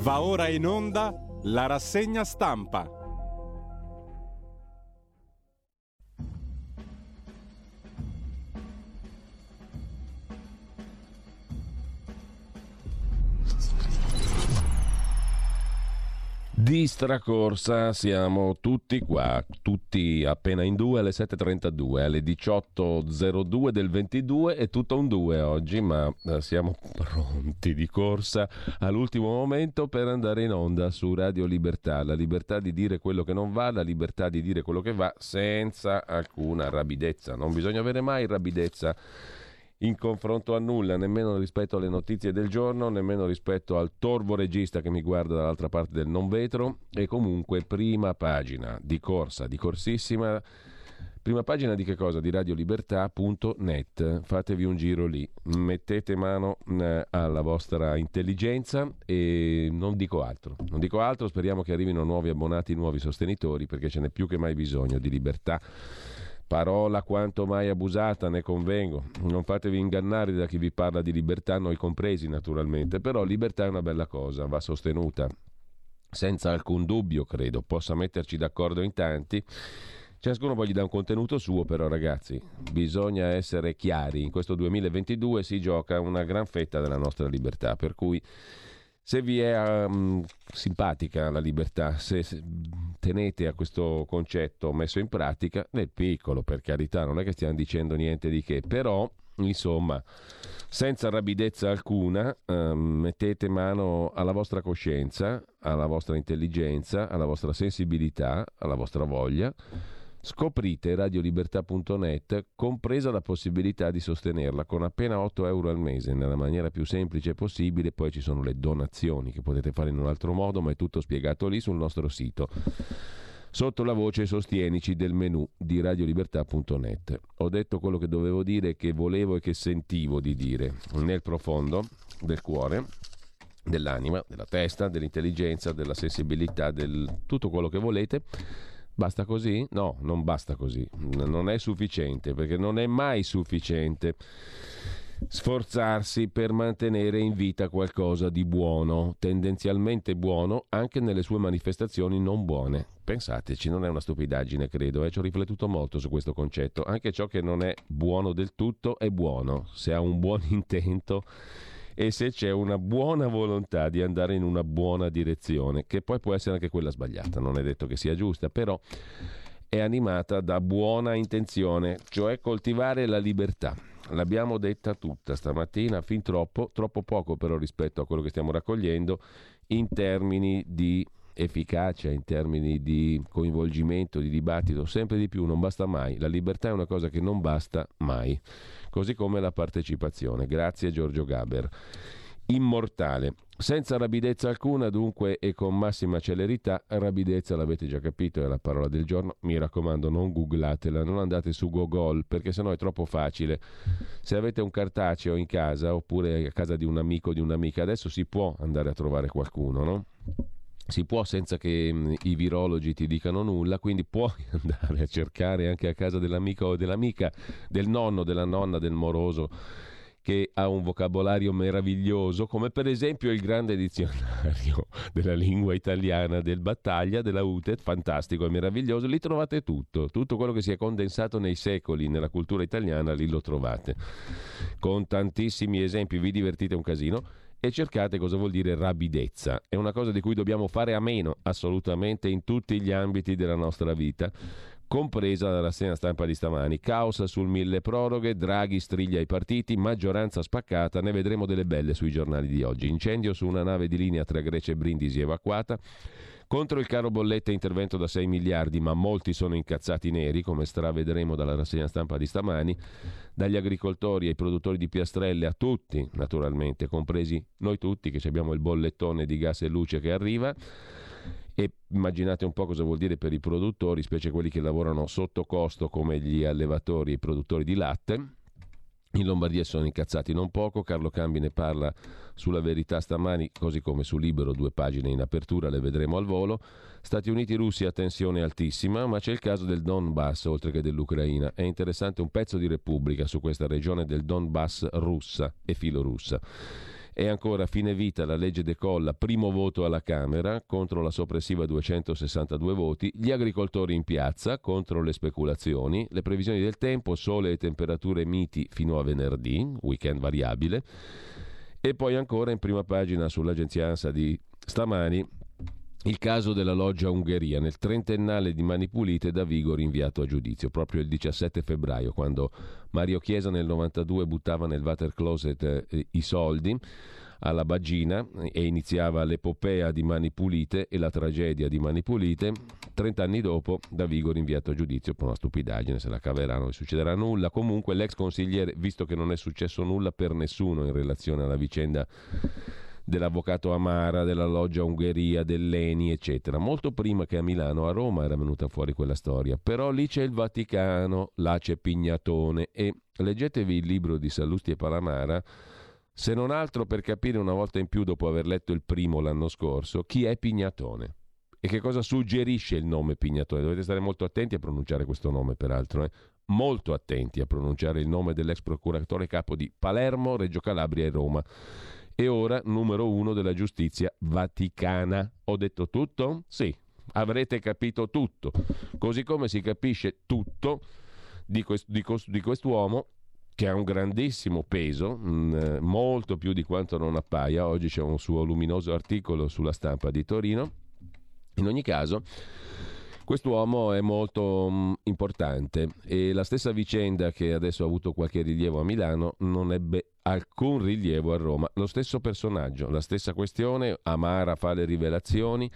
Va ora in onda la rassegna stampa. Di stracorsa siamo tutti qua, tutti appena in due alle 7.32, alle 18.02 del 22, è tutto un 2 oggi, ma siamo pronti di corsa all'ultimo momento per andare in onda su Radio Libertà. La libertà di dire quello che non va, la libertà di dire quello che va senza alcuna rabidezza. Non bisogna avere mai rabidezza in confronto a nulla, nemmeno rispetto alle notizie del giorno, nemmeno rispetto al torvo regista che mi guarda dall'altra parte del non vetro. E comunque prima pagina di corsa, di corsissima, prima pagina di che cosa? Di radiolibertà.net. Fatevi un giro lì, mettete mano alla vostra intelligenza e non dico altro, speriamo che arrivino nuovi abbonati, nuovi sostenitori, perché ce n'è più che mai bisogno di libertà. Parola quanto mai abusata, ne convengo. Non fatevi ingannare da chi vi parla di libertà, noi compresi naturalmente, però libertà è una bella cosa, va sostenuta senza alcun dubbio, credo. Possa metterci d'accordo in tanti, ciascuno poi gli dà un contenuto suo, però ragazzi, bisogna essere chiari. In questo 2022 si gioca una gran fetta della nostra libertà, per cui se vi è simpatica la libertà, se tenete a questo concetto messo in pratica, nel piccolo, per carità, non è che stiamo dicendo niente di che, però, insomma, senza rabidezza alcuna, mettete mano alla vostra coscienza, alla vostra intelligenza, alla vostra sensibilità, alla vostra voglia. Scoprite radiolibertà.net, compresa la possibilità di sostenerla con appena 8 euro al mese, nella maniera più semplice possibile. Poi ci sono le donazioni che potete fare in un altro modo, ma è tutto spiegato lì sul nostro sito, sotto la voce Sostienici del menu di radiolibertà.net. Ho detto quello che dovevo dire, che volevo e che sentivo di dire nel profondo del cuore, dell'anima, della testa, dell'intelligenza, della sensibilità, del tutto quello che volete. Basta così? No, non basta così, non è sufficiente, perché non è mai sufficiente sforzarsi per mantenere in vita qualcosa di buono, tendenzialmente buono, anche nelle sue manifestazioni non buone. Pensateci, non è una stupidaggine, credo, ci ho riflettuto molto su questo concetto. Anche ciò che non è buono del tutto è buono, se ha un buon intento e se c'è una buona volontà di andare in una buona direzione, che poi può essere anche quella sbagliata, non è detto che sia giusta, però è animata da buona intenzione, cioè coltivare la libertà. L'abbiamo detta tutta stamattina, fin troppo poco però rispetto a quello che stiamo raccogliendo in termini di efficacia, in termini di coinvolgimento, di dibattito, sempre di più, non basta mai. La libertà è una cosa che non basta mai, così come la partecipazione. Grazie Giorgio Gaber. Immortale, senza rabidezza alcuna dunque e con massima celerità. Rabidezza, l'avete già capito, è la parola del giorno. Mi raccomando, non googlatela, non andate su Google, perché sennò è troppo facile. Se avete un cartaceo in casa oppure a casa di un amico o di un'amica, adesso si può andare a trovare qualcuno, no? Si può senza che i virologi ti dicano nulla, quindi puoi andare a cercare anche a casa dell'amico o dell'amica, del nonno, della nonna, del moroso, che ha un vocabolario meraviglioso, come per esempio il grande dizionario della lingua italiana del Battaglia, della UTED, fantastico e meraviglioso. Lì trovate tutto quello che si è condensato nei secoli nella cultura italiana, lì lo trovate, con tantissimi esempi. Vi divertite un casino e cercate cosa vuol dire rabidezza. È una cosa di cui dobbiamo fare a meno assolutamente in tutti gli ambiti della nostra vita, compresa la rassegna stampa di stamani. Caos sul mille proroghe, Draghi striglia i partiti, maggioranza spaccata, ne vedremo delle belle sui giornali di oggi. Incendio su una nave di linea tra Grecia e Brindisi evacuata. Contro il caro bollette intervento da 6 miliardi, ma molti sono incazzati neri, come stravedremo dalla rassegna stampa di stamani, dagli agricoltori ai produttori di piastrelle a tutti, naturalmente, compresi noi tutti che abbiamo il bollettone di gas e luce che arriva. E immaginate un po' cosa vuol dire per i produttori, specie quelli che lavorano sotto costo come gli allevatori e i produttori di latte. In Lombardia sono incazzati non poco. Carlo Cambi ne parla sulla Verità stamani, così come su Libero, 2 pagine in apertura, le vedremo al volo. Stati Uniti-Russia, tensione altissima, ma c'è il caso del Donbass oltre che dell'Ucraina. È interessante un pezzo di Repubblica su questa regione del Donbass russa e filorussa. E ancora fine vita la legge decolla, primo voto alla Camera contro la soppressiva 262 voti, gli agricoltori in piazza contro le speculazioni, le previsioni del tempo, sole e temperature miti fino a venerdì, weekend variabile. E poi ancora in prima pagina sull'agenzia ANSA di stamani il caso della loggia Ungheria, nel trentennale di Mani Pulite Davigo rinviato a giudizio, proprio il 17 febbraio, quando Mario Chiesa nel 92 buttava nel water closet i soldi alla Bagina e iniziava l'epopea di Mani Pulite e la tragedia di Mani Pulite. 30 anni dopo Davigo rinviato a giudizio per una stupidaggine, se la caveranno, non succederà nulla. Comunque l'ex consigliere, visto che non è successo nulla per nessuno in relazione alla vicenda dell'avvocato Amara, della loggia Ungheria, dell'ENI, eccetera. Molto prima che a Milano, a Roma era venuta fuori quella storia. Però lì c'è il Vaticano, là c'è Pignatone e leggetevi il libro di Sallusti e Palamara, se non altro per capire una volta in più, dopo aver letto il primo l'anno scorso, chi è Pignatone e che cosa suggerisce il nome Pignatone. Dovete stare molto attenti a pronunciare questo nome, peraltro, molto attenti a pronunciare il nome dell'ex procuratore capo di Palermo, Reggio Calabria e Roma. E ora numero 1 della giustizia vaticana. Ho detto tutto? Sì, avrete capito tutto. Così come si capisce tutto di quest'uomo che ha un grandissimo peso, molto più di quanto non appaia. Oggi c'è un suo luminoso articolo sulla Stampa di Torino. In ogni caso, quest'uomo è molto importante e la stessa vicenda che adesso ha avuto qualche rilievo a Milano non ebbe alcun rilievo a Roma. Lo stesso personaggio, la stessa questione, Amara fa le rivelazioni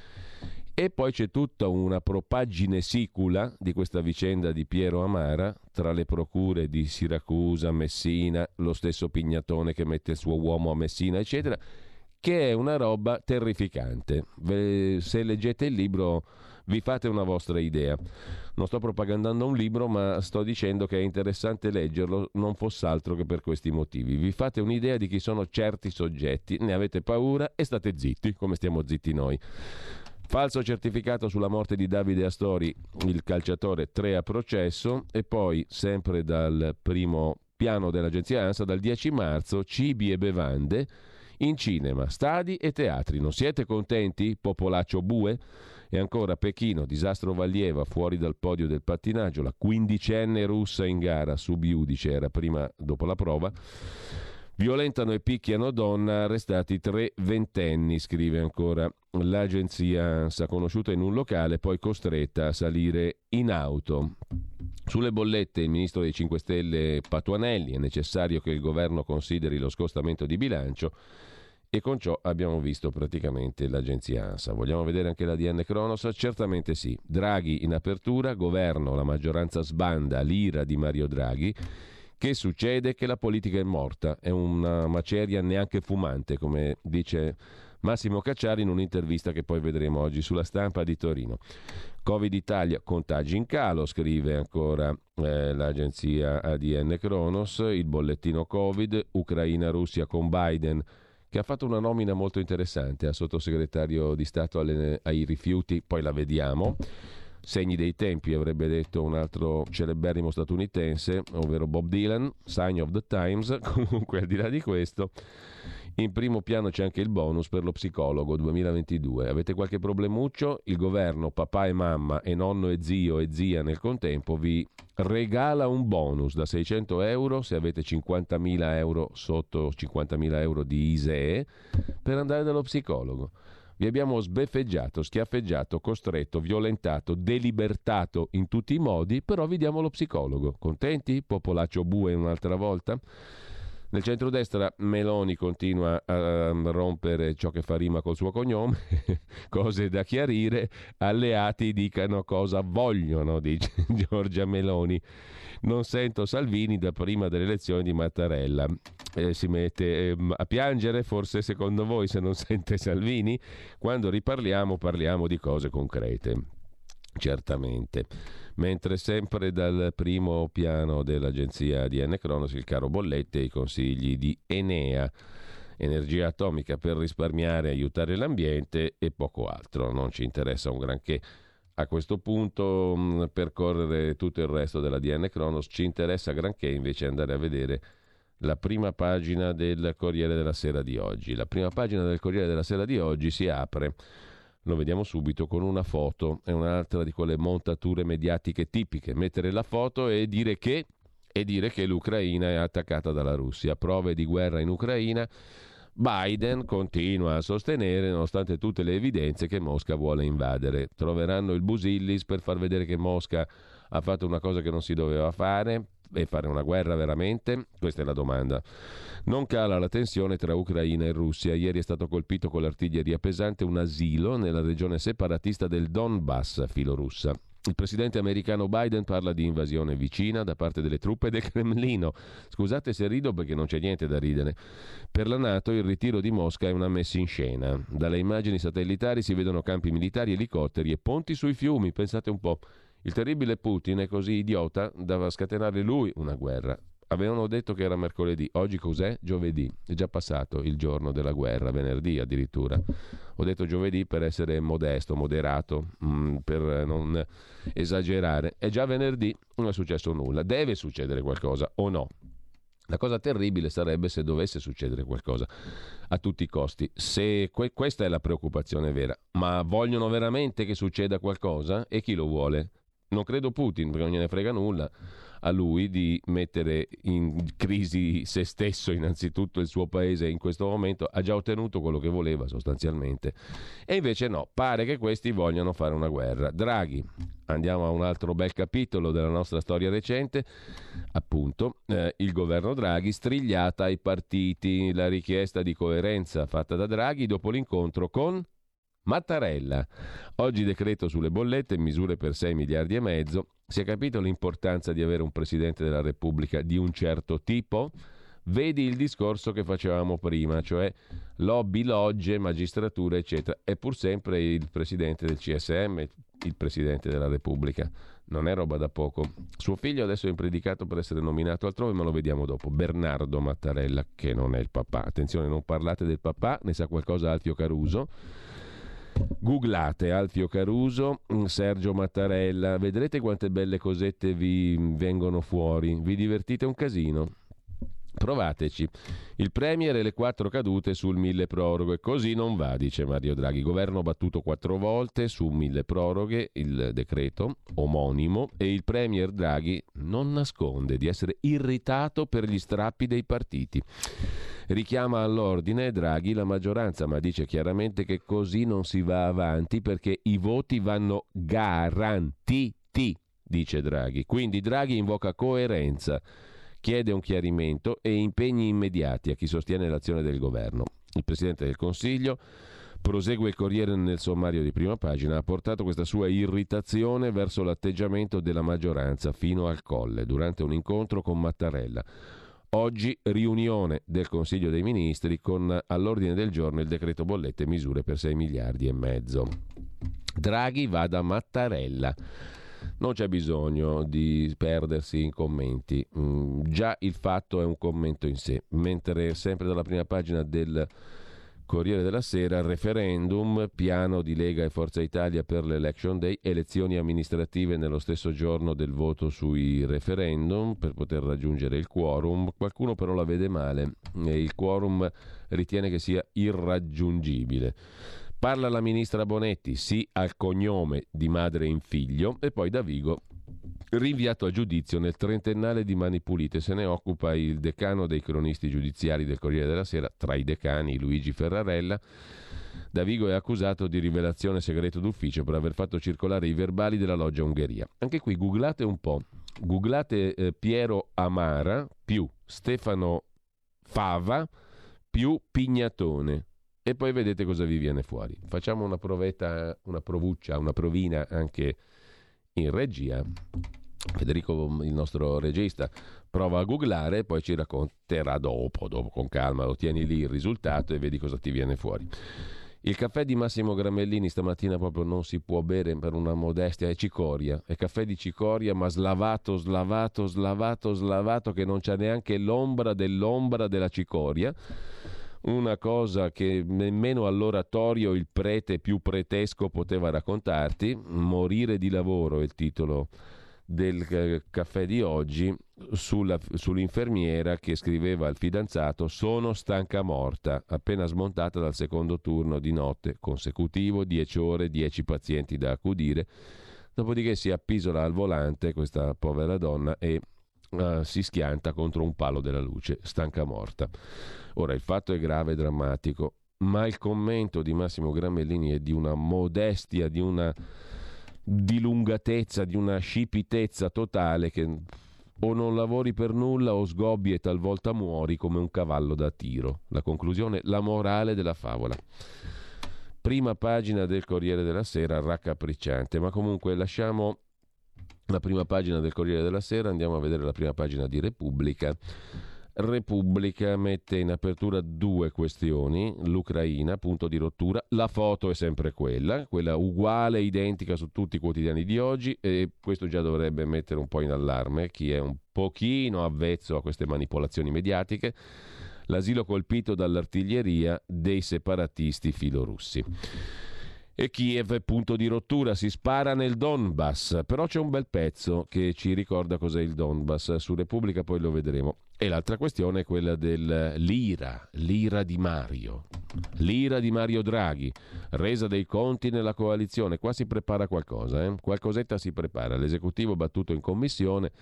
e poi c'è tutta una propaggine sicula di questa vicenda di Piero Amara tra le procure di Siracusa, Messina, lo stesso Pignatone che mette il suo uomo a Messina, eccetera, che è una roba terrificante. Se leggete il libro vi fate una vostra idea. Non sto propagandando un libro, ma sto dicendo che è interessante leggerlo, non fosse altro che per questi motivi. Vi fate un'idea di chi sono certi soggetti, ne avete paura e state zitti, come stiamo zitti noi. Falso certificato sulla morte di Davide Astori, il calciatore, 3 a processo. E poi, sempre dal primo piano dell'agenzia ANSA, dal 10 marzo, cibi e bevande in cinema, stadi e teatri. Non siete contenti, popolaccio bue? E ancora Pechino, disastro Valieva, fuori dal podio del pattinaggio, la quindicenne russa in gara, subiudice, era prima dopo la prova. Violentano e picchiano donna, arrestati 3 ventenni, scrive ancora l'agenzia ANSA, conosciuta in un locale, poi costretta a salire in auto. Sulle bollette il ministro dei 5 Stelle Patuanelli: è necessario che il governo consideri lo scostamento di bilancio. E con ciò abbiamo visto praticamente l'agenzia ANSA. Vogliamo vedere anche la DN Cronos? Certamente sì. Draghi in apertura, governo, la maggioranza sbanda, l'ira di Mario Draghi. Che succede? Che la politica è morta, è una maceria neanche fumante, come dice Massimo Cacciari in un'intervista che poi vedremo oggi sulla Stampa di Torino. Covid Italia, contagi in calo, scrive ancora l'agenzia ADN Cronos, il bollettino Covid, Ucraina-Russia con Biden, che ha fatto una nomina molto interessante a sottosegretario di Stato ai rifiuti, poi la vediamo. Segni dei tempi, avrebbe detto un altro celeberrimo statunitense, ovvero Bob Dylan, Sign of the Times. Comunque, al di là di questo, in primo piano c'è anche il bonus per lo psicologo 2022. Avete qualche problemuccio? Il governo, papà e mamma e nonno e zio e zia nel contempo, vi regala un bonus da 600 euro se avete 50.000 euro, sotto 50.000 euro di ISEE, per andare dallo psicologo. Vi abbiamo sbeffeggiato, schiaffeggiato, costretto, violentato, delibertato in tutti i modi, però vi diamo lo psicologo. Contenti? Popolaccio bue un'altra volta? Nel centrodestra Meloni continua a rompere ciò che fa rima col suo cognome, cose da chiarire, alleati dicano cosa vogliono, dice Giorgia Meloni. Non sento Salvini da prima delle elezioni di Mattarella. Si mette a piangere, forse secondo voi, se non sente Salvini? Quando riparliamo parliamo di cose concrete, certamente. Mentre sempre dal primo piano dell'agenzia ADN Cronos il caro bollette e i consigli di Enea, energia atomica per risparmiare e aiutare l'ambiente e poco altro. Non ci interessa un granché a questo punto percorrere tutto il resto dell'ADN Cronos, ci interessa granché invece andare a vedere la prima pagina del Corriere della Sera di oggi. La prima pagina del Corriere della Sera di oggi si apre, lo vediamo subito, con una foto, è un'altra di quelle montature mediatiche tipiche, mettere la foto e dire che l'Ucraina è attaccata dalla Russia, prove di guerra in Ucraina. Biden continua a sostenere, nonostante tutte le evidenze, che Mosca vuole invadere. Troveranno il Busillis per far vedere che Mosca ha fatto una cosa che non si doveva fare e fare una guerra veramente? Questa è la domanda. Non cala la tensione tra Ucraina e Russia. Ieri è stato colpito con l'artiglieria pesante un asilo nella regione separatista del Donbass filorussa. Il presidente americano Biden parla di invasione vicina da parte delle truppe del Cremlino. Scusate se rido perché non c'è niente da ridere. Per la NATO il ritiro di Mosca è una messa in scena. Dalle immagini satellitari si vedono campi militari, elicotteri e ponti sui fiumi. Pensate un po'. Il terribile Putin è così idiota da scatenare lui una guerra. Avevano detto che era mercoledì, oggi cos'è? Giovedì, è già passato il giorno della guerra, venerdì addirittura. Ho detto giovedì per essere modesto, moderato, per non esagerare. È già venerdì, non è successo nulla. Deve succedere qualcosa o no? La cosa terribile sarebbe se dovesse succedere qualcosa a tutti i costi. Se questa è la preoccupazione vera. Ma vogliono veramente che succeda qualcosa? E chi lo vuole? Non credo Putin, perché non gliene frega nulla a lui di mettere in crisi se stesso, innanzitutto il suo paese in questo momento. Ha già ottenuto quello che voleva sostanzialmente. E invece no, pare che questi vogliano fare una guerra. Draghi, andiamo a un altro bel capitolo della nostra storia recente, appunto, il governo Draghi, strigliata ai partiti, la richiesta di coerenza fatta da Draghi dopo l'incontro con Mattarella. Oggi decreto sulle bollette, misure per 6 miliardi e mezzo. Si è capito l'importanza di avere un Presidente della Repubblica di un certo tipo? Vedi il discorso che facevamo prima, cioè lobby, logge, magistratura, eccetera. È pur sempre il Presidente del CSM, il Presidente della Repubblica. Non è roba da poco. Suo figlio adesso è impredicato per essere nominato altrove, ma lo vediamo dopo. Bernardo Mattarella, che non è il papà. Attenzione, non parlate del papà, ne sa qualcosa Alfio Caruso. Googlate Alfio Caruso, Sergio Mattarella, vedrete quante belle cosette vi vengono fuori, vi divertite un casino. Provateci. Il Premier e le 4 cadute sul milleproroghe. Così non va, dice Mario Draghi. Governo battuto 4 volte su milleproroghe, il decreto omonimo, e il Premier Draghi non nasconde di essere irritato per gli strappi dei partiti. Richiama all'ordine Draghi la maggioranza, ma dice chiaramente che così non si va avanti perché i voti vanno garantiti, dice Draghi. Quindi Draghi invoca coerenza, chiede un chiarimento e impegni immediati a chi sostiene l'azione del governo. Il Presidente del Consiglio, prosegue il Corriere nel sommario di prima pagina, ha portato questa sua irritazione verso l'atteggiamento della maggioranza fino al colle durante un incontro con Mattarella. Oggi riunione del Consiglio dei Ministri con all'ordine del giorno il decreto bollette e misure per 6 miliardi e mezzo. Draghi va da Mattarella. Non c'è bisogno di perdersi in commenti, già il fatto è un commento in sé, mentre sempre dalla prima pagina del Corriere della Sera, referendum, piano di Lega e Forza Italia per l'Election Day, elezioni amministrative nello stesso giorno del voto sui referendum per poter raggiungere il quorum. Qualcuno però la vede male e il quorum ritiene che sia irraggiungibile. Parla la ministra Bonetti, sì al cognome di madre in figlio, e poi Davigo rinviato a giudizio nel trentennale di Mani Pulite. Se ne occupa il decano dei cronisti giudiziari del Corriere della Sera, tra i decani Luigi Ferrarella. Davigo è accusato di rivelazione segreto d'ufficio per aver fatto circolare i verbali della loggia Ungheria. Anche qui googlate un po', googlate Piero Amara più Stefano Fava più Pignatone e poi vedete cosa vi viene fuori. Facciamo una provetta, una provuccia, una provina anche in regia. Federico, il nostro regista, prova a googlare e poi ci racconterà dopo con calma, ottieni lì il risultato e vedi cosa ti viene fuori. Il caffè di Massimo Gramellini stamattina proprio non si può bere per una modestia, è cicoria, è caffè di cicoria ma slavato che non c'è neanche l'ombra della cicoria. Una cosa che nemmeno all'oratorio il prete più pretesco poteva raccontarti. Morire di lavoro è il titolo del caffè di oggi sull'infermiera che scriveva al fidanzato: sono stanca morta, appena smontata dal secondo turno di notte consecutivo, 10 ore, 10 pazienti da accudire. Dopodiché si appisola al volante questa povera donna e si schianta contro un palo della luce, stanca morta. Ora, il fatto è grave e drammatico, ma il commento di Massimo Gramellini è di una modestia, di una dilungatezza, di una scipitezza totale, che o non lavori per nulla o sgobbi e talvolta muori come un cavallo da tiro. La conclusione, la morale della favola. Prima pagina del Corriere della Sera, raccapricciante, ma comunque lasciamo la prima pagina del Corriere della Sera, andiamo a vedere la prima pagina di Repubblica. Repubblica mette in apertura due questioni: l'Ucraina, punto di rottura, la foto è sempre quella uguale, identica su tutti i quotidiani di oggi, e questo già dovrebbe mettere un po' in allarme chi è un pochino avvezzo a queste manipolazioni mediatiche. L'asilo colpito dall'artiglieria dei separatisti filorussi. E Kiev, punto di rottura, si spara nel Donbass, però c'è un bel pezzo che ci ricorda cos'è il Donbass, su Repubblica poi lo vedremo. E l'altra questione è quella l'ira di Mario Draghi, resa dei conti nella coalizione. Qua si prepara qualcosa, qualcosetta si prepara. L'esecutivo battuto in commissione,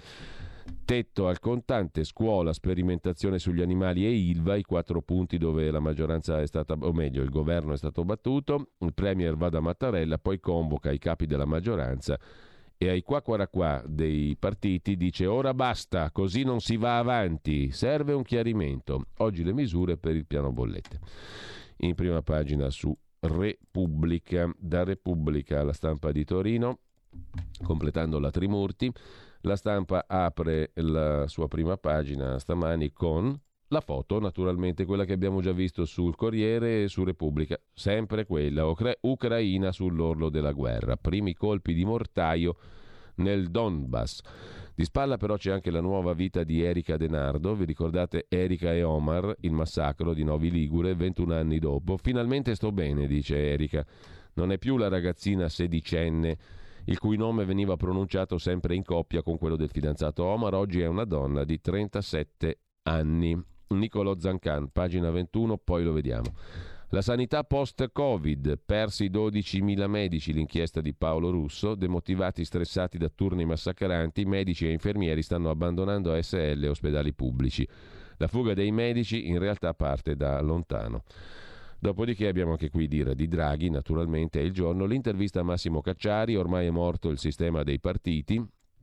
tetto al contante, scuola, sperimentazione sugli animali e Ilva, i 4 punti dove la maggioranza è stata, o meglio il governo è stato battuto. Il premier va da Mattarella, poi convoca i capi della maggioranza e ai qua dei partiti dice: ora basta, così non si va avanti, serve un chiarimento. Oggi le misure per il piano bollette. In prima pagina su Repubblica. Da Repubblica alla Stampa di Torino, completando la Trimurti, la Stampa apre la sua prima pagina stamani con la foto, naturalmente quella che abbiamo già visto sul Corriere e su Repubblica, sempre quella, Ucraina sull'orlo della guerra, primi colpi di mortaio nel Donbass. Di spalla però c'è anche la nuova vita di Erika De Nardo. Vi ricordate Erika e Omar, il massacro di Novi Ligure 21 anni dopo? Finalmente sto bene, dice Erika, non è più la ragazzina sedicenne il cui nome veniva pronunciato sempre in coppia con quello del fidanzato Omar, oggi è una donna di 37 anni. Niccolò Zancan, pagina 21, poi lo vediamo. La sanità post-Covid, persi 12.000 medici, l'inchiesta di Paolo Russo, demotivati, stressati da turni massacranti, medici e infermieri stanno abbandonando ASL e ospedali pubblici. La fuga dei medici in realtà parte da lontano. Dopodiché abbiamo anche qui dire di Draghi, naturalmente è il giorno, l'intervista a Massimo Cacciari, ormai è morto il sistema dei partiti,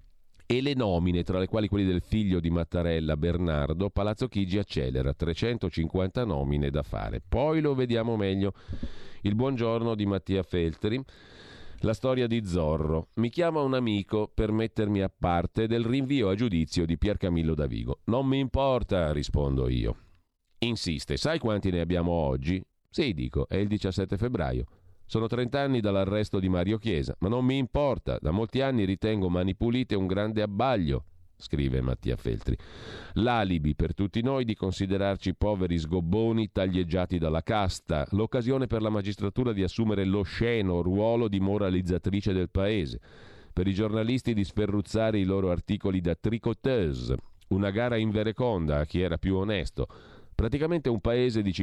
e le nomine, tra le quali quelli del figlio di Mattarella, Bernardo. Palazzo Chigi accelera, 350 nomine da fare. Poi lo vediamo meglio. Il buongiorno di Mattia Feltri, la storia di Zorro. Mi chiama un amico per mettermi a parte del rinvio a giudizio di Piercamillo Davigo. Non mi importa, rispondo io. Insiste, sai quanti ne abbiamo oggi? Sì, dico, è il 17 febbraio. Sono 30 anni dall'arresto di Mario Chiesa, ma non mi importa, da molti anni ritengo Mani Pulite un grande abbaglio, scrive Mattia Feltri. L'alibi per tutti noi di considerarci poveri sgobboni taglieggiati dalla casta, l'occasione per la magistratura di assumere l'osceno ruolo di moralizzatrice del paese, per i giornalisti di sferruzzare i loro articoli da tricoteuse, una gara invereconda a chi era più onesto, praticamente un paese di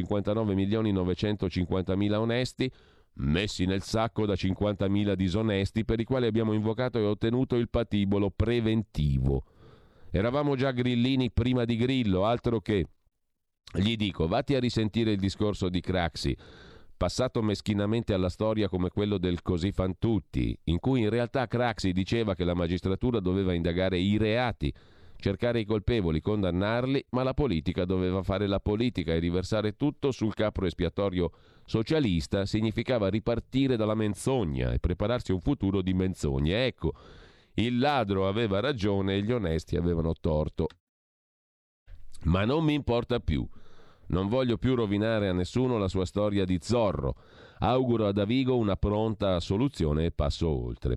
59.950.000 onesti, messi nel sacco da 50.000 disonesti per i quali abbiamo invocato e ottenuto il patibolo preventivo. Eravamo già grillini prima di Grillo, altro che. Gli dico, vatti a risentire il discorso di Craxi, passato meschinamente alla storia come quello del Così fan tutti, in cui in realtà Craxi diceva che la magistratura doveva indagare i reati, cercare i colpevoli, condannarli, ma la politica doveva fare la politica e riversare tutto sul capro espiatorio socialista significava ripartire dalla menzogna e prepararsi un futuro di menzogne. Ecco, il ladro aveva ragione e gli onesti avevano torto. Ma non mi importa più. Non voglio più rovinare a nessuno la sua storia di Zorro. Auguro a Davigo una pronta soluzione e passo oltre.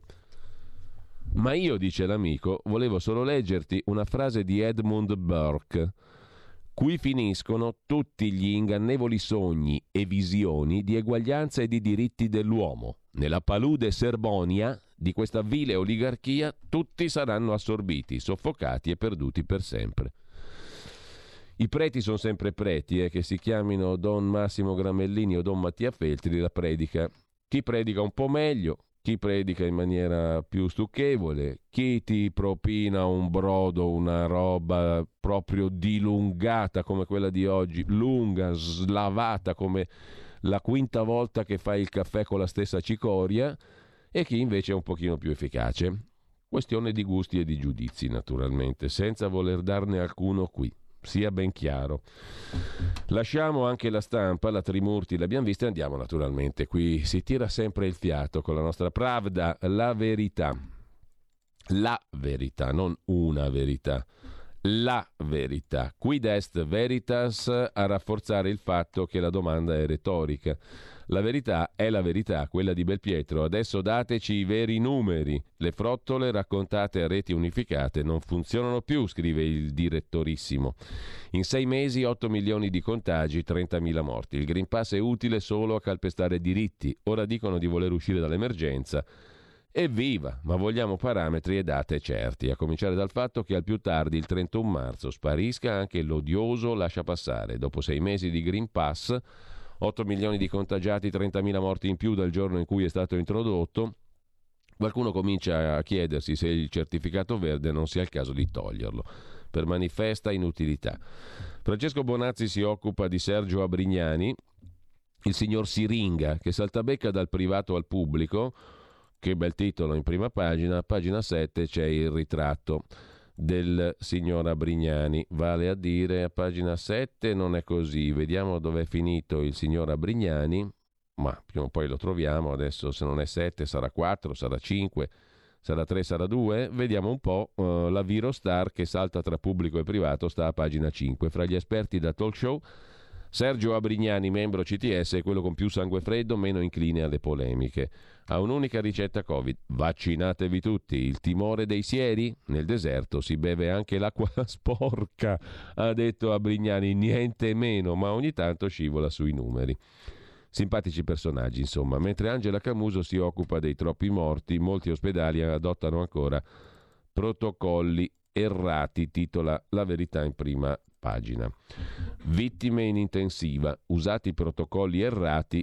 Ma io, dice l'amico, volevo solo leggerti una frase di Edmund Burke. Qui finiscono tutti gli ingannevoli sogni e visioni di eguaglianza e di diritti dell'uomo. Nella palude Serbonia di questa vile oligarchia tutti saranno assorbiti, soffocati e perduti per sempre. I preti sono sempre preti, che si chiamino Don Massimo Gramellini o Don Mattia Feltri, la predica. Chi predica un po' meglio, chi predica in maniera più stucchevole, chi ti propina un brodo, una roba proprio dilungata come quella di oggi, lunga, slavata come la quinta volta che fai il caffè con la stessa cicoria, e chi invece è un pochino più efficace. Questione di gusti e di giudizi, naturalmente, senza voler darne alcuno qui, sia ben chiaro. Lasciamo anche la stampa, la Trimurti l'abbiamo vista e andiamo naturalmente. Qui si tira sempre il fiato con la nostra Pravda, la verità. La verità, non una verità. La verità. Quid est veritas a rafforzare il fatto che la domanda è retorica. La verità è la verità, quella di Belpietro. Adesso dateci i veri numeri. Le frottole raccontate a reti unificate non funzionano più, scrive il direttorissimo. In 6 mesi 8 milioni di contagi, 30.000 morti. Il Green Pass è utile solo a calpestare diritti. Ora dicono di voler uscire dall'emergenza. Evviva, ma vogliamo parametri e date certi, a cominciare dal fatto che al più tardi il 31 marzo sparisca anche l'odioso lascia passare. Dopo 6 mesi di Green Pass, 8 milioni di contagiati, 30.000 morti in più dal giorno in cui è stato introdotto, qualcuno comincia a chiedersi se il certificato verde non sia il caso di toglierlo, per manifesta inutilità. Francesco Bonazzi si occupa di Sergio Abrignani, il signor Siringa, che saltabecca dal privato al pubblico. Che bel titolo in prima pagina. A pagina 7 c'è il ritratto del signor Abrignani, vale a dire a pagina 7 non è così. Vediamo dove è finito il signor Abrignani, ma prima o poi lo troviamo. Adesso se non è 7 sarà 4, sarà 5, sarà 3, sarà 2. Vediamo un po'. La Virostar che salta tra pubblico e privato sta a pagina 5. Fra gli esperti da talk show, Sergio Abrignani, membro CTS, è quello con più sangue freddo, meno incline alle polemiche. Ha un'unica ricetta Covid: vaccinatevi tutti. Il timore dei sieri? Nel deserto si beve anche l'acqua sporca, ha detto Abrignani, niente meno, ma ogni tanto scivola sui numeri. Simpatici personaggi, insomma. Mentre Angela Camuso si occupa dei troppi morti, molti ospedali adottano ancora protocolli errati, titola La Verità in prima pagina. Vittime in intensiva, usati protocolli errati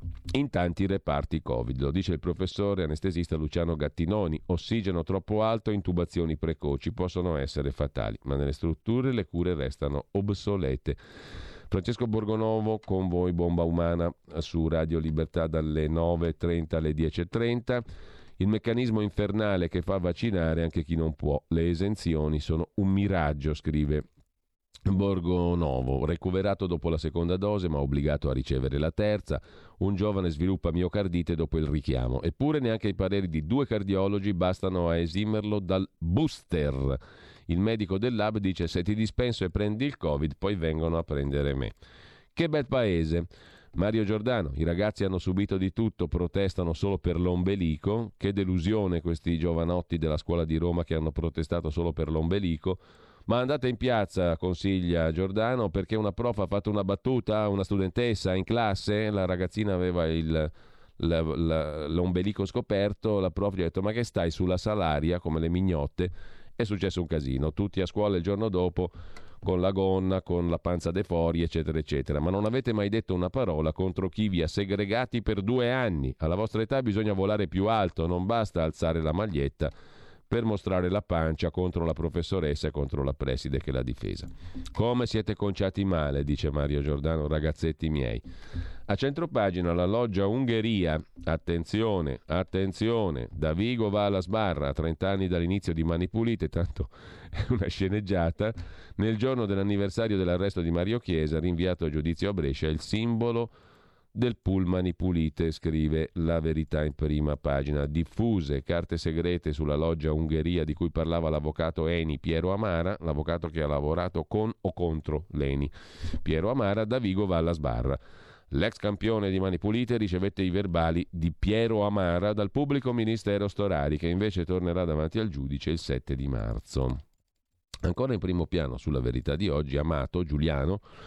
in tanti reparti Covid, lo dice il professore anestesista Luciano Gattinoni. Ossigeno troppo alto, intubazioni precoci possono essere fatali, ma nelle strutture le cure restano obsolete. Francesco Borgonovo con voi, Bomba Umana, su Radio Libertà dalle 9.30 alle 10.30. Il meccanismo infernale che fa vaccinare anche chi non può. Le esenzioni sono un miraggio, scrive Borgonovo. Recuperato dopo la seconda dose ma obbligato a ricevere la terza. Un giovane sviluppa miocardite dopo il richiamo. Eppure neanche i pareri di 2 cardiologi bastano a esimerlo dal booster. Il medico del lab dice: se ti dispenso e prendi il Covid, poi vengono a prendere me. Che bel paese. Mario Giordano: i ragazzi hanno subito di tutto, protestano solo per l'ombelico. Che delusione questi giovanotti della scuola di Roma che hanno protestato solo per l'ombelico. Ma andate in piazza, consiglia Giordano, perché una prof ha fatto una battuta a una studentessa in classe, la ragazzina aveva l'ombelico scoperto, la prof gli ha detto: ma che stai sulla salaria come le mignotte? È successo un casino, tutti a scuola il giorno dopo con la gonna, con la panza de fuori, eccetera eccetera. Ma non avete mai detto una parola contro chi vi ha segregati per 2 anni. Alla vostra età bisogna volare più alto, non basta alzare la maglietta per mostrare la pancia contro la professoressa e contro la preside che l'ha difesa. Come siete conciati male, dice Mario Giordano, ragazzetti miei. A centropagina la loggia Ungheria. Attenzione, attenzione, da Vigo va alla sbarra, a 30 anni dall'inizio di Mani Pulite, tanto è una sceneggiata. Nel giorno dell'anniversario dell'arresto di Mario Chiesa, rinviato a giudizio a Brescia, il simbolo del pool Mani Pulite, scrive La Verità in prima pagina. Diffuse carte segrete sulla loggia Ungheria di cui parlava l'avvocato Eni Piero Amara, l'avvocato che ha lavorato con o contro l'Eni. Piero Amara da Vigo va alla sbarra. L'ex campione di Mani Pulite ricevette i verbali di Piero Amara dal pubblico ministero Storari, che invece tornerà davanti al giudice il 7 di marzo. Ancora in primo piano sulla Verità di oggi, Amato Giuliano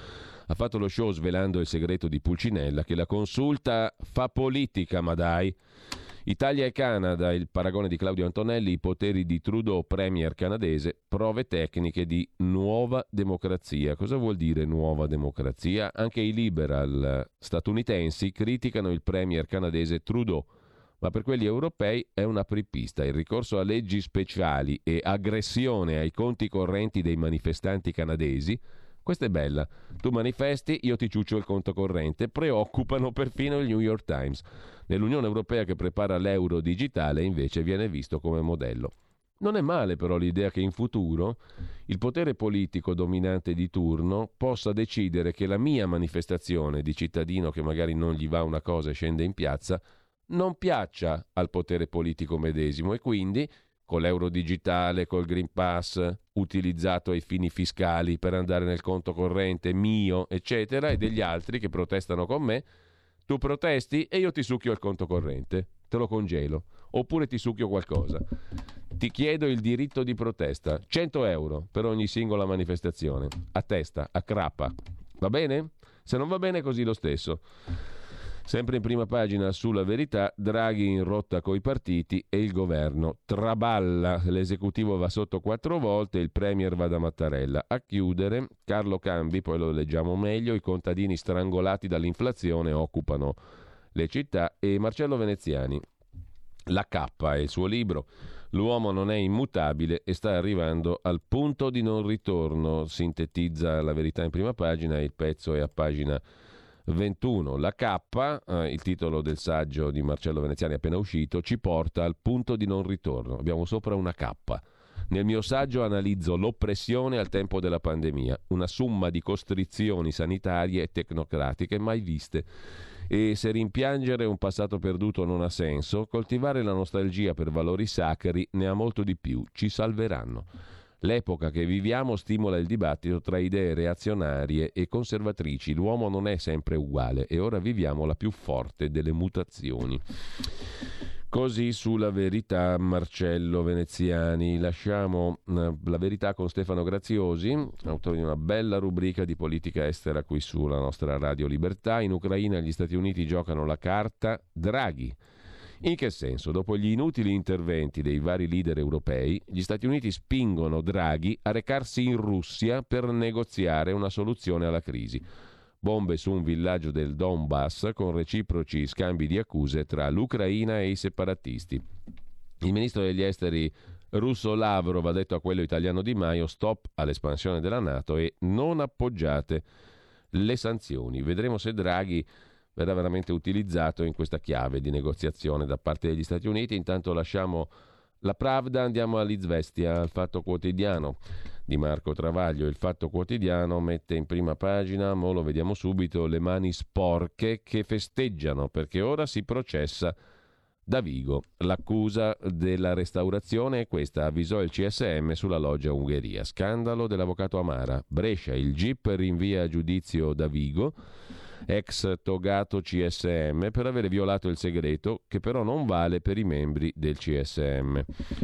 Ha fatto lo show svelando il segreto di Pulcinella, che la consulta fa politica, ma dai. Italia e Canada, il paragone di Claudio Antonelli, i poteri di Trudeau, premier canadese, prove tecniche di nuova democrazia. Cosa vuol dire nuova democrazia? Anche i liberal statunitensi criticano il premier canadese Trudeau, ma per quelli europei è un'apripista. Il ricorso a leggi speciali e aggressione ai conti correnti dei manifestanti canadesi, questa è bella. Tu manifesti, io ti ciuccio il conto corrente. Preoccupano perfino il New York Times. Nell'Unione Europea che prepara l'euro digitale invece viene visto come modello. Non è male però l'idea che in futuro il potere politico dominante di turno possa decidere che la mia manifestazione di cittadino che magari non gli va una cosa e scende in piazza non piaccia al potere politico medesimo, e quindi con l'euro digitale, col Green Pass utilizzato ai fini fiscali per andare nel conto corrente mio, eccetera, e degli altri che protestano con me, tu protesti e io ti succhio il conto corrente, te lo congelo, oppure ti succhio qualcosa. Ti chiedo il diritto di protesta, 100 euro per ogni singola manifestazione, a testa, a crappa. Va bene? Se non va bene così lo stesso. Sempre in prima pagina sulla Verità, Draghi in rotta coi partiti e il governo traballa, l'esecutivo va sotto 4 volte, il premier va da Mattarella. A chiudere, Carlo Cambi, poi lo leggiamo meglio, i contadini strangolati dall'inflazione occupano le città, e Marcello Veneziani, La K è il suo libro, l'uomo non è immutabile e sta arrivando al punto di non ritorno, sintetizza la Verità in prima pagina, il pezzo è a pagina 21. La K, il titolo del saggio di Marcello Veneziani appena uscito, ci porta al punto di non ritorno. Abbiamo sopra una K. Nel mio saggio analizzo l'oppressione al tempo della pandemia, una summa di costrizioni sanitarie e tecnocratiche mai viste. E se rimpiangere un passato perduto non ha senso, coltivare la nostalgia per valori sacri ne ha molto di più, ci salveranno. L'epoca che viviamo stimola il dibattito tra idee reazionarie e conservatrici. L'uomo non è sempre uguale e ora viviamo la più forte delle mutazioni. Così sulla Verità Marcello Veneziani. Lasciamo la Verità con Stefano Graziosi, autore di una bella rubrica di politica estera qui sulla nostra Radio Libertà. In Ucraina gli Stati Uniti giocano la carta Draghi. In che senso? Dopo gli inutili interventi dei vari leader europei, gli Stati Uniti spingono Draghi a recarsi in Russia per negoziare una soluzione alla crisi. Bombe su un villaggio del Donbass con reciproci scambi di accuse tra l'Ucraina e i separatisti. Il ministro degli esteri russo Lavrov ha detto a quello italiano Di Maio: stop all'espansione della NATO e non appoggiate le sanzioni. Vedremo se Draghi verrà veramente utilizzato in questa chiave di negoziazione da parte degli Stati Uniti. Intanto lasciamo la Pravda, andiamo all'Izvestia, al Fatto Quotidiano di Marco Travaglio. Il Fatto Quotidiano mette in prima pagina, mo lo vediamo subito, le mani sporche che festeggiano perché ora si processa Davigo. L'accusa della restaurazione è questa, avvisò il CSM sulla loggia Ungheria. Scandalo dell'avvocato Amara. Brescia, il GIP rinvia a giudizio Davigo, ex togato CSM, per avere violato il segreto, che però non vale per i membri del CSM.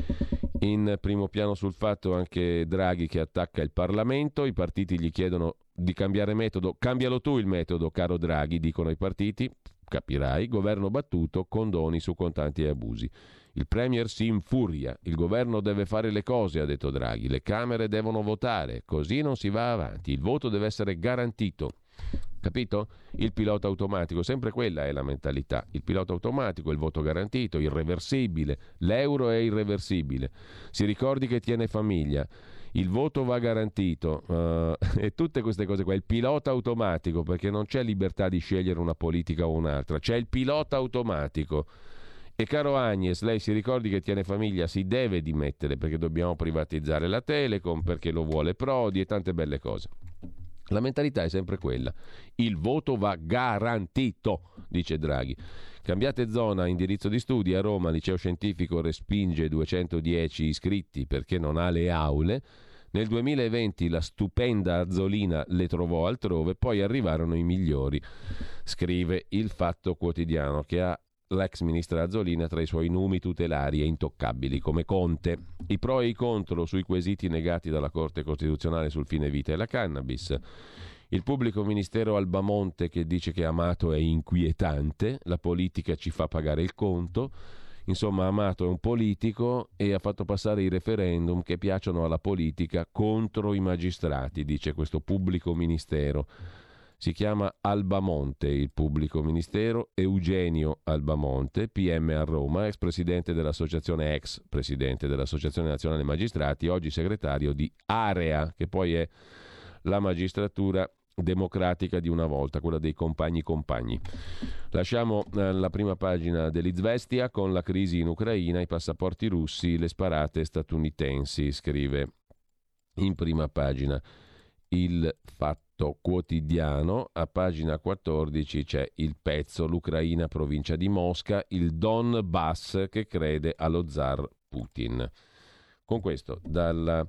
In primo piano sul Fatto anche Draghi che attacca il Parlamento, i partiti gli chiedono di cambiare metodo, cambialo tu il metodo caro Draghi, dicono i partiti, capirai, governo battuto, condoni su contanti e abusi. Il Premier si infuria, il governo deve fare le cose, ha detto Draghi, le Camere devono votare, così non si va avanti, il voto deve essere garantito. Capito? Il pilota automatico, sempre quella è la mentalità. Il pilota automatico, il voto garantito, irreversibile. L'euro è irreversibile. Si ricordi che tiene famiglia. Il voto va garantito. E tutte queste cose qua. Il pilota automatico, perché non c'è libertà di scegliere una politica o un'altra. C'è il pilota automatico. E caro Agnes, lei si ricordi che tiene famiglia, si deve dimettere perché dobbiamo privatizzare la Telecom, perché lo vuole Prodi e tante belle cose. La mentalità è sempre quella. Il voto va garantito, dice Draghi. Cambiate zona, indirizzo di studi. A Roma, liceo scientifico respinge 210 iscritti perché non ha le aule. Nel 2020 la stupenda Azzolina le trovò altrove, poi arrivarono i migliori. Scrive il Fatto Quotidiano, che ha l'ex ministra Azzolina tra i suoi numi tutelari e intoccabili come Conte. I pro e i contro sui quesiti negati dalla Corte Costituzionale sul fine vita e la cannabis. Il pubblico ministero Albamonte che dice che Amato è inquietante, la politica ci fa pagare il conto. Insomma, Amato è un politico e ha fatto passare i referendum che piacciono alla politica contro i magistrati, dice questo pubblico ministero. Si chiama Albamonte il pubblico ministero, Eugenio Albamonte, PM a Roma, ex presidente dell'associazione nazionale magistrati, oggi segretario di Area, che poi è la magistratura democratica di una volta, quella dei compagni. Lasciamo la prima pagina dell'Izvestia con la crisi in Ucraina, i passaporti russi, le sparate statunitensi, scrive in prima pagina il Fatto Quotidiano. A pagina 14 c'è il pezzo l'Ucraina, provincia di Mosca, il Donbass che crede allo zar Putin. Con questo, dalla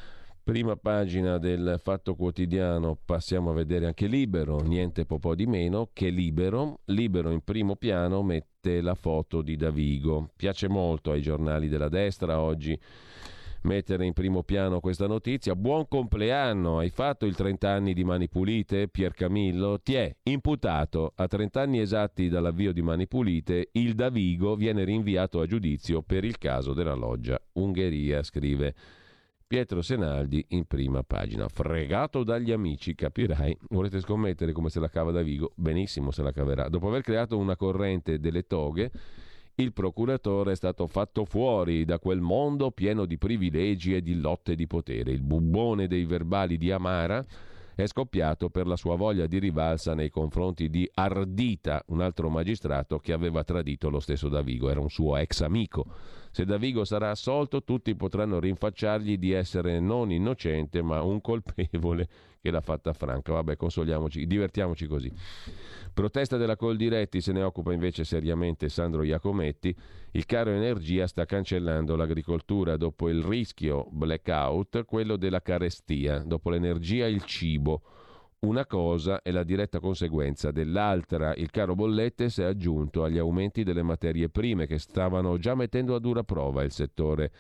prima pagina del Fatto Quotidiano passiamo a vedere anche Libero, niente po' di meno che Libero. Libero in primo piano mette la foto di Davigo. Piace molto ai giornali della destra oggi mettere in primo piano questa notizia. Buon compleanno, hai fatto il 30 anni di Mani Pulite? Pier Camillo, ti è imputato a 30 anni esatti dall'avvio di Mani Pulite, il Davigo viene rinviato a giudizio per il caso della loggia Ungheria, scrive Pietro Senaldi in prima pagina. Fregato dagli amici, capirai. Volete scommettere come se la cava Davigo? Benissimo se la caverà. Dopo aver creato una corrente delle toghe, il procuratore è stato fatto fuori da quel mondo pieno di privilegi e di lotte di potere. Il bubbone dei verbali di Amara è scoppiato per la sua voglia di rivalsa nei confronti di Ardita, un altro magistrato che aveva tradito lo stesso Davigo, era un suo ex amico. Se Davigo sarà assolto, tutti potranno rinfacciargli di essere non innocente, ma un colpevole che l'ha fatta franca. Vabbè, consoliamoci, divertiamoci così. Protesta della Coldiretti, se ne occupa invece seriamente Sandro Iacometti. Il caro energia sta cancellando l'agricoltura, dopo il rischio blackout, quello della carestia, dopo l'energia il cibo. Una cosa è la diretta conseguenza dell'altra. Il caro bollette si è aggiunto agli aumenti delle materie prime che stavano già mettendo a dura prova il settore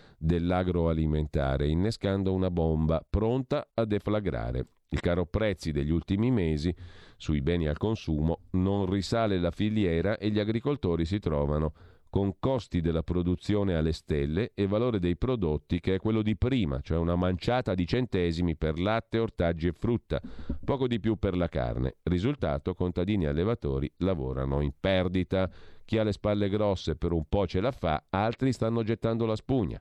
dell'agroalimentare, innescando una bomba pronta a deflagrare. Il caro prezzi degli ultimi mesi sui beni al consumo non risale la filiera e gli agricoltori si trovano con costi della produzione alle stelle e valore dei prodotti che è quello di prima, cioè una manciata di centesimi per latte, ortaggi e frutta, poco di più per la carne. Risultato, contadini e allevatori lavorano in perdita. Chi ha le spalle grosse per un po' ce la fa, altri stanno gettando la spugna.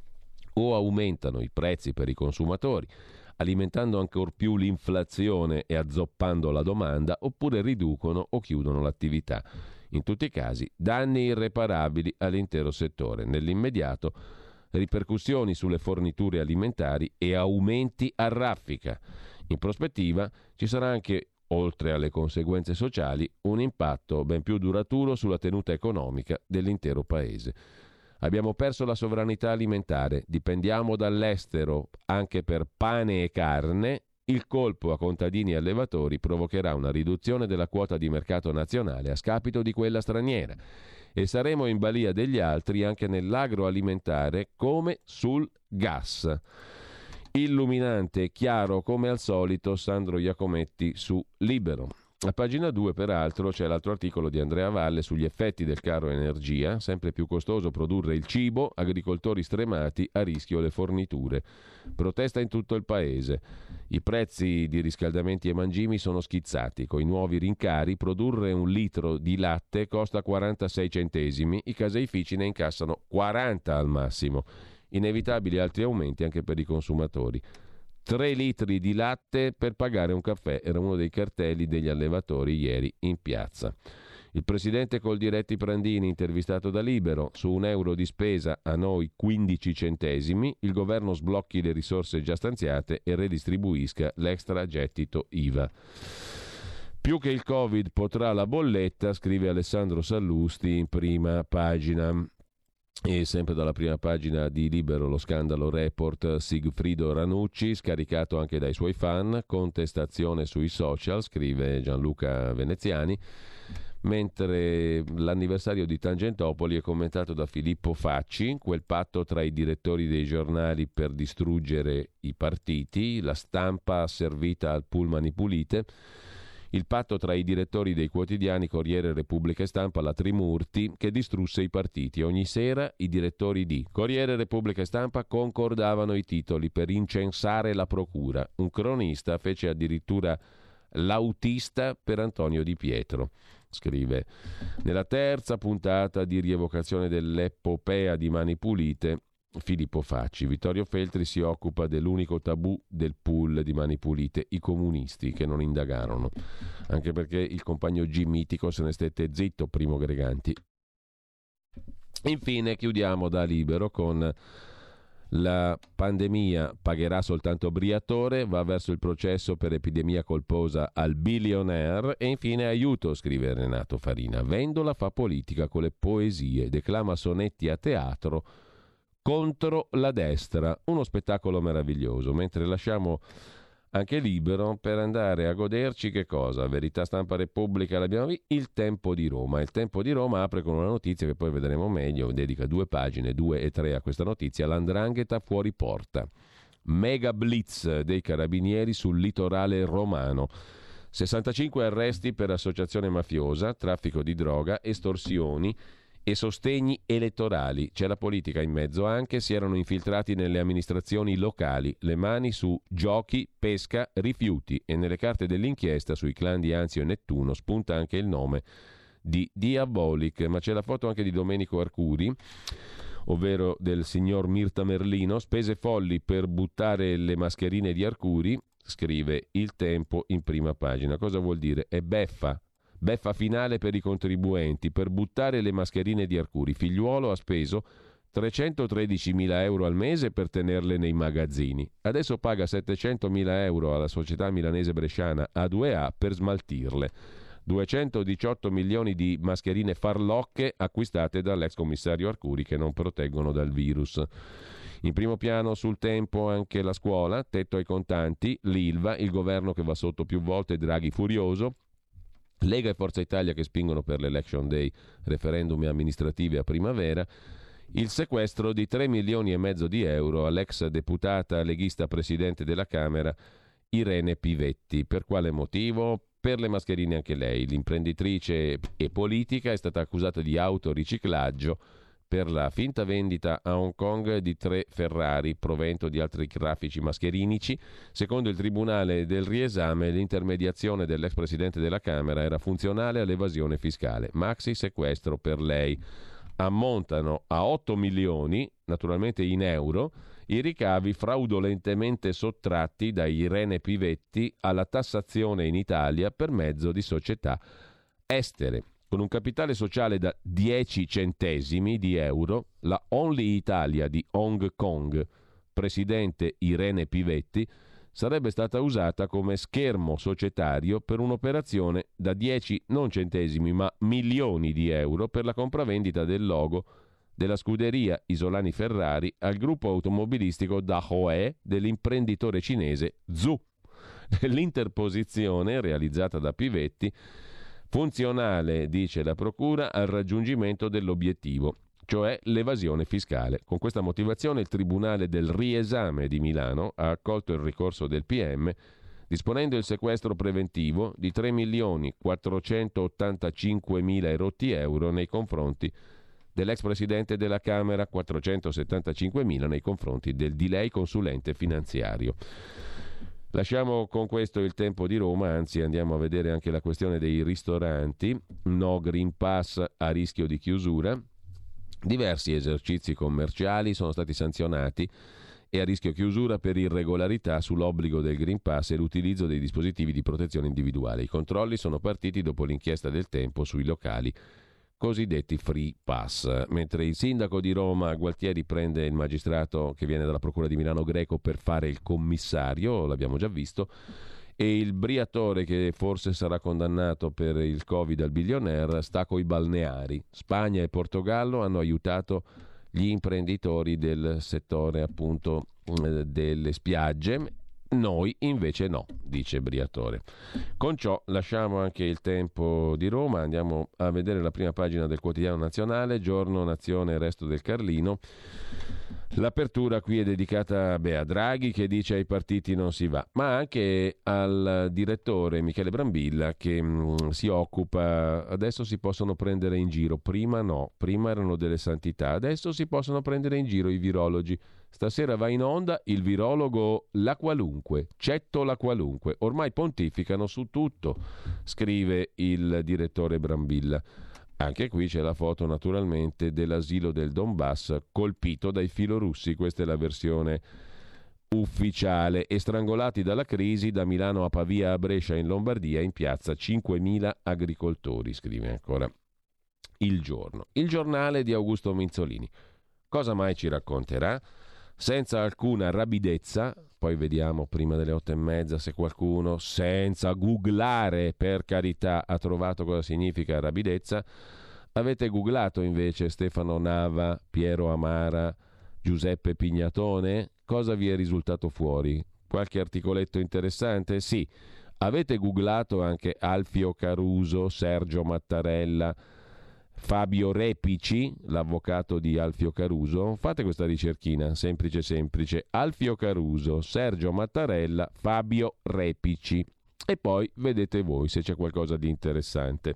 O aumentano i prezzi per i consumatori, alimentando ancor più l'inflazione e azzoppando la domanda, oppure riducono o chiudono l'attività. In tutti i casi, danni irreparabili all'intero settore. Nell'immediato, ripercussioni sulle forniture alimentari e aumenti a raffica. In prospettiva, ci sarà anche, oltre alle conseguenze sociali, un impatto ben più duraturo sulla tenuta economica dell'intero paese. Abbiamo perso la sovranità alimentare, dipendiamo dall'estero anche per pane e carne. Il colpo a contadini e allevatori provocherà una riduzione della quota di mercato nazionale a scapito di quella straniera e saremo in balia degli altri anche nell'agroalimentare come sul gas. Illuminante e chiaro come al solito Sandro Iacometti su Libero. A pagina 2, peraltro, c'è l'altro articolo di Andrea Valle sugli effetti del caro energia, sempre più costoso produrre il cibo, agricoltori stremati, a rischio le forniture. Protesta in tutto il paese. I prezzi di riscaldamenti e mangimi sono schizzati. Con i nuovi rincari, produrre un litro di latte costa 46 centesimi, i caseifici ne incassano 40 al massimo. Inevitabili altri aumenti anche per i consumatori. 3 litri di latte per pagare un caffè, era uno dei cartelli degli allevatori ieri in piazza. Il presidente Coldiretti Prandini, intervistato da Libero, su €1 di spesa a noi 15 centesimi, il governo sblocchi le risorse già stanziate e redistribuisca l'extragettito IVA. Più che il Covid potrà la bolletta, scrive Alessandro Sallusti in prima pagina. E sempre dalla prima pagina di Libero lo scandalo report Sigfrido Ranucci, scaricato anche dai suoi fan, contestazione sui social, scrive Gianluca Veneziani, mentre l'anniversario di Tangentopoli è commentato da Filippo Facci, quel patto tra i direttori dei giornali per distruggere i partiti, la stampa servita al pullman pulite. Il patto tra i direttori dei quotidiani Corriere, Repubblica e Stampa, la Trimurti, che distrusse i partiti. Ogni sera i direttori di Corriere, Repubblica e Stampa concordavano i titoli per incensare la procura. Un cronista fece addirittura l'autista per Antonio Di Pietro, scrive. Nella terza puntata di rievocazione dell'epopea di Mani Pulite, Filippo Facci. Vittorio Feltri si occupa dell'unico tabù del pool di Mani Pulite, i comunisti che non indagarono, anche perché il compagno G mitico se ne stette zitto, Primo Greganti. Infine chiudiamo da Libero con la pandemia pagherà soltanto Briatore, va verso il processo per epidemia colposa al billionaire e infine aiuto, scrive Renato Farina. Vendola fa politica con le poesie, declama sonetti a teatro contro la destra, uno spettacolo meraviglioso, mentre lasciamo anche Libero per andare a goderci che cosa? Verità, Stampa, Repubblica, l'abbiamo visto, il Tempo di Roma. Il Tempo di Roma apre con una notizia che poi vedremo meglio, dedica 2 pagine, 2 e 3 a questa notizia, l''ndrangheta fuori porta. Mega blitz dei carabinieri sul litorale romano. 65 arresti per associazione mafiosa, traffico di droga, estorsioni e sostegni elettorali. C'è la politica in mezzo anche, si erano infiltrati nelle amministrazioni locali, le mani su giochi, pesca, rifiuti e nelle carte dell'inchiesta sui clan di Anzio e Nettuno spunta anche il nome di Diabolic, ma c'è la foto anche di Domenico Arcuri, ovvero del signor Mirta Merlino, spese folli per buttare le mascherine di Arcuri, scrive Il Tempo in prima pagina. Cosa vuol dire? È beffa finale per i contribuenti per buttare le mascherine di Arcuri. Figliuolo ha speso 313.000 euro al mese per tenerle nei magazzini. Adesso paga 700.000 euro alla società milanese bresciana A2A per smaltirle. 218 milioni di mascherine farlocche acquistate dall'ex commissario Arcuri che non proteggono dal virus. In primo piano sul Tempo anche la scuola, tetto ai contanti, l'Ilva, il governo che va sotto più volte, Draghi furioso, Lega e Forza Italia che spingono per l'Election Day, referendum amministrativi a primavera, il sequestro di 3 milioni e mezzo di euro all'ex deputata leghista presidente della Camera Irene Pivetti. Per quale motivo? Per le mascherine anche lei. L'imprenditrice e politica è stata accusata di autoriciclaggio per la finta vendita a Hong Kong di 3 Ferrari, provento di altri traffici mascherinici. Secondo il Tribunale del Riesame, l'intermediazione dell'ex presidente della Camera era funzionale all'evasione fiscale. Maxi sequestro per lei. Ammontano a 8 milioni, naturalmente in euro, i ricavi fraudolentemente sottratti da Irene Pivetti alla tassazione in Italia per mezzo di società estere. Con un capitale sociale da 10 centesimi di euro, la Only Italia di Hong Kong, presidente Irene Pivetti, sarebbe stata usata come schermo societario per un'operazione da 10 non centesimi ma milioni di euro per la compravendita del logo della scuderia Isolani Ferrari al gruppo automobilistico Dahoe dell'imprenditore cinese Zhu. L'interposizione realizzata da Pivetti funzionale, dice la procura, al raggiungimento dell'obiettivo, cioè l'evasione fiscale. Con questa motivazione il Tribunale del Riesame di Milano ha accolto il ricorso del PM disponendo il sequestro preventivo di 3.485.000 erotti euro nei confronti dell'ex presidente della Camera, 475.000 nei confronti del di lei consulente finanziario. Lasciamo con questo il Tempo di Roma, anzi andiamo a vedere anche la questione dei ristoranti. No Green Pass a rischio di chiusura. Diversi esercizi commerciali sono stati sanzionati e a rischio chiusura per irregolarità sull'obbligo del Green Pass e l'utilizzo dei dispositivi di protezione individuale. I controlli sono partiti dopo l'inchiesta del Tempo sui locali cosiddetti free pass, mentre il sindaco di Roma Gualtieri prende il magistrato che viene dalla procura di Milano Greco per fare il commissario, l'abbiamo già visto, e il Briatore che forse sarà condannato per il Covid al billionaire sta coi balneari. Spagna e Portogallo hanno aiutato gli imprenditori del settore appunto delle spiagge. Noi invece no, dice Briatore. Con ciò lasciamo anche il Tempo di Roma, andiamo a vedere la prima pagina del Quotidiano Nazionale, Giorno, Nazione, Resto del Carlino. L'apertura qui è dedicata a Draghi, che dice ai partiti non si va, ma anche al direttore Michele Brambilla, che si occupa, adesso si possono prendere in giro, prima no, prima erano delle santità, adesso si possono prendere in giro i virologi. Stasera va in onda il virologo La Qualunque, Cetto La Qualunque, ormai pontificano su tutto, scrive il direttore Brambilla. Anche qui c'è la foto naturalmente dell'asilo del Donbass colpito dai filorussi, questa è la versione ufficiale. E strangolati dalla crisi, da Milano a Pavia a Brescia in Lombardia, in piazza 5.000 agricoltori, scrive ancora Il Giorno. Il giornale di Augusto Minzolini. Cosa mai ci racconterà? Senza alcuna rapidezza, poi vediamo prima delle 8:30 se qualcuno, senza googlare, per carità, ha trovato cosa significa rapidezza. Avete googlato invece Stefano Nava, Piero Amara, Giuseppe Pignatone? Cosa vi è risultato fuori? Qualche articoletto interessante? Sì. Avete googlato anche Alfio Caruso, Sergio Mattarella, Fabio Repici, l'avvocato di Alfio Caruso? Fate questa ricerchina, semplice semplice. Alfio Caruso, Sergio Mattarella, Fabio Repici. E poi vedete voi se c'è qualcosa di interessante.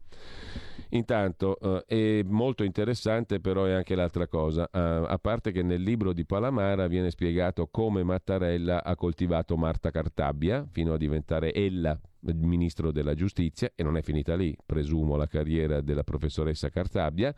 Intanto è molto interessante però è anche l'altra cosa, a parte che nel libro di Palamara viene spiegato come Mattarella ha coltivato Marta Cartabia fino a diventare ella il ministro della giustizia, e non è finita lì, presumo, la carriera della professoressa Cartabia,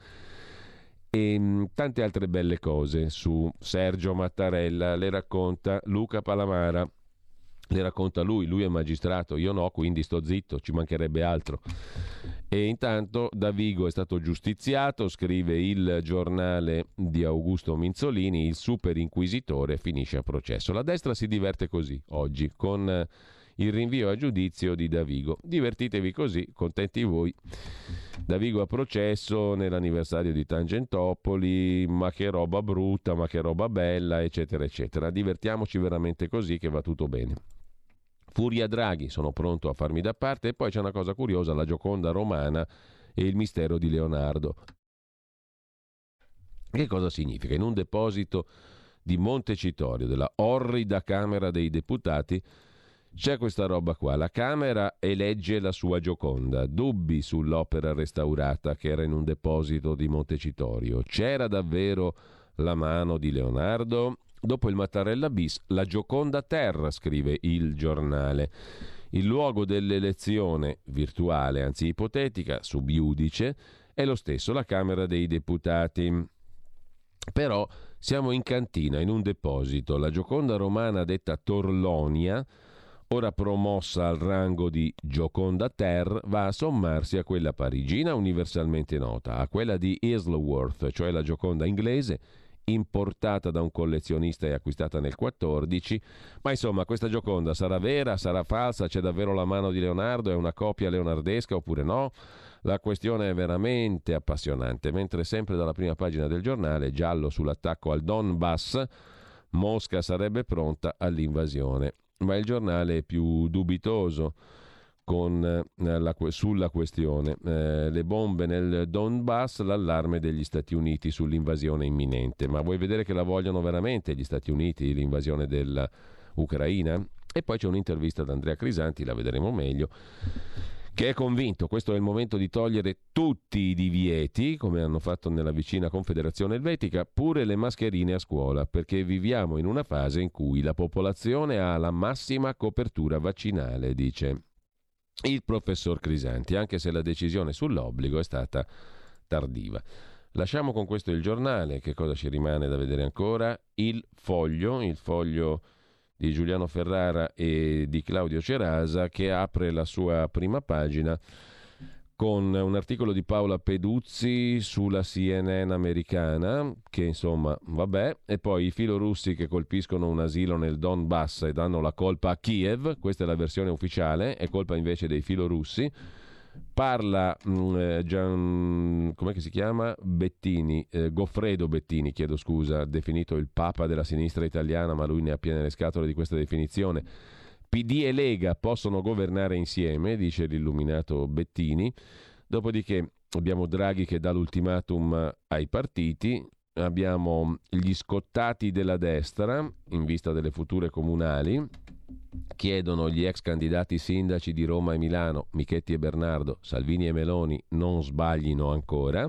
e tante altre belle cose su Sergio Mattarella le racconta Luca Palamara. Le racconta lui è magistrato, io no, quindi sto zitto, ci mancherebbe altro. E intanto Davigo è stato giustiziato, scrive il giornale di Augusto Minzolini, il super inquisitore finisce a processo. La destra si diverte così oggi, con il rinvio a giudizio di Davigo. Divertitevi così, contenti voi. Davigo a processo nell'anniversario di Tangentopoli, ma che roba brutta, ma che roba bella, eccetera, eccetera. Divertiamoci veramente così che va tutto bene. Furia Draghi, sono pronto a farmi da parte. E poi c'è una cosa curiosa, la Gioconda romana e il mistero di Leonardo. Che cosa significa? In un deposito di Montecitorio, della orrida Camera dei Deputati, c'è questa roba qua. La Camera elegge la sua Gioconda. Dubbi sull'opera restaurata che era in un deposito di Montecitorio. C'era davvero la mano di Leonardo? Dopo il Mattarella bis, la Gioconda terra, scrive il giornale. Il luogo dell'elezione virtuale, anzi ipotetica, sub iudice, è lo stesso, la Camera dei Deputati. Però siamo in cantina, in un deposito. La Gioconda romana detta Torlonia, ora promossa al rango di Gioconda Ter, va a sommarsi a quella parigina universalmente nota, a quella di Isleworth, cioè la Gioconda inglese, importata da un collezionista e acquistata nel 14. Ma insomma, questa Gioconda sarà vera, sarà falsa, c'è davvero la mano di Leonardo, è una copia leonardesca oppure no? La questione è veramente appassionante, mentre sempre dalla prima pagina del giornale, giallo sull'attacco al Donbass, Mosca sarebbe pronta all'invasione. Ma il giornale è più dubitoso sulla questione. Le bombe nel Donbass, l'allarme degli Stati Uniti sull'invasione imminente. Ma vuoi vedere che la vogliono veramente gli Stati Uniti, l'invasione dell'Ucraina? E poi c'è un'intervista ad Andrea Crisanti, la vedremo meglio, che è convinto questo è il momento di togliere tutti i divieti, come hanno fatto nella vicina Confederazione Elvetica, pure le mascherine a scuola, perché viviamo in una fase in cui la popolazione ha la massima copertura vaccinale, dice il professor Crisanti, anche se la decisione sull'obbligo è stata tardiva. Lasciamo con questo il giornale. Che cosa ci rimane da vedere ancora? Il foglio di Giuliano Ferrara e di Claudio Cerasa, che apre la sua prima pagina con un articolo di Paola Peduzzi sulla CNN americana, che insomma vabbè, e poi i filorussi che colpiscono un asilo nel Donbass e danno la colpa a Kiev. Questa è la versione ufficiale, è colpa invece dei filorussi. Parla com'è che si chiama? Bettini, Goffredo Bettini, chiedo scusa, definito il papa della sinistra italiana, ma lui ne ha piene le scatole di questa definizione. PD e Lega possono governare insieme, dice l'illuminato Bettini. Dopodiché abbiamo Draghi che dà l'ultimatum ai partiti, abbiamo gli scottati della destra in vista delle future comunali. Chiedono gli ex candidati sindaci di Roma e Milano, Michetti e Bernardo, Salvini e Meloni non sbaglino ancora.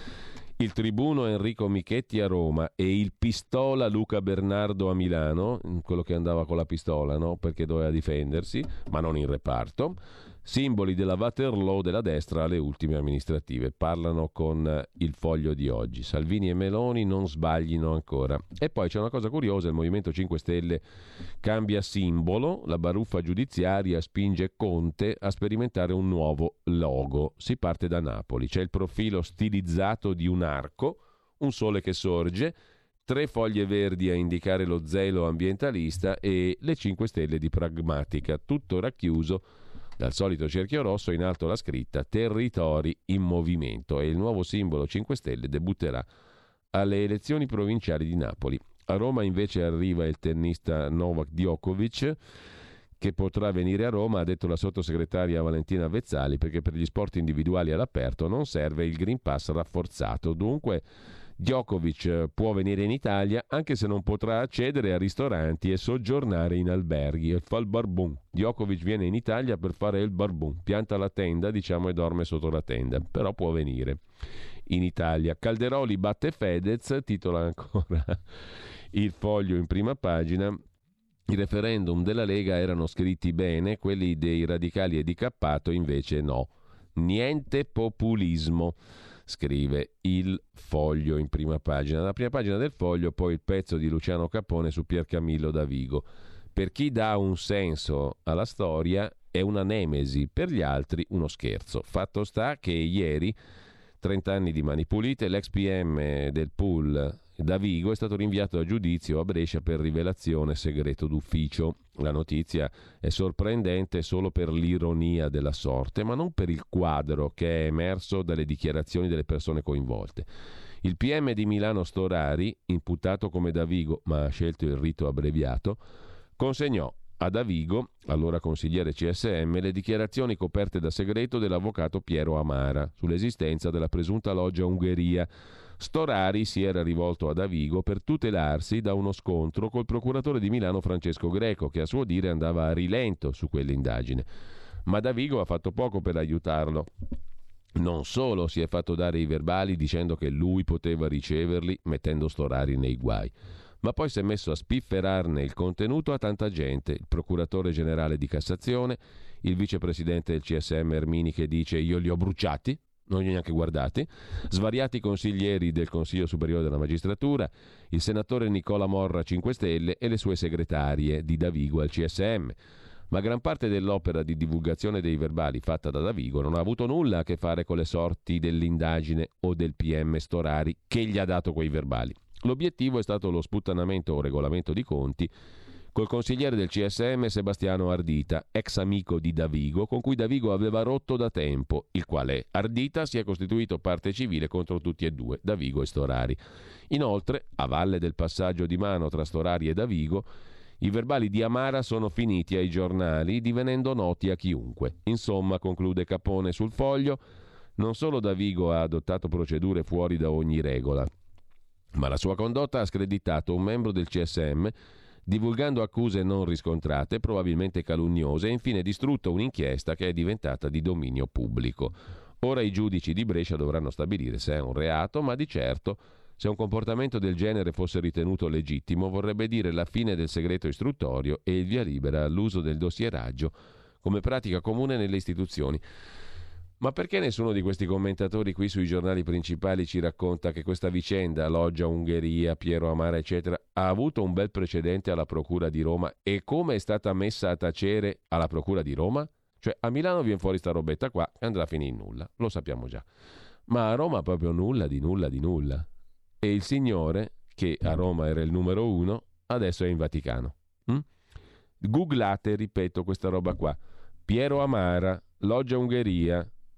Il tribuno Enrico Michetti a Roma e il pistola Luca Bernardo a Milano, quello che andava con la pistola, no? Perché doveva difendersi, ma non in reparto. Simboli della Waterloo della destra alle ultime amministrative. Parlano con il Foglio di oggi. Salvini e Meloni non sbaglino ancora. E poi c'è una cosa curiosa, il Movimento 5 Stelle cambia simbolo, la baruffa giudiziaria spinge Conte a sperimentare un nuovo logo. Si parte da Napoli, c'è il profilo stilizzato di un arco, un sole che sorge, 3 foglie verdi a indicare lo zelo ambientalista e le 5 stelle di pragmatica, tutto racchiuso dal solito cerchio rosso, in alto la scritta Territori in movimento, e il nuovo simbolo 5 Stelle debutterà alle elezioni provinciali di Napoli. A Roma invece arriva il tennista Novak Djokovic, che potrà venire a Roma, ha detto la sottosegretaria Valentina Vezzali, perché per gli sport individuali all'aperto non serve il Green Pass rafforzato. Dunque Djokovic può venire in Italia anche se non potrà accedere a ristoranti e soggiornare in alberghi e fa il barbun. Djokovic viene in Italia per fare il barbun, pianta la tenda, diciamo, e dorme sotto la tenda, però può venire in Italia. Calderoli batte Fedez, titola ancora il Foglio in prima pagina. I referendum della Lega erano scritti bene, quelli dei radicali e di Cappato invece no. Niente populismo, scrive il Foglio in prima pagina. Alla prima pagina del Foglio poi il pezzo di Luciano Capone su Piercamillo Davigo. Per chi dà un senso alla storia è una nemesi, per gli altri uno scherzo. Fatto sta che ieri, 30 anni di Mani Pulite, l'ex PM del pool Davigo è stato rinviato a giudizio a Brescia per rivelazione segreto d'ufficio. La notizia è sorprendente solo per l'ironia della sorte, ma non per il quadro che è emerso dalle dichiarazioni delle persone coinvolte. Il PM di Milano Storari, imputato come Davigo ma ha scelto il rito abbreviato, consegnò a Davigo, allora consigliere CSM, le dichiarazioni coperte da segreto dell'avvocato Piero Amara sull'esistenza della presunta loggia Ungheria. Storari si era rivolto a Davigo per tutelarsi da uno scontro col procuratore di Milano Francesco Greco, che a suo dire andava a rilento su quell'indagine. Ma Davigo ha fatto poco per aiutarlo. Non solo si è fatto dare i verbali dicendo che lui poteva riceverli mettendo Storari nei guai, ma poi si è messo a spifferarne il contenuto a tanta gente, il procuratore generale di Cassazione, il vicepresidente del CSM Ermini che dice io li ho bruciati, non li ho neanche guardati, svariati consiglieri del Consiglio Superiore della Magistratura, il senatore Nicola Morra 5 Stelle e le sue segretarie di Davigo al CSM. Ma gran parte dell'opera di divulgazione dei verbali fatta da Davigo non ha avuto nulla a che fare con le sorti dell'indagine o del PM Storari che gli ha dato quei verbali. L'obiettivo è stato lo sputtanamento o regolamento di conti col consigliere del CSM Sebastiano Ardita, ex amico di Davigo, con cui Davigo aveva rotto da tempo, il quale Ardita si è costituito parte civile contro tutti e due, Davigo e Storari. Inoltre, a valle del passaggio di mano tra Storari e Davigo, i verbali di Amara sono finiti ai giornali, divenendo noti a chiunque. Insomma, conclude Capone sul Foglio, non solo Davigo ha adottato procedure fuori da ogni regola, ma la sua condotta ha screditato un membro del CSM, divulgando accuse non riscontrate, probabilmente calunniose, e infine distrutto un'inchiesta che è diventata di dominio pubblico. Ora i giudici di Brescia dovranno stabilire se è un reato, ma di certo, se un comportamento del genere fosse ritenuto legittimo, vorrebbe dire la fine del segreto istruttorio e il via libera all'uso del dossieraggio come pratica comune nelle istituzioni. Ma perché nessuno di questi commentatori qui sui giornali principali ci racconta che questa vicenda, Loggia Ungheria, Piero Amara, eccetera, ha avuto un bel precedente alla Procura di Roma e come è stata messa a tacere alla Procura di Roma? Cioè a Milano viene fuori sta robetta qua e andrà a finire in nulla, lo sappiamo già. Ma a Roma proprio nulla di nulla di nulla. E il signore, che a Roma era il numero 1, adesso è in Vaticano. Googlate, ripeto, questa roba qua. Piero Amara, Loggia Ungheria,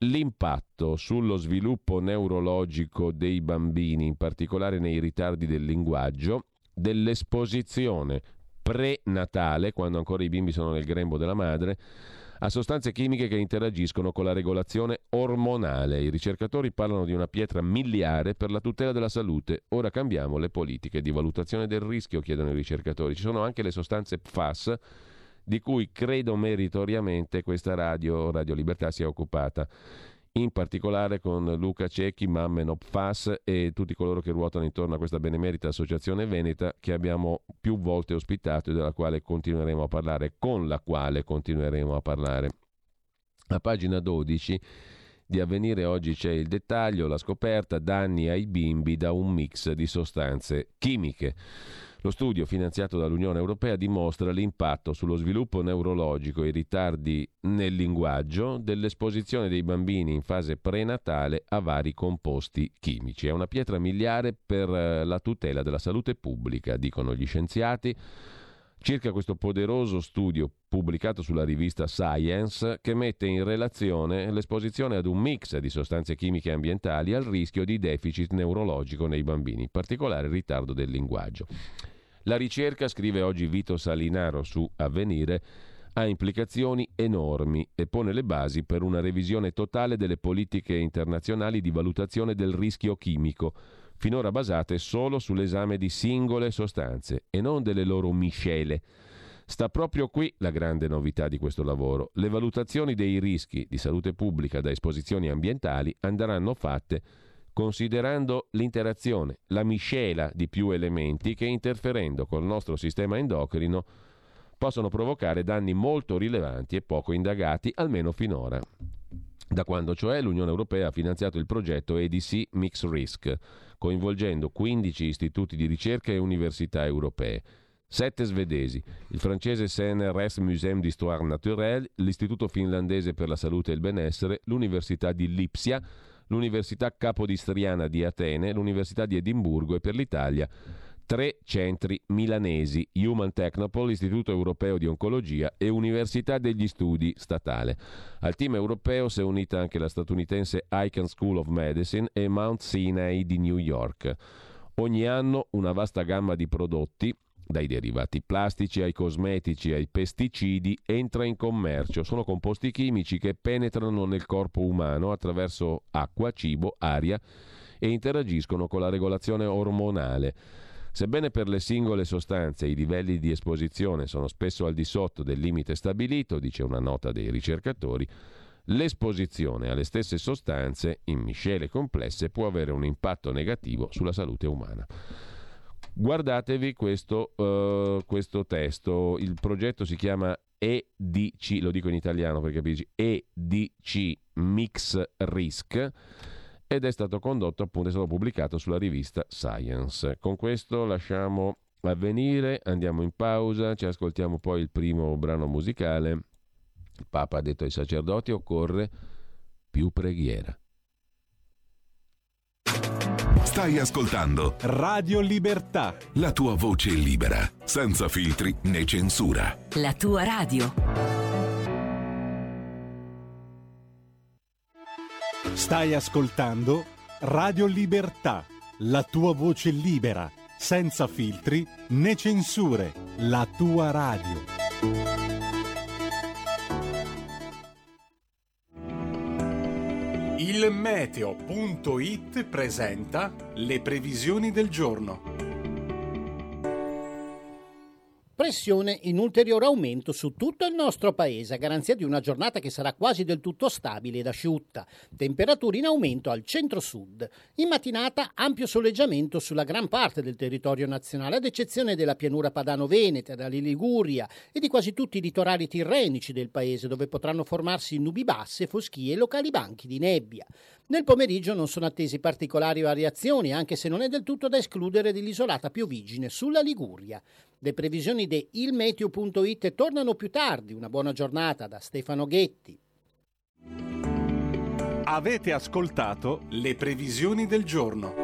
l'impatto sullo sviluppo neurologico dei bambini, in particolare nei ritardi del linguaggio, dell'esposizione prenatale, quando ancora i bimbi sono nel grembo della madre, a sostanze chimiche che interagiscono con la regolazione ormonale. I ricercatori parlano di una pietra miliare per la tutela della salute. Ora cambiamo le politiche di valutazione del rischio, chiedono i ricercatori. Ci sono anche le sostanze PFAS, di cui credo meritoriamente questa Radio Libertà si è occupata, in particolare con Luca Cecchi, Mamme No PFAS e tutti coloro che ruotano intorno a questa benemerita associazione veneta che abbiamo più volte ospitato e della quale continueremo a parlare, con la quale continueremo a parlare. A pagina 12 di Avvenire oggi c'è il dettaglio, la scoperta, danni ai bimbi da un mix di sostanze chimiche. Lo studio finanziato dall'Unione Europea dimostra l'impatto sullo sviluppo neurologico e i ritardi nel linguaggio dell'esposizione dei bambini in fase prenatale a vari composti chimici. È una pietra miliare per la tutela della salute pubblica, dicono gli scienziati, circa questo poderoso studio pubblicato sulla rivista Science, che mette in relazione l'esposizione ad un mix di sostanze chimiche ambientali al rischio di deficit neurologico nei bambini, in particolare il ritardo del linguaggio. La ricerca, scrive oggi Vito Salinaro su Avvenire, ha implicazioni enormi e pone le basi per una revisione totale delle politiche internazionali di valutazione del rischio chimico, finora basate solo sull'esame di singole sostanze e non delle loro miscele. Sta proprio qui la grande novità di questo lavoro. Le valutazioni dei rischi di salute pubblica da esposizioni ambientali andranno fatte considerando l'interazione, la miscela di più elementi che, interferendo col nostro sistema endocrino, possono provocare danni molto rilevanti e poco indagati, almeno finora. Da quando cioè l'Unione Europea ha finanziato il progetto EDC Mix Risk, coinvolgendo 15 istituti di ricerca e università europee, 7 svedesi, il francese CNRS Muséum d'Histoire Naturelle, l'Istituto finlandese per la salute e il benessere, l'Università di Lipsia, l'Università Capodistriana di Atene, l'Università di Edimburgo e per l'Italia 3 centri milanesi, Human Technopole, Istituto Europeo di Oncologia e Università degli Studi Statale. Al team europeo si è unita anche la statunitense Icahn School of Medicine e Mount Sinai di New York. Ogni anno una vasta gamma di prodotti, dai derivati plastici ai cosmetici ai pesticidi, entra in commercio. Sono composti chimici che penetrano nel corpo umano attraverso acqua, cibo, aria e interagiscono con la regolazione ormonale. Sebbene per le singole sostanze i livelli di esposizione sono spesso al di sotto del limite stabilito, dice una nota dei ricercatori, l'esposizione alle stesse sostanze in miscele complesse può avere un impatto negativo sulla salute umana. Guardatevi questo testo, il progetto si chiama EDC, lo dico in italiano per capirci, EDC Mix Risk, ed è stato condotto, appunto, è stato pubblicato sulla rivista Science. Con questo lasciamo Avvenire, andiamo in pausa, ci ascoltiamo poi il primo brano musicale. Il Papa ha detto ai sacerdoti: occorre più preghiera. Stai ascoltando Radio Libertà, la tua voce libera, senza filtri né censura. La tua radio. stai ascoltando Radio Libertà, la tua voce libera, senza filtri né censure, la tua radio. Il meteo.it presenta le previsioni del giorno. Pressione in ulteriore aumento su tutto il nostro paese, a garanzia di una giornata che sarà quasi del tutto stabile ed asciutta. Temperature in aumento al centro-sud. In mattinata ampio soleggiamento sulla gran parte del territorio nazionale, ad eccezione della pianura padano-veneta, della Liguria e di quasi tutti i litorali tirrenici del paese, dove potranno formarsi nubi basse, foschie e locali banchi di nebbia. Nel pomeriggio non sono attesi particolari variazioni, anche se non è del tutto da escludere dell'isolata pioviggine sulla Liguria. Le previsioni di ilmeteo.it tornano più tardi. Una buona giornata da Stefano Ghetti. Avete ascoltato le previsioni del giorno.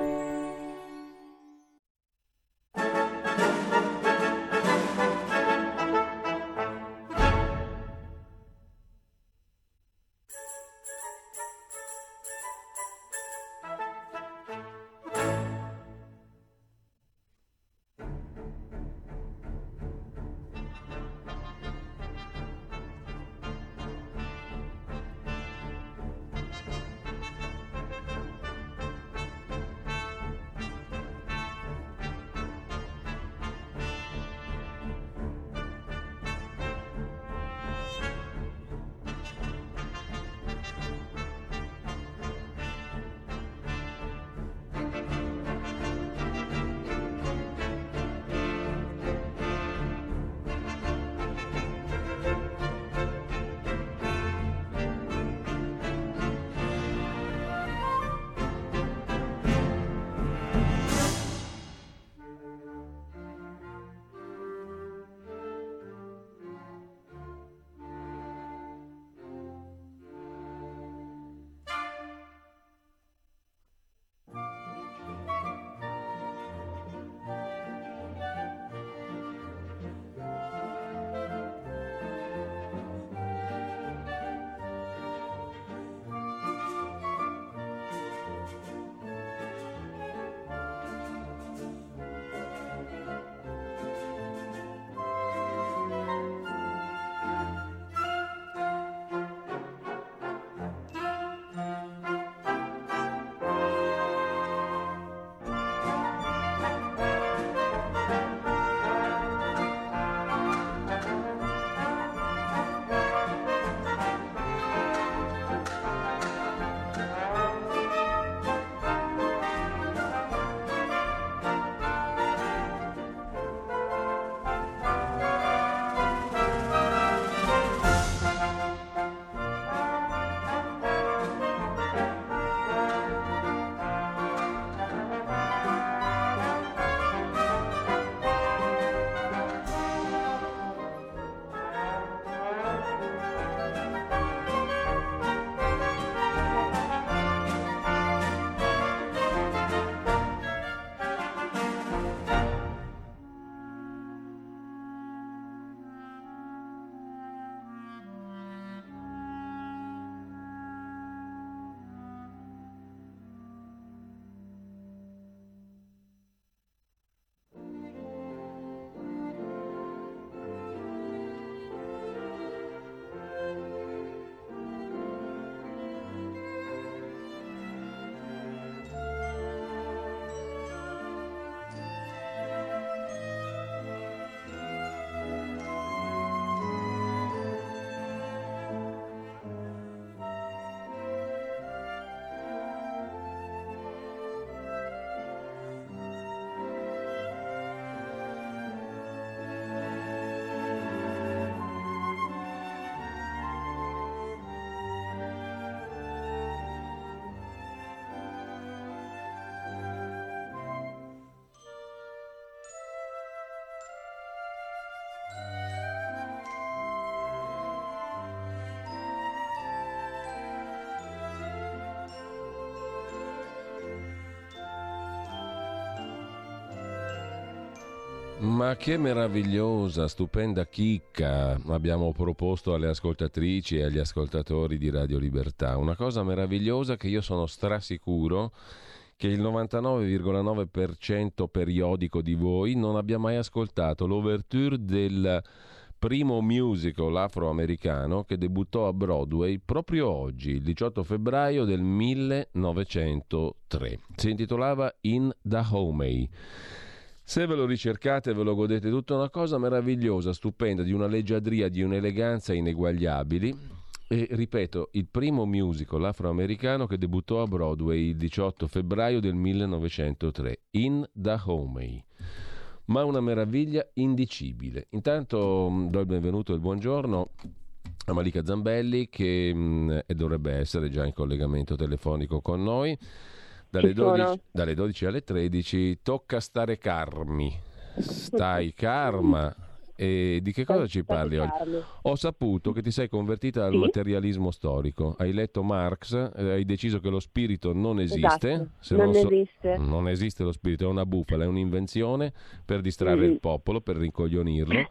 Ma che meravigliosa, stupenda chicca abbiamo proposto alle ascoltatrici e agli ascoltatori di Radio Libertà. Una cosa meravigliosa che io sono strasicuro che il 99,9% periodico di voi non abbia mai ascoltato l'ouverture del primo musical afroamericano che debuttò a Broadway proprio oggi, il 18 febbraio del 1903. Si intitolava In the Homey. Se ve lo ricercate ve lo godete, tutta una cosa meravigliosa, stupenda, di una leggiadria, di un'eleganza ineguagliabili. E ripeto, il primo musical afroamericano che debuttò a Broadway il 18 febbraio del 1903, In the Homey. Ma una meraviglia indicibile. Intanto do il benvenuto e il buongiorno a Malika Zambelli che dovrebbe essere già in collegamento telefonico con noi. Dalle 12 alle 13 tocca stare carmi. Stai karma. E di che cosa ci parli oggi? Ho saputo che ti sei convertita al materialismo storico. Hai letto Marx, hai deciso che lo spirito non esiste. Esatto. Esiste. Non esiste lo spirito, è una bufala, è un'invenzione per distrarre il popolo, per rincoglionirlo.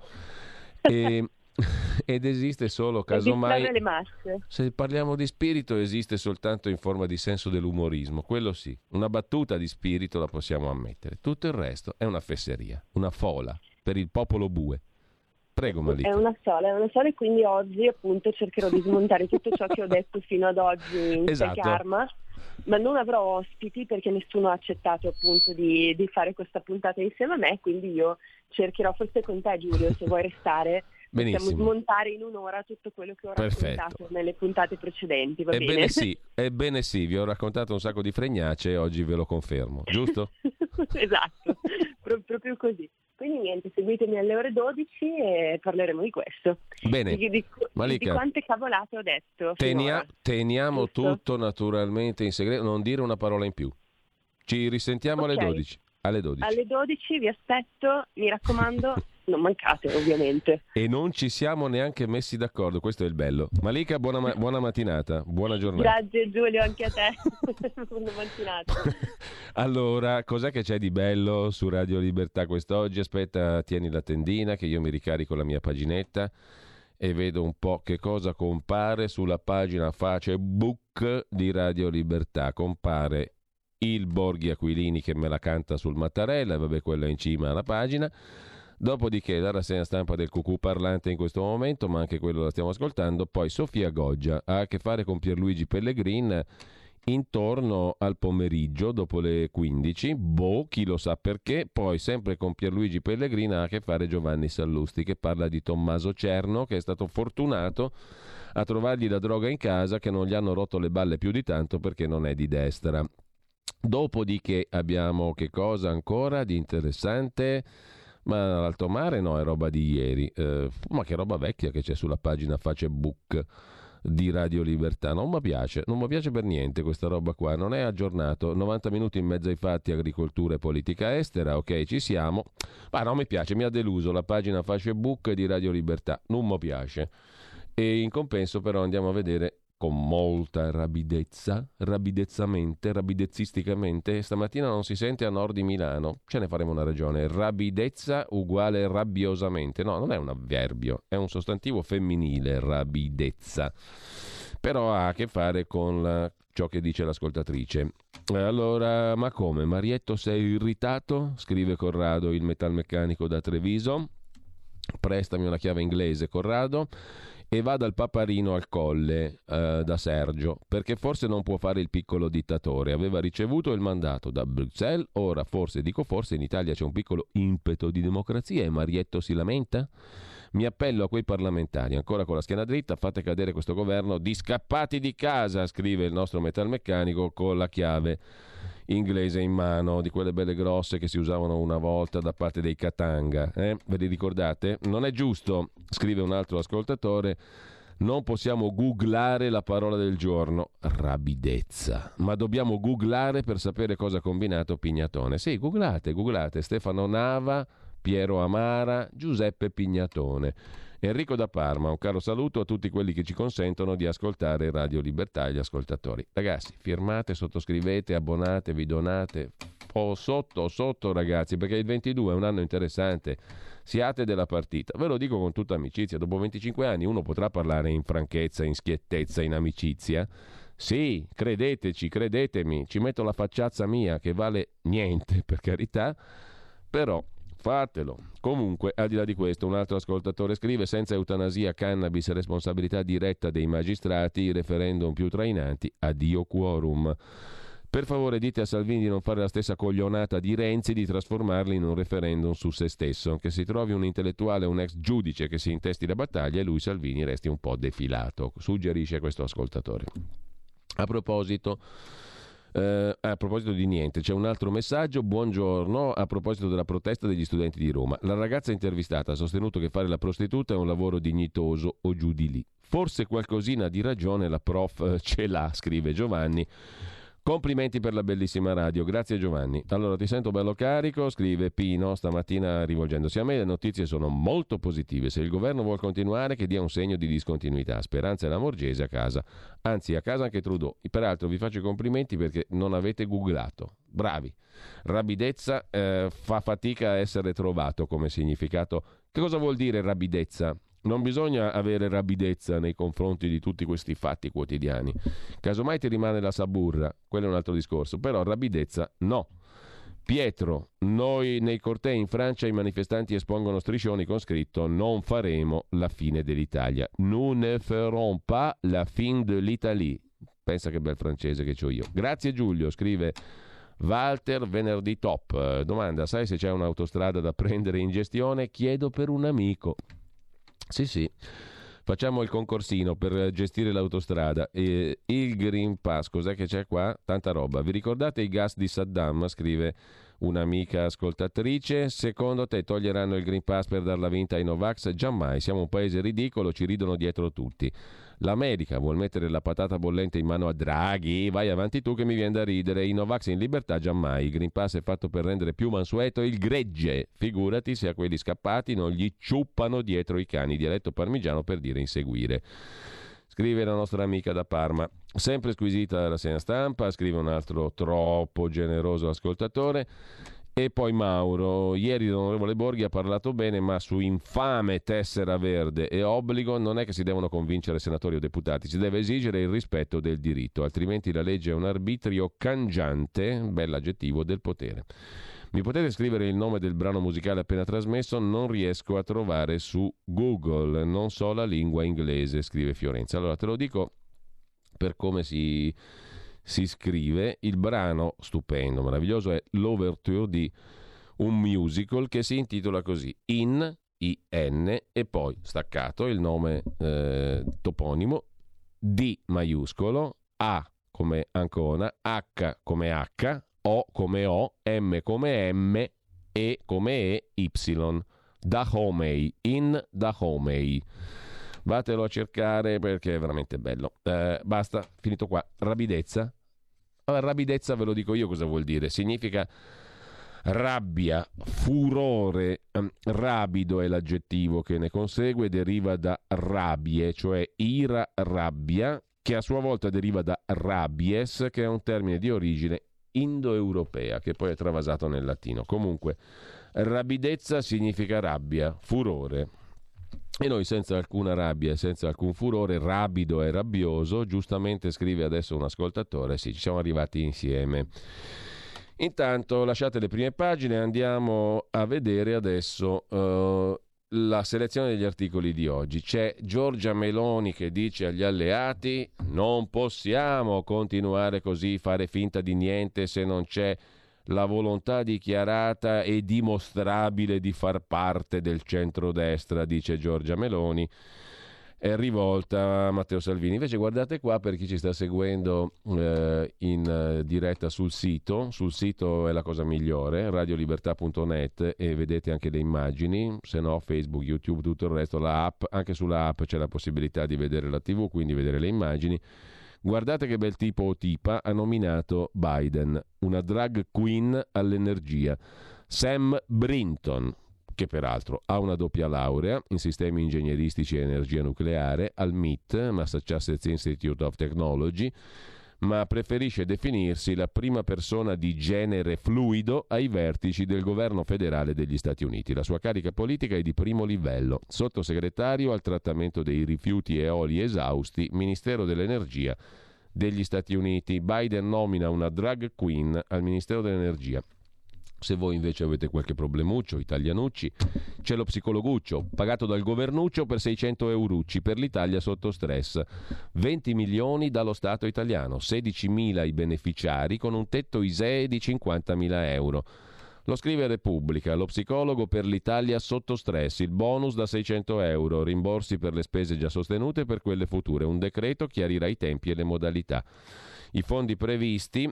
Ed esiste solo casomai, se parliamo di spirito, esiste soltanto in forma di senso dell'umorismo, quello sì, una battuta di spirito la possiamo ammettere, tutto il resto è una fesseria, una fola per il popolo bue. Prego Malika. È una sola e quindi oggi appunto cercherò di smontare tutto ciò che ho detto fino ad oggi in Karma, ma non avrò ospiti perché nessuno ha accettato appunto di fare questa puntata insieme a me, quindi io cercherò, forse con te Giulio, se vuoi restare. Possiamo smontare in un'ora tutto quello che ho raccontato nelle puntate precedenti, va bene? Ebbene sì, vi ho raccontato un sacco di fregnacce e oggi ve lo confermo, giusto? Esatto, proprio così. Quindi niente, seguitemi alle ore 12 e parleremo di questo. Bene, Malika, di quante cavolate ho detto. Teniamo tutto naturalmente in segreto, non dire una parola in più. Ci risentiamo alle 12. Alle 12 vi aspetto, mi raccomando, non mancate ovviamente. E non ci siamo neanche messi d'accordo, questo è il bello. Malika, buona mattinata, buona giornata. Grazie Giulio, anche a te. Buona mattinata. Allora, cos'è che c'è di bello su Radio Libertà quest'oggi? Aspetta, tieni la tendina che io mi ricarico la mia paginetta e vedo un po' che cosa compare sulla pagina Facebook di Radio Libertà. Compare il Borghi Aquilini che me la canta sul Mattarella, vabbè, quella in cima alla pagina. Dopodiché la rassegna stampa del Cucù Parlante in questo momento, ma anche quello la stiamo ascoltando. Poi Sofia Goggia ha a che fare con Pierluigi Pellegrin intorno al pomeriggio, dopo le 15. Chi lo sa perché. Poi sempre con Pierluigi Pellegrin ha a che fare Giovanni Sallusti che parla di Tommaso Cerno, che è stato fortunato a trovargli la droga in casa, che non gli hanno rotto le balle più di tanto perché non è di destra. Dopodiché abbiamo che cosa ancora di interessante? Ma l'alto mare no, è roba di ieri, ma che roba vecchia che c'è sulla pagina Facebook di Radio Libertà. Non mi piace per niente questa roba qua, non è aggiornato. 90 minuti in mezzo ai fatti, agricoltura e politica estera, ok, ci siamo, ma non mi piace, mi ha deluso la pagina Facebook di Radio Libertà, non mi piace. E in compenso però andiamo a vedere con molta rabidezzisticamente, stamattina non si sente a nord di Milano, ce ne faremo una ragione. Rabidezza uguale rabbiosamente, no, non è un avverbio, è un sostantivo femminile, rabidezza, però ha a che fare con ciò che dice l'ascoltatrice. Allora, ma come? Marietto, sei irritato? Scrive Corrado, il metalmeccanico da Treviso. Prestami una chiave inglese, Corrado. E va dal Paparino al Colle, da Sergio, perché forse non può fare il piccolo dittatore. Aveva ricevuto il mandato da Bruxelles, ora forse in Italia c'è un piccolo impeto di democrazia e Marietto si lamenta? Mi appello a quei parlamentari, ancora con la schiena dritta, fate cadere questo governo di scappati di casa, scrive il nostro metalmeccanico con la chiave inglese in mano, di quelle belle grosse che si usavano una volta da parte dei Katanga, ve li ricordate? Non è giusto, scrive un altro ascoltatore, non possiamo googlare la parola del giorno, rabidezza, ma dobbiamo googlare per sapere cosa ha combinato Pignatone. Sì, googlate, Stefano Nava, Piero Amara, Giuseppe Pignatone. Enrico da Parma, un caro saluto a tutti quelli che ci consentono di ascoltare Radio Libertà e gli ascoltatori. Ragazzi, firmate, sottoscrivete, abbonatevi, donate, po' sotto ragazzi, perché il 22 è un anno interessante, siate della partita. Ve lo dico con tutta amicizia, dopo 25 anni uno potrà parlare in franchezza, in schiettezza, in amicizia. Sì, credetemi, ci metto la facciazza mia che vale niente, per carità, però fatelo. Comunque, al di là di questo, un altro ascoltatore scrive: senza eutanasia, cannabis, responsabilità diretta dei magistrati, referendum più trainanti, addio quorum. Per favore dite a Salvini di non fare la stessa coglionata di Renzi, di trasformarli in un referendum su se stesso, che si trovi un intellettuale, un ex giudice che si intesti la battaglia e lui, Salvini, resti un po' defilato, suggerisce questo ascoltatore. A proposito di niente, c'è un altro messaggio. Buongiorno, a proposito della protesta degli studenti di Roma. La ragazza intervistata ha sostenuto che fare la prostituta è un lavoro dignitoso o giù di lì. Forse qualcosina di ragione la prof ce l'ha, scrive Giovanni. Complimenti per la bellissima radio, grazie Giovanni. Allora, ti sento bello carico, scrive Pino stamattina rivolgendosi a me. Le notizie sono molto positive. Se il governo vuol continuare, che dia un segno di discontinuità. Speranza e Lamorgese a casa, anzi a casa anche Trudeau. Peraltro vi faccio i complimenti perché non avete googlato, bravi. Rabidezza fa fatica a essere trovato come significato. Che cosa vuol dire rabidezza? Non bisogna avere rabidezza nei confronti di tutti questi fatti quotidiani. Casomai ti rimane la saburra, quello è un altro discorso, però rabidezza no. Pietro, noi nei cortei in Francia i manifestanti espongono striscioni con scritto non faremo la fine dell'Italia. Nous ne ferons pas la fin de l'Italie. Pensa che bel francese che c'ho io. Grazie Giulio, scrive Walter venerdì top. Domanda, sai se c'è un'autostrada da prendere in gestione? Chiedo per un amico. Sì, facciamo il concorsino per gestire l'autostrada. Il Green Pass, cos'è che c'è qua? Tanta roba. Vi ricordate i gas di Saddam? Scrive un'amica ascoltatrice. Secondo te toglieranno il Green Pass per darla vinta ai Novax? Giammai, siamo un paese ridicolo, ci ridono dietro tutti. L'America vuol mettere la patata bollente in mano a Draghi, vai avanti tu che mi viene da ridere. I Novax in libertà giammai. Il Green Pass è fatto per rendere più mansueto il gregge, figurati se a quelli scappati non gli ciuppano dietro i cani, dialetto parmigiano per dire inseguire. Scrive la nostra amica da Parma. Sempre squisita la rassegna stampa, scrive un altro troppo generoso ascoltatore. E poi Mauro, ieri l'onorevole Borghi ha parlato bene, ma su infame tessera verde e obbligo non è che si devono convincere senatori o deputati, si deve esigere il rispetto del diritto, altrimenti la legge è un arbitrio cangiante, bell'aggettivo, del potere. Mi potete scrivere il nome del brano musicale appena trasmesso? Non riesco a trovare su Google, non so la lingua inglese, scrive Fiorenza. Allora te lo dico per come si scrive. Il brano stupendo, meraviglioso, è l'ouverture di un musical che si intitola così: IN e poi staccato il nome toponimo, D maiuscolo, A come Ancona, H come H, O come O, M come M, E come E, Y. Dahomey, in Dahomey. Vatelo a cercare perché è veramente bello. Basta, finito qua. Rabidezza. Allora, rabidezza ve lo dico io cosa vuol dire. Significa rabbia, furore. Rabido è l'aggettivo che ne consegue, deriva da rabie, cioè ira, rabbia, che a sua volta deriva da rabies, che è un termine di origine indoeuropea, che poi è travasato nel latino. Comunque, rabidezza significa rabbia, furore. E noi senza alcuna rabbia e senza alcun furore, rabido e rabbioso, giustamente scrive adesso un ascoltatore, sì, ci siamo arrivati insieme. Intanto lasciate le prime pagine, andiamo a vedere adesso la selezione degli articoli di oggi. C'è Giorgia Meloni che dice agli alleati: non possiamo continuare così, fare finta di niente se non c'è la volontà dichiarata e dimostrabile di far parte del centrodestra, dice Giorgia Meloni, è rivolta a Matteo Salvini. Invece guardate qua, per chi ci sta seguendo in diretta sul sito è la cosa migliore, radiolibertà.net, e vedete anche le immagini, se no Facebook, YouTube, tutto il resto, la app, anche sulla app c'è la possibilità di vedere la TV, quindi vedere le immagini. Guardate che bel tipo o tipa ha nominato Biden, una drag queen all'energia, Sam Brinton, che peraltro ha una doppia laurea in sistemi ingegneristici e energia nucleare al MIT, Massachusetts Institute of Technology, ma preferisce definirsi la prima persona di genere fluido ai vertici del governo federale degli Stati Uniti. La sua carica politica è di primo livello, sottosegretario al trattamento dei rifiuti eoli esausti, Ministero dell'Energia degli Stati Uniti. Biden nomina una drag queen al Ministero dell'Energia. Se voi invece avete qualche problemuccio, italianucci, c'è lo psicologuccio, pagato dal governuccio per 600 eurucci per l'Italia sotto stress. 20 milioni dallo Stato italiano, 16.000 i beneficiari con un tetto ISEE di 50.000 euro. Lo scrive Repubblica, lo psicologo per l'Italia sotto stress, il bonus da 600 euro, rimborsi per le spese già sostenute e per quelle future. Un decreto chiarirà i tempi e le modalità. I fondi previsti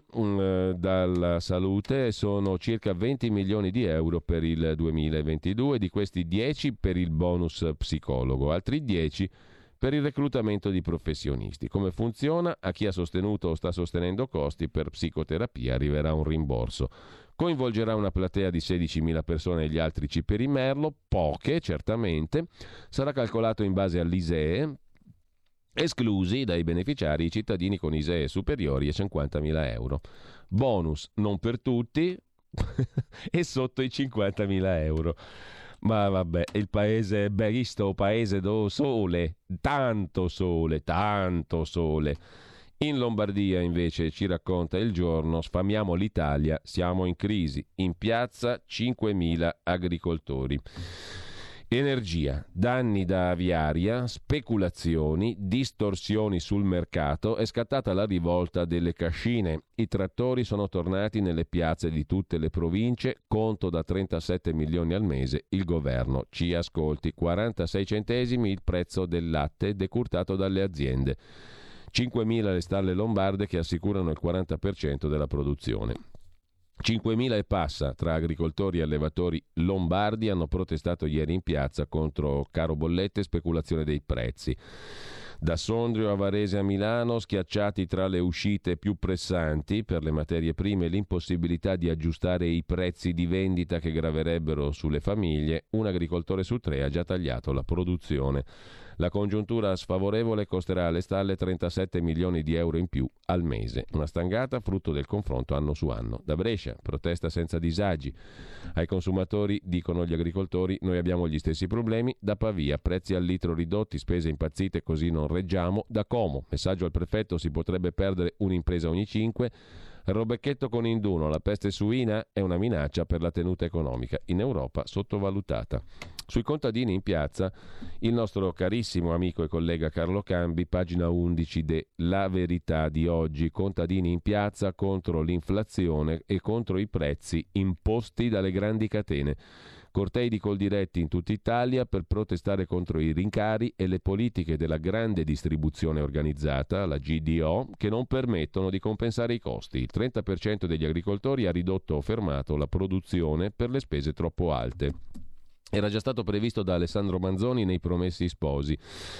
dalla salute sono circa 20 milioni di euro per il 2022, di questi 10 per il bonus psicologo, altri 10 per il reclutamento di professionisti. Come funziona? A chi ha sostenuto o sta sostenendo costi per psicoterapia arriverà un rimborso. Coinvolgerà una platea di 16.000 persone e gli altri per il merlo, poche certamente, sarà calcolato in base all'ISEE, esclusi dai beneficiari i cittadini con ISEE superiori a 50.000 euro. Bonus non per tutti e sotto i 50.000 euro. Ma vabbè, il paese è bello, paese do sole, tanto sole, tanto sole. In Lombardia invece ci racconta Il Giorno, sfamiamo l'Italia, siamo in crisi, in piazza 5.000 agricoltori. Energia, danni da aviaria, speculazioni, distorsioni sul mercato, è scattata la rivolta delle cascine. I trattori sono tornati nelle piazze di tutte le province, conto da 37 milioni al mese, il governo ci ascolti, 46 centesimi il prezzo del latte decurtato dalle aziende. 5.000 le stalle lombarde che assicurano il 40% della produzione. 5.000 e passa tra agricoltori e allevatori lombardi hanno protestato ieri in piazza contro caro bollette e speculazione dei prezzi. Da Sondrio a Varese a Milano, schiacciati tra le uscite più pressanti per le materie prime e l'impossibilità di aggiustare i prezzi di vendita che graverebbero sulle famiglie, un agricoltore su 3 ha già tagliato la produzione. La congiuntura sfavorevole costerà alle stalle 37 milioni di euro in più al mese. Una stangata frutto del confronto anno su anno. Da Brescia, protesta senza disagi. Ai consumatori, dicono gli agricoltori, noi abbiamo gli stessi problemi. Da Pavia, prezzi al litro ridotti, spese impazzite, così non reggiamo. Da Como, messaggio al prefetto, si potrebbe perdere un'impresa ogni 5. Robecchetto con Induno, la peste suina è una minaccia per la tenuta economica. In Europa sottovalutata. Sui contadini in piazza, il nostro carissimo amico e collega Carlo Cambi, pagina 11 de La Verità di oggi, contadini in piazza contro l'inflazione e contro i prezzi imposti dalle grandi catene. Cortei di Coldiretti in tutta Italia per protestare contro i rincari e le politiche della grande distribuzione organizzata, la GDO, che non permettono di compensare i costi. Il 30% degli agricoltori ha ridotto o fermato la produzione per le spese troppo alte. Era già stato previsto da Alessandro Manzoni nei Promessi Sposi.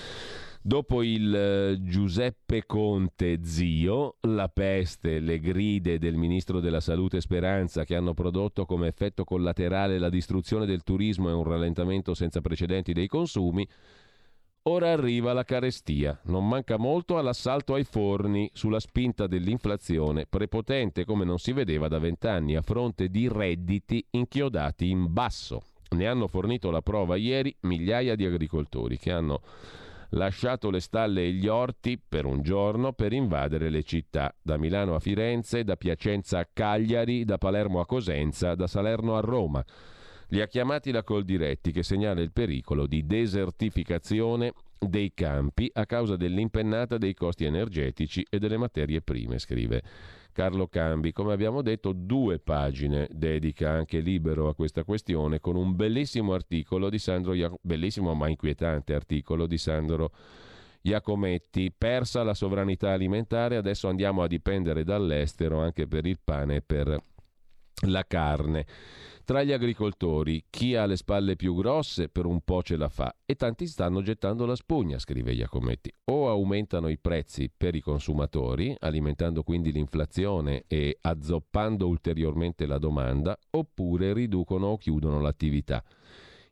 Dopo il Giuseppe Conte zio, la peste, le gride del ministro della Salute Speranza che hanno prodotto come effetto collaterale la distruzione del turismo e un rallentamento senza precedenti dei consumi, ora arriva la carestia. Non manca molto all'assalto ai forni sulla spinta dell'inflazione prepotente come non si vedeva da 20 anni a fronte di redditi inchiodati in basso. Ne hanno fornito la prova ieri migliaia di agricoltori che hanno lasciato le stalle e gli orti per un giorno per invadere le città, da Milano a Firenze, da Piacenza a Cagliari, da Palermo a Cosenza, da Salerno a Roma. Li ha chiamati la Coldiretti, che segnala il pericolo di desertificazione dei campi a causa dell'impennata dei costi energetici e delle materie prime, scrive Carlo Cambi. Come abbiamo detto, 2 pagine dedica anche Libero a questa questione, con un bellissimo articolo di bellissimo ma inquietante articolo di Sandro Iacometti. Persa la sovranità alimentare, adesso andiamo a dipendere dall'estero anche per il pane e per la carne. Tra gli agricoltori, chi ha le spalle più grosse per un po' ce la fa e tanti stanno gettando la spugna, scrive Iacometti. O aumentano i prezzi per i consumatori, alimentando quindi l'inflazione e azzoppando ulteriormente la domanda, oppure riducono o chiudono l'attività.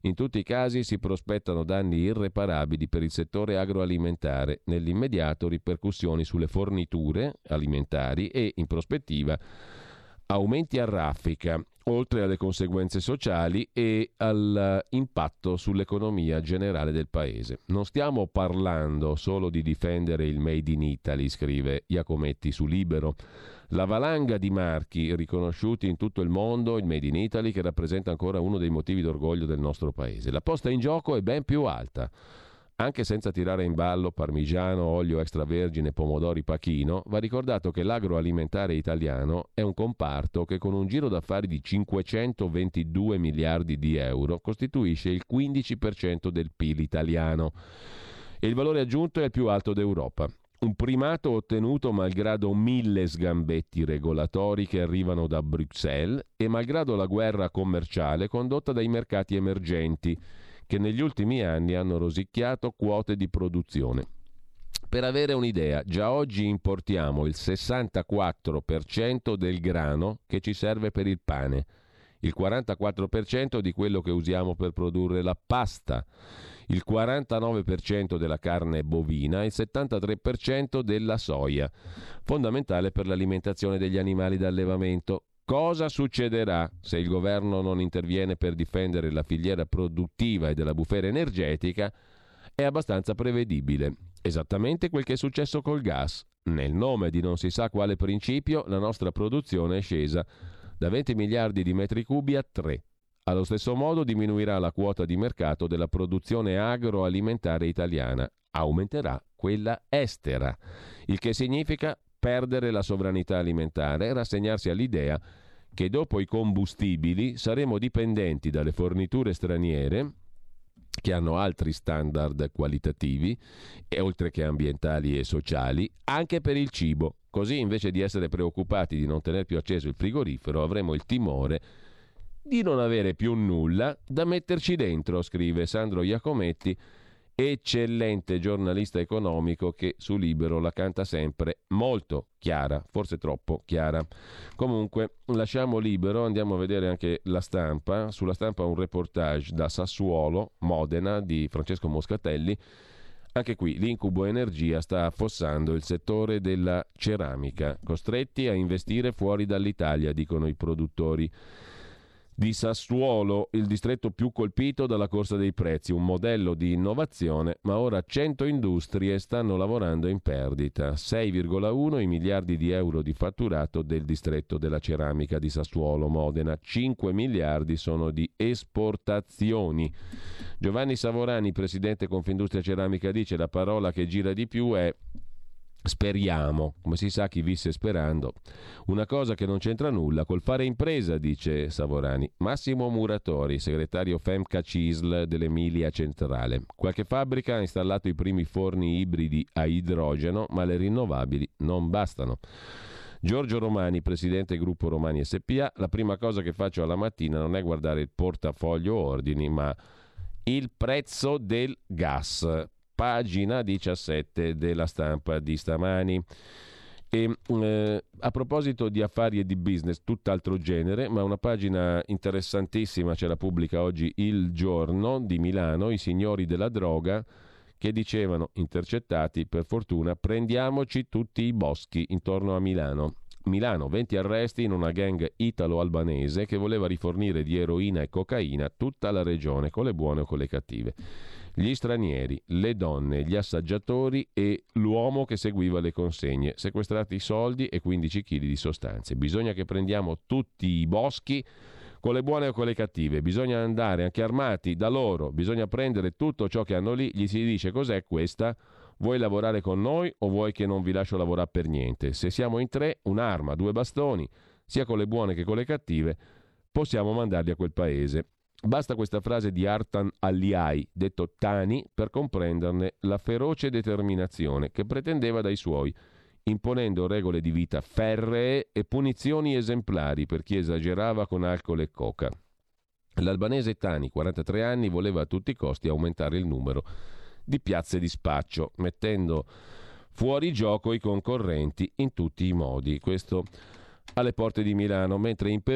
In tutti i casi si prospettano danni irreparabili per il settore agroalimentare, nell'immediato ripercussioni sulle forniture alimentari e, in prospettiva, aumenti a raffica, oltre alle conseguenze sociali e all'impatto sull'economia generale del paese. Non stiamo parlando solo di difendere il Made in Italy, scrive Iacometti su Libero. La valanga di marchi riconosciuti in tutto il mondo, il Made in Italy, che rappresenta ancora uno dei motivi d'orgoglio del nostro paese. La posta in gioco è ben più alta. Anche senza tirare in ballo parmigiano, olio extravergine, pomodori Pachino, va ricordato che l'agroalimentare italiano è un comparto che con un giro d'affari di 522 miliardi di euro costituisce il 15% del PIL italiano e il valore aggiunto è il più alto d'Europa. Un primato ottenuto malgrado 1000 sgambetti regolatori che arrivano da Bruxelles e malgrado la guerra commerciale condotta dai mercati emergenti, che negli ultimi anni hanno rosicchiato quote di produzione. Per avere un'idea, già oggi importiamo il 64% del grano che ci serve per il pane, il 44% di quello che usiamo per produrre la pasta, il 49% della carne bovina e il 73% della soia, fondamentale per l'alimentazione degli animali d'allevamento. Cosa succederà se il governo non interviene per difendere la filiera produttiva e della bufera energetica? È abbastanza prevedibile. Esattamente quel che è successo col gas. Nel nome di non si sa quale principio, la nostra produzione è scesa da 20 miliardi di metri cubi a 3. Allo stesso modo diminuirà la quota di mercato della produzione agroalimentare italiana. Aumenterà quella estera, il che significa perdere la sovranità alimentare e rassegnarsi all'idea che dopo i combustibili saremo dipendenti dalle forniture straniere che hanno altri standard qualitativi e oltre che ambientali e sociali anche per il cibo. Così invece di essere preoccupati di non tenere più acceso il frigorifero avremo il timore di non avere più nulla da metterci dentro, scrive Sandro Iacometti, eccellente giornalista economico che su Libero la canta sempre molto chiara, forse troppo chiara. Comunque lasciamo Libero, andiamo a vedere anche La Stampa. Sulla Stampa un reportage da Sassuolo, Modena, di Francesco Moscatelli. Anche qui l'incubo energia sta affossando il settore della ceramica, costretti a investire fuori dall'Italia, dicono i produttori di Sassuolo, il distretto più colpito dalla corsa dei prezzi, un modello di innovazione, ma ora 100 industrie stanno lavorando in perdita. 6,1 i miliardi di euro di fatturato del distretto della ceramica di Sassuolo, Modena, 5 miliardi sono di esportazioni. Giovanni Savorani, presidente Confindustria Ceramica, dice: la parola che gira di più è speriamo. Come si sa, chi visse sperando. Una cosa che non c'entra nulla col fare impresa, dice Savorani. Massimo Muratori, segretario Femca Cisl dell'Emilia Centrale. Qualche fabbrica ha installato i primi forni ibridi a idrogeno, ma le rinnovabili non bastano. Giorgio Romani, presidente Gruppo Romani SPA, la prima cosa che faccio alla mattina non è guardare il portafoglio ordini, ma il prezzo del gas. Pagina 17 della Stampa di stamani. E a proposito di affari e di business, tutt'altro genere, ma una pagina interessantissima ce la pubblica oggi Il Giorno di Milano, i signori della droga che dicevano, intercettati per fortuna: prendiamoci tutti i boschi intorno a Milano. Milano, 20 arresti in una gang italo-albanese che voleva rifornire di eroina e cocaina tutta la regione, con le buone o con le cattive. Gli stranieri, le donne, gli assaggiatori e l'uomo che seguiva le consegne, sequestrati soldi e 15 kg di sostanze. Bisogna che prendiamo tutti i boschi con le buone o con le cattive, bisogna andare anche armati da loro, bisogna prendere tutto ciò che hanno lì, gli si dice: cos'è questa? Vuoi lavorare con noi o vuoi che non vi lascio lavorare per niente? Se siamo in 3, un'arma, 2 bastoni, sia con le buone che con le cattive, possiamo mandarli a quel paese. Basta questa frase di Artan Aliai, detto Tani, per comprenderne la feroce determinazione che pretendeva dai suoi, imponendo regole di vita ferree e punizioni esemplari per chi esagerava con alcol e coca. L'albanese Tani, 43 anni, voleva a tutti i costi aumentare il numero di piazze di spaccio, mettendo fuori gioco i concorrenti in tutti i modi. Questo alle porte di Milano, mentre in Perù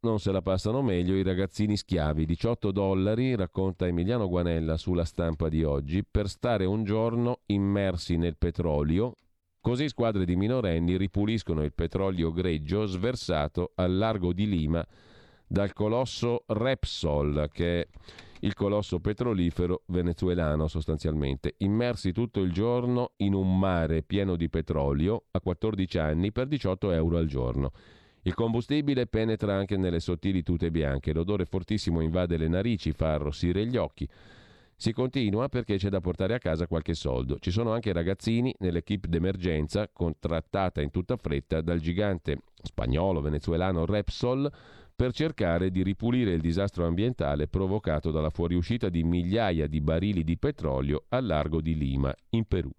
non se la passano meglio i ragazzini schiavi. $18, racconta Emiliano Guanella sulla Stampa di oggi, per stare un giorno immersi nel petrolio. Così squadre di minorenni ripuliscono il petrolio greggio sversato al largo di Lima dal colosso Repsol, che è il colosso petrolifero venezuelano sostanzialmente, immersi tutto il giorno in un mare pieno di petrolio a 14 anni per €18 al giorno. Il combustibile penetra anche nelle sottili tute bianche, l'odore fortissimo invade le narici, fa arrossire gli occhi. Si continua perché c'è da portare a casa qualche soldo. Ci sono anche ragazzini nell'equipe d'emergenza contrattata in tutta fretta dal gigante spagnolo-venezuelano Repsol per cercare di ripulire il disastro ambientale provocato dalla fuoriuscita di migliaia di barili di petrolio al largo di Lima, in Perù.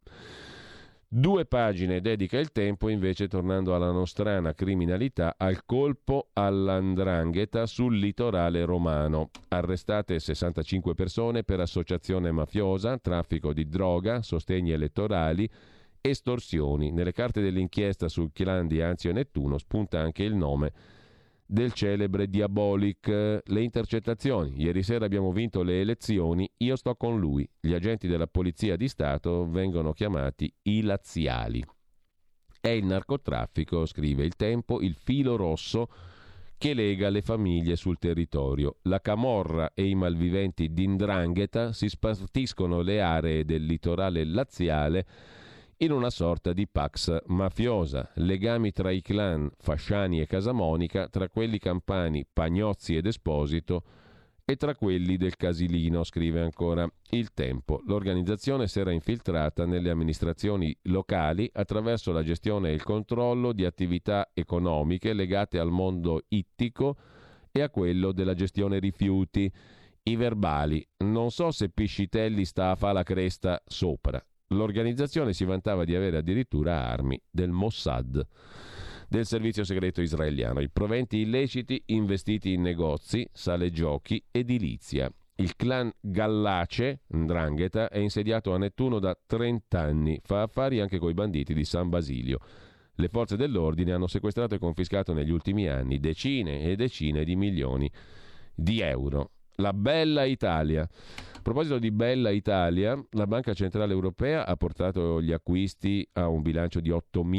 2 pagine dedica il Tempo, invece, tornando alla nostrana criminalità, al colpo all''ndrangheta sul litorale romano. Arrestate 65 persone per associazione mafiosa, traffico di droga, sostegni elettorali, estorsioni. Nelle carte dell'inchiesta sul clan di Anzio e Nettuno spunta anche il nome del celebre Diabolic. Le intercettazioni. Ieri sera abbiamo vinto le elezioni, io sto con lui. Gli agenti della Polizia di Stato vengono chiamati i laziali. È il narcotraffico, scrive il Tempo, il filo rosso che lega le famiglie sul territorio. La camorra e i malviventi di 'ndrangheta si spartiscono le aree del litorale laziale in una sorta di pax mafiosa, legami tra i clan Fasciani e Casamonica, tra quelli campani Pagnozzi ed Esposito e tra quelli del Casilino, scrive ancora il Tempo. L'organizzazione si era infiltrata nelle amministrazioni locali attraverso la gestione e il controllo di attività economiche legate al mondo ittico e a quello della gestione rifiuti. I verbali. Non so se Piscitelli sta a fa la cresta sopra. L'organizzazione si vantava di avere addirittura armi del Mossad, del servizio segreto israeliano. I proventi illeciti investiti in negozi, sale giochi, edilizia. Il clan Gallace, 'ndrangheta, è insediato a Nettuno da 30 anni. Fa affari anche coi banditi di San Basilio. Le forze dell'ordine hanno sequestrato e confiscato negli ultimi anni decine e decine di milioni di euro. La bella Italia. A proposito di bella Italia, la Banca Centrale Europea ha portato gli acquisti a un bilancio di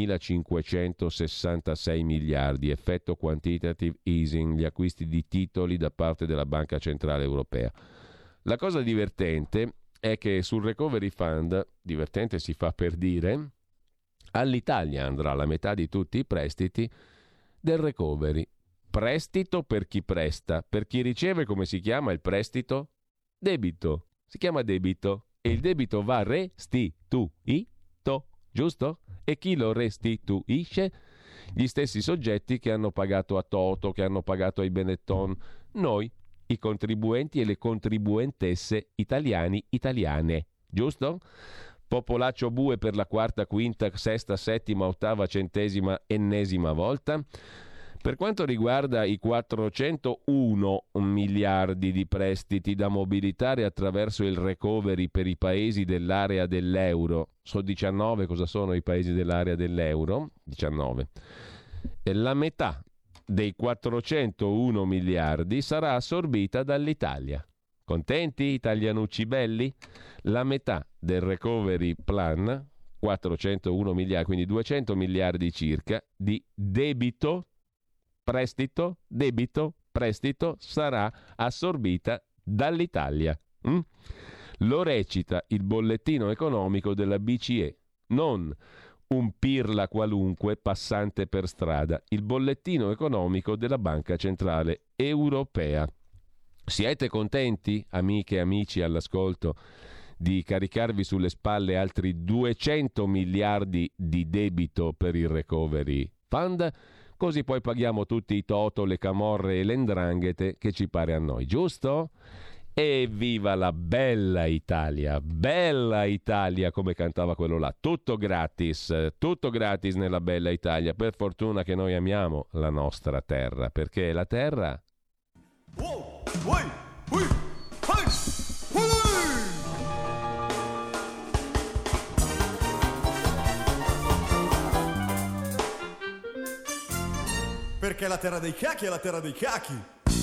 8.566 miliardi, effetto quantitative easing, gli acquisti di titoli da parte della Banca Centrale Europea. La cosa divertente è che sul Recovery Fund, divertente si fa per dire, all'Italia andrà la metà di tutti i prestiti del Recovery. Prestito per chi presta, per chi riceve come si chiama il prestito? Debito, si chiama debito e il debito va restituito, giusto? E chi lo restituisce? Gli stessi soggetti che hanno pagato a Toto, che hanno pagato ai Benetton, noi, i contribuenti e le contribuentesse italiane, giusto? Popolaccio bue per la quarta, quinta, sesta, settima, ottava, centesima, ennesima volta. Per quanto riguarda i 401 miliardi di prestiti da mobilitare attraverso il recovery per i paesi dell'area dell'euro, sono 19, cosa sono i paesi dell'area dell'euro? 19. E la metà dei 401 miliardi sarà assorbita dall'Italia. Contenti, italianucci belli? La metà del recovery plan, 401 miliardi, quindi 200 miliardi circa, di debito, prestito sarà assorbita dall'Italia. Lo recita il bollettino economico della BCE, non un pirla qualunque passante per strada, il bollettino economico della Banca Centrale Europea. Siete contenti, amiche e amici all'ascolto, di caricarvi sulle spalle altri 200 miliardi di debito per il Recovery Fund? Così poi paghiamo tutti i Toto, le camorre e le 'ndranghete che ci pare a noi, giusto? E viva la bella Italia, come cantava quello là, tutto gratis nella bella Italia. Per fortuna che noi amiamo la nostra terra, perché la terra... Per perché la terra dei cachi è la terra dei cachi.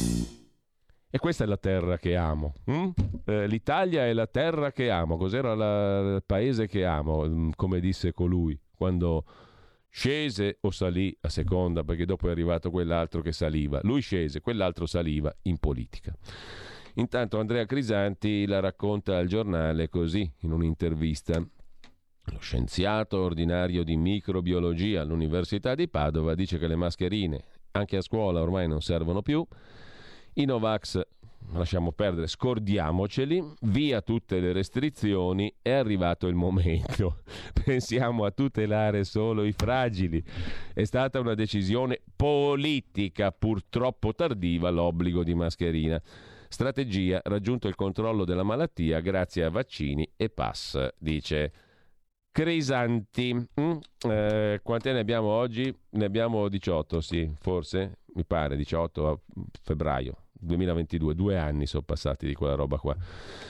E questa è la terra che amo. L'Italia è la terra che amo. Cos'era il paese che amo, come disse colui quando scese o salì a seconda, perché dopo è arrivato quell'altro che saliva. Lui scese, quell'altro saliva in politica. Intanto Andrea Crisanti la racconta al giornale così, in un'intervista. Lo scienziato ordinario di microbiologia all'Università di Padova dice che le mascherine anche a scuola ormai non servono più. I Novax lasciamo perdere, scordiamoceli, via tutte le restrizioni, è arrivato il momento. Pensiamo a tutelare solo i fragili. È stata una decisione politica, purtroppo tardiva, l'obbligo di mascherina. Strategia, raggiunto il controllo della malattia grazie a vaccini e pass, dice Crisanti. Quante ne abbiamo oggi? Ne abbiamo 18, sì, forse, mi pare, 18 a febbraio 2022, 2 anni sono passati di quella roba qua.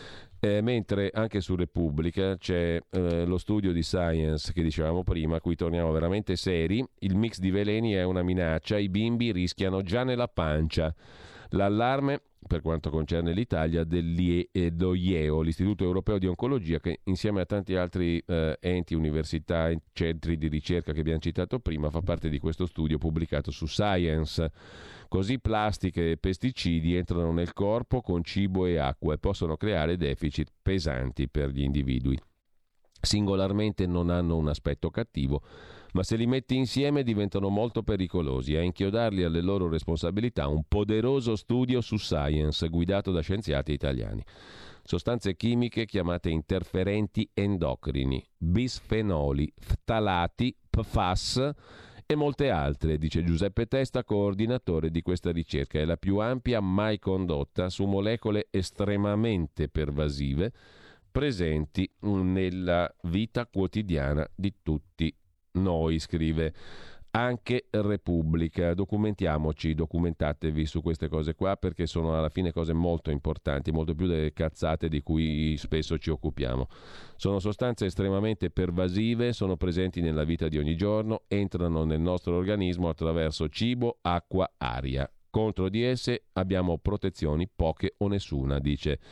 Mentre anche su Repubblica c'è lo studio di Science che dicevamo prima, a cui torniamo veramente seri. Il mix di veleni è una minaccia, i bimbi rischiano già nella pancia. L'allarme per quanto concerne l'Italia dell'IEO, l'Istituto Europeo di Oncologia, che insieme a tanti altri enti, università e centri di ricerca che abbiamo citato prima fa parte di questo studio pubblicato su Science. Così plastiche e pesticidi entrano nel corpo con cibo e acqua e possono creare deficit pesanti per gli individui. Singolarmente non hanno un aspetto cattivo, ma se li metti insieme diventano molto pericolosi. A inchiodarli alle loro responsabilità un poderoso studio su Science guidato da scienziati italiani. Sostanze chimiche chiamate interferenti endocrini, bisfenoli, ftalati, PFAS e molte altre, dice Giuseppe Testa, coordinatore di questa ricerca. È la più ampia mai condotta su molecole estremamente pervasive presenti nella vita quotidiana di tutti noi, scrive anche Repubblica. Documentatevi su queste cose qua, perché sono alla fine cose molto importanti, molto più delle cazzate di cui spesso ci occupiamo. Sono sostanze estremamente pervasive, sono presenti nella vita di ogni giorno, entrano nel nostro organismo attraverso cibo, acqua, aria. Contro di esse abbiamo protezioni poche o nessuna, dice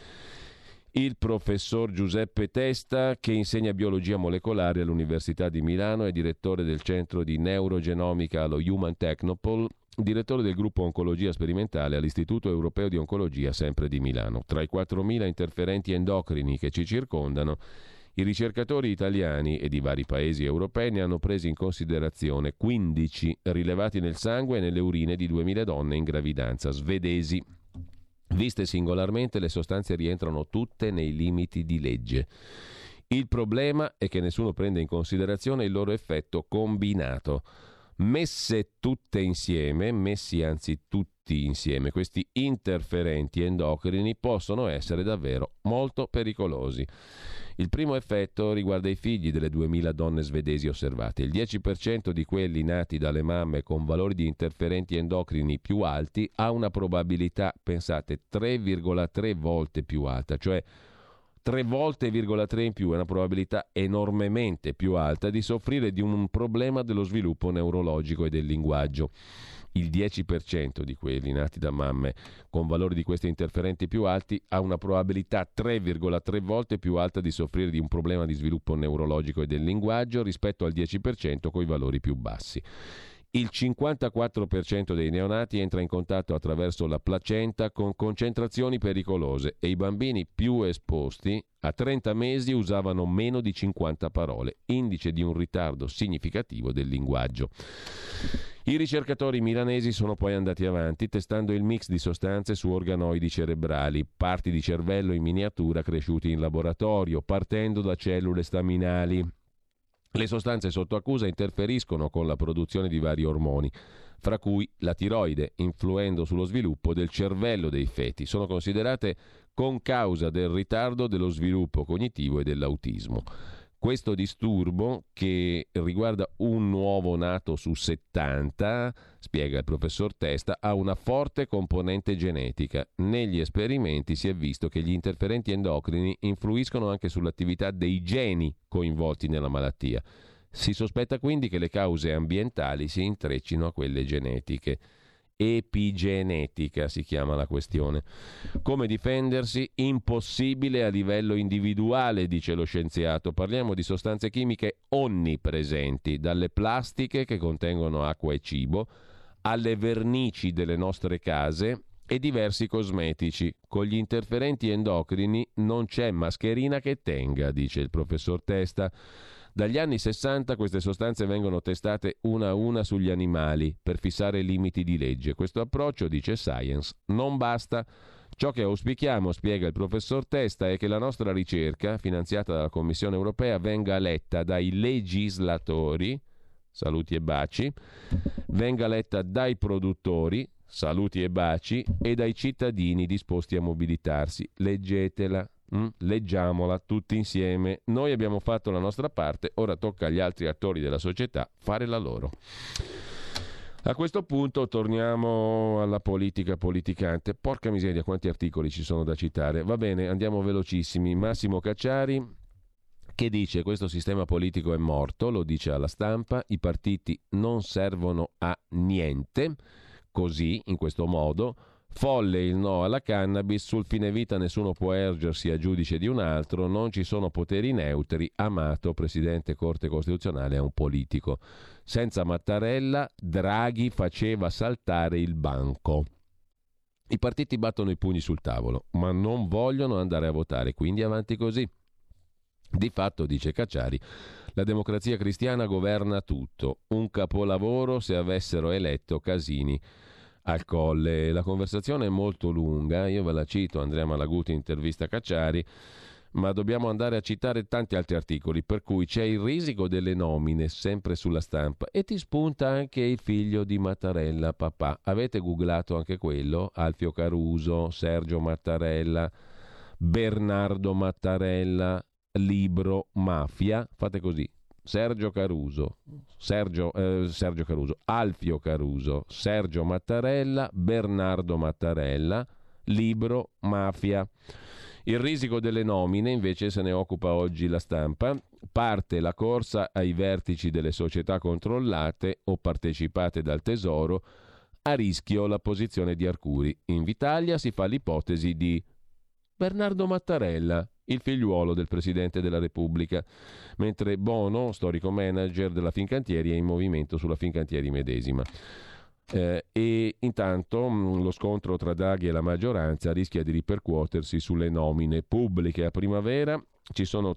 il professor Giuseppe Testa, che insegna biologia molecolare all'Università di Milano, è direttore del centro di neurogenomica allo Human Technopole, direttore del gruppo oncologia sperimentale all'Istituto Europeo di Oncologia, sempre di Milano. Tra i 4.000 interferenti endocrini che ci circondano, i ricercatori italiani e di vari paesi europei ne hanno presi in considerazione 15 rilevati nel sangue e nelle urine di 2.000 donne in gravidanza svedesi. Viste singolarmente, le sostanze rientrano tutte nei limiti di legge. Il problema è che nessuno prende in considerazione il loro effetto combinato. Messi anzi tutti insieme, questi interferenti endocrini possono essere davvero molto pericolosi. Il primo effetto riguarda i figli delle 2.000 donne svedesi osservate. Il 10% di quelli nati dalle mamme con valori di interferenti endocrini più alti ha una probabilità, pensate, 3,3 volte più alta, cioè 3 volte,3 in più, è una probabilità enormemente più alta di soffrire di un problema dello sviluppo neurologico e del linguaggio. Il 10% di quelli nati da mamme con valori di questi interferenti più alti ha una probabilità 3,3 volte più alta di soffrire di un problema di sviluppo neurologico e del linguaggio rispetto al 10% con i valori più bassi. Il 54% dei neonati entra in contatto attraverso la placenta con concentrazioni pericolose e i bambini più esposti a 30 mesi usavano meno di 50 parole, indice di un ritardo significativo del linguaggio. I ricercatori milanesi sono poi andati avanti testando il mix di sostanze su organoidi cerebrali, parti di cervello in miniatura cresciuti in laboratorio, partendo da cellule staminali. Le sostanze sotto accusa interferiscono con la produzione di vari ormoni, fra cui la tiroide, influendo sullo sviluppo del cervello dei feti. Sono considerate concausa del ritardo dello sviluppo cognitivo e dell'autismo. Questo disturbo, che riguarda un nuovo nato su 70, spiega il professor Testa, ha una forte componente genetica. Negli esperimenti si è visto che gli interferenti endocrini influiscono anche sull'attività dei geni coinvolti nella malattia. Si sospetta quindi che le cause ambientali si intreccino a quelle genetiche. Epigenetica si chiama la questione. Come difendersi? Impossibile a livello individuale, dice lo scienziato. Parliamo di sostanze chimiche onnipresenti, dalle plastiche che contengono acqua e cibo, alle vernici delle nostre case e diversi cosmetici. Con gli interferenti endocrini non c'è mascherina che tenga, dice il professor Testa. Dagli anni 60 queste sostanze vengono testate una a una sugli animali per fissare limiti di legge. Questo approccio, dice Science, non basta. Ciò che auspichiamo, spiega il professor Testa, è che la nostra ricerca, finanziata dalla Commissione europea, venga letta dai legislatori, saluti e baci, venga letta dai produttori, saluti e baci, e dai cittadini disposti a mobilitarsi. Leggetela. Leggiamola tutti insieme. Noi abbiamo fatto la nostra parte, ora tocca agli altri attori della società fare la loro. A questo punto torniamo alla politica politicante. Porca miseria, quanti articoli ci sono da citare. Va bene, andiamo velocissimi. Massimo Cacciari, che dice: questo sistema politico è morto, lo dice alla Stampa, i partiti non servono a niente, così, in questo modo. Folle il no alla cannabis, sul fine vita nessuno può ergersi a giudice di un altro, non ci sono poteri neutri, Amato, presidente Corte Costituzionale, è un politico. Senza Mattarella, Draghi faceva saltare il banco. I partiti battono i pugni sul tavolo, ma non vogliono andare a votare, quindi avanti così. Di fatto, dice Cacciari, la Democrazia Cristiana governa tutto, un capolavoro se avessero eletto Casini al Colle. La conversazione è molto lunga, io ve la cito, Andrea Malaguti intervista Cacciari, ma dobbiamo andare a citare tanti altri articoli, per cui c'è il risico delle nomine sempre sulla Stampa e ti spunta anche il figlio di Mattarella, papà. Avete googlato anche quello? Alfio Caruso, Sergio Mattarella, Bernardo Mattarella, libro Mafia, fate così. Sergio Caruso, Alfio Caruso, Sergio Mattarella, Bernardo Mattarella, libro Mafia. Il risico delle nomine invece se ne occupa oggi la Stampa. Parte la corsa ai vertici delle società controllate o partecipate dal Tesoro, a rischio la posizione di Arcuri. In Vitalia si fa l'ipotesi di Bernardo Mattarella, il figliuolo del Presidente della Repubblica, mentre Bono, storico manager della Fincantieri, è in movimento sulla Fincantieri medesima. E intanto lo scontro tra Draghi e la maggioranza rischia di ripercuotersi sulle nomine pubbliche. A primavera ci sono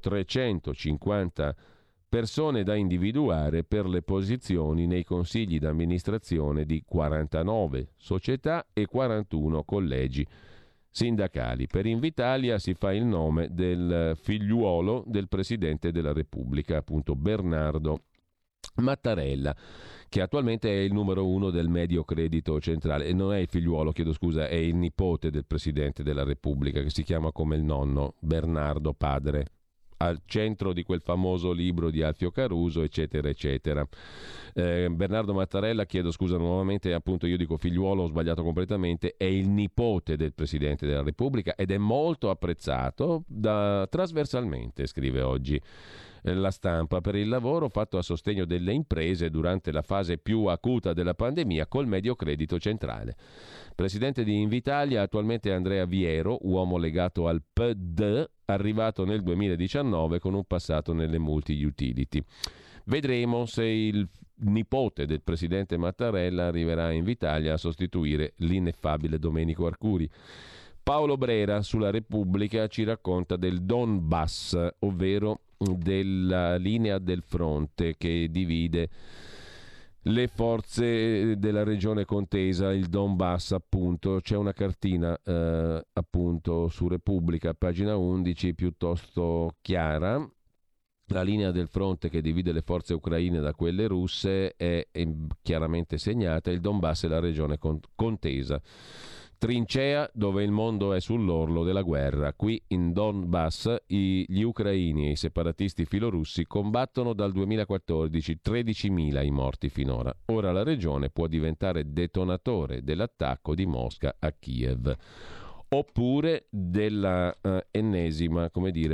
350 persone da individuare per le posizioni nei consigli d'amministrazione di 49 società e 41 collegi sindacali. Per Invitalia si fa il nome del figliuolo del Presidente della Repubblica, appunto Bernardo Mattarella, che attualmente è il numero 1 del Mediocredito Centrale, e non è il figliuolo, chiedo scusa, è il nipote del Presidente della Repubblica, che si chiama come il nonno, Bernardo padre, al centro di quel famoso libro di Alfio Caruso, eccetera, eccetera. Bernardo Mattarella, chiedo scusa nuovamente, appunto io dico figliuolo, ho sbagliato completamente, è il nipote del Presidente della Repubblica ed è molto apprezzato trasversalmente, scrive oggi la Stampa, per il lavoro fatto a sostegno delle imprese durante la fase più acuta della pandemia col Mediocredito Centrale. Presidente di Invitalia attualmente Andrea Viero, uomo legato al PD, arrivato nel 2019 con un passato nelle multi-utility. Vedremo se il nipote del presidente Mattarella arriverà in Invitalia a sostituire l'ineffabile Domenico Arcuri. Paolo Brera sulla Repubblica ci racconta del Donbass, ovvero della linea del fronte che divide le forze della regione contesa, il Donbass appunto. C'è una cartina appunto su Repubblica, pagina 11, piuttosto chiara. La linea del fronte che divide le forze ucraine da quelle russe è chiaramente segnata, il Donbass è la regione contesa. Trincea dove il mondo è sull'orlo della guerra. Qui in Donbass gli ucraini e i separatisti filorussi combattono dal 2014, 13.000 i morti finora. Ora la regione può diventare detonatore dell'attacco di Mosca a Kiev, oppure della ennesima, come dire,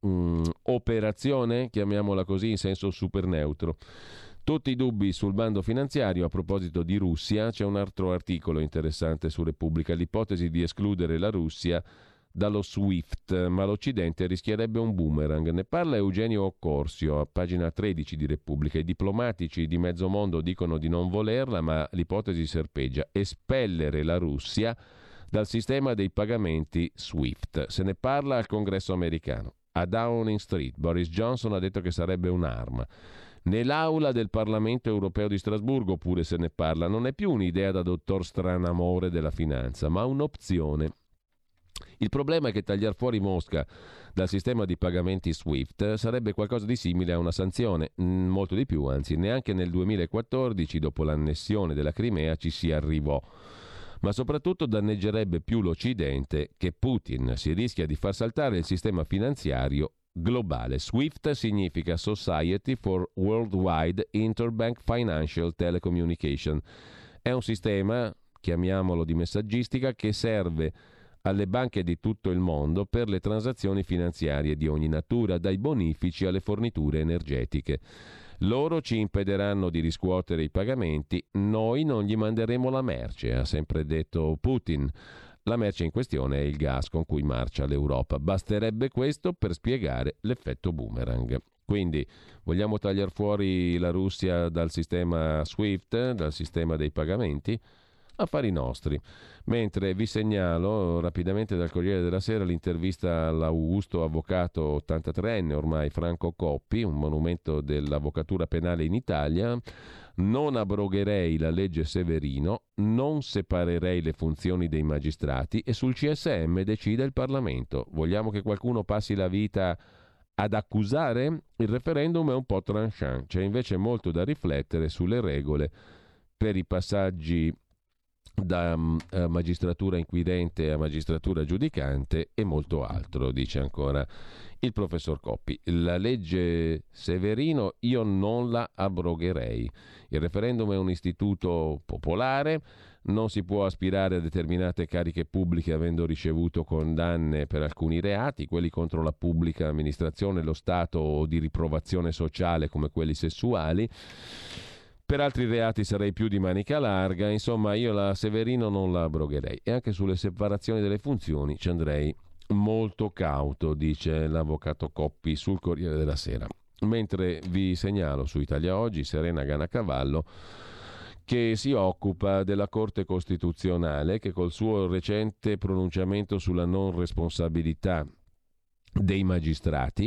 operazione, chiamiamola così in senso super neutro. Tutti i dubbi sul bando finanziario. A proposito di Russia, c'è un altro articolo interessante su Repubblica, l'ipotesi di escludere la Russia dallo SWIFT, ma l'Occidente rischierebbe un boomerang. Ne parla Eugenio Occorsio a pagina 13 di Repubblica. I diplomatici di mezzo mondo dicono di non volerla, ma l'ipotesi serpeggia: espellere la Russia dal sistema dei pagamenti SWIFT. Se ne parla al Congresso americano. A Downing Street Boris Johnson ha detto che sarebbe un'arma. Nell'aula del Parlamento europeo di Strasburgo pure se ne parla. Non è più un'idea da dottor Stranamore della finanza, ma un'opzione. Il problema è che tagliare fuori Mosca dal sistema di pagamenti SWIFT sarebbe qualcosa di simile a una sanzione, molto di più, anzi neanche nel 2014, dopo l'annessione della Crimea, ci si arrivò. Ma soprattutto danneggerebbe più l'Occidente che Putin. Si rischia di far saltare il sistema finanziario globale. SWIFT significa Society for Worldwide Interbank Financial Telecommunication. È un sistema, chiamiamolo di messaggistica, che serve alle banche di tutto il mondo per le transazioni finanziarie di ogni natura, dai bonifici alle forniture energetiche. Loro ci impediranno di riscuotere i pagamenti, noi non gli manderemo la merce, ha sempre detto Putin. La merce in questione è il gas con cui marcia l'Europa. Basterebbe questo per spiegare l'effetto boomerang. Quindi vogliamo tagliare fuori la Russia dal sistema SWIFT, dal sistema dei pagamenti? Affari nostri. Mentre vi segnalo rapidamente dal Corriere della Sera l'intervista all'augusto avvocato 83enne ormai Franco Coppi, un monumento dell'avvocatura penale in Italia. Non abrogherei la legge Severino, non separerei le funzioni dei magistrati e sul CSM decide il Parlamento. Vogliamo che qualcuno passi la vita ad accusare? Il referendum è un po' tranchant, c'è invece molto da riflettere sulle regole per i passaggi da magistratura inquirente a magistratura giudicante e molto altro, dice ancora il professor Coppi. La legge Severino io non la abrogherei. Il referendum è un istituto popolare, non si può aspirare a determinate cariche pubbliche avendo ricevuto condanne per alcuni reati, quelli contro la pubblica amministrazione, lo Stato o di riprovazione sociale come quelli sessuali. Per altri reati sarei più di manica larga, insomma io la Severino non la abrogherei e anche sulle separazioni delle funzioni ci andrei molto cauto, dice l'avvocato Coppi sul Corriere della Sera. Mentre vi segnalo su Italia Oggi Serena Ganacavallo che si occupa della Corte Costituzionale che col suo recente pronunciamento sulla non responsabilità dei magistrati,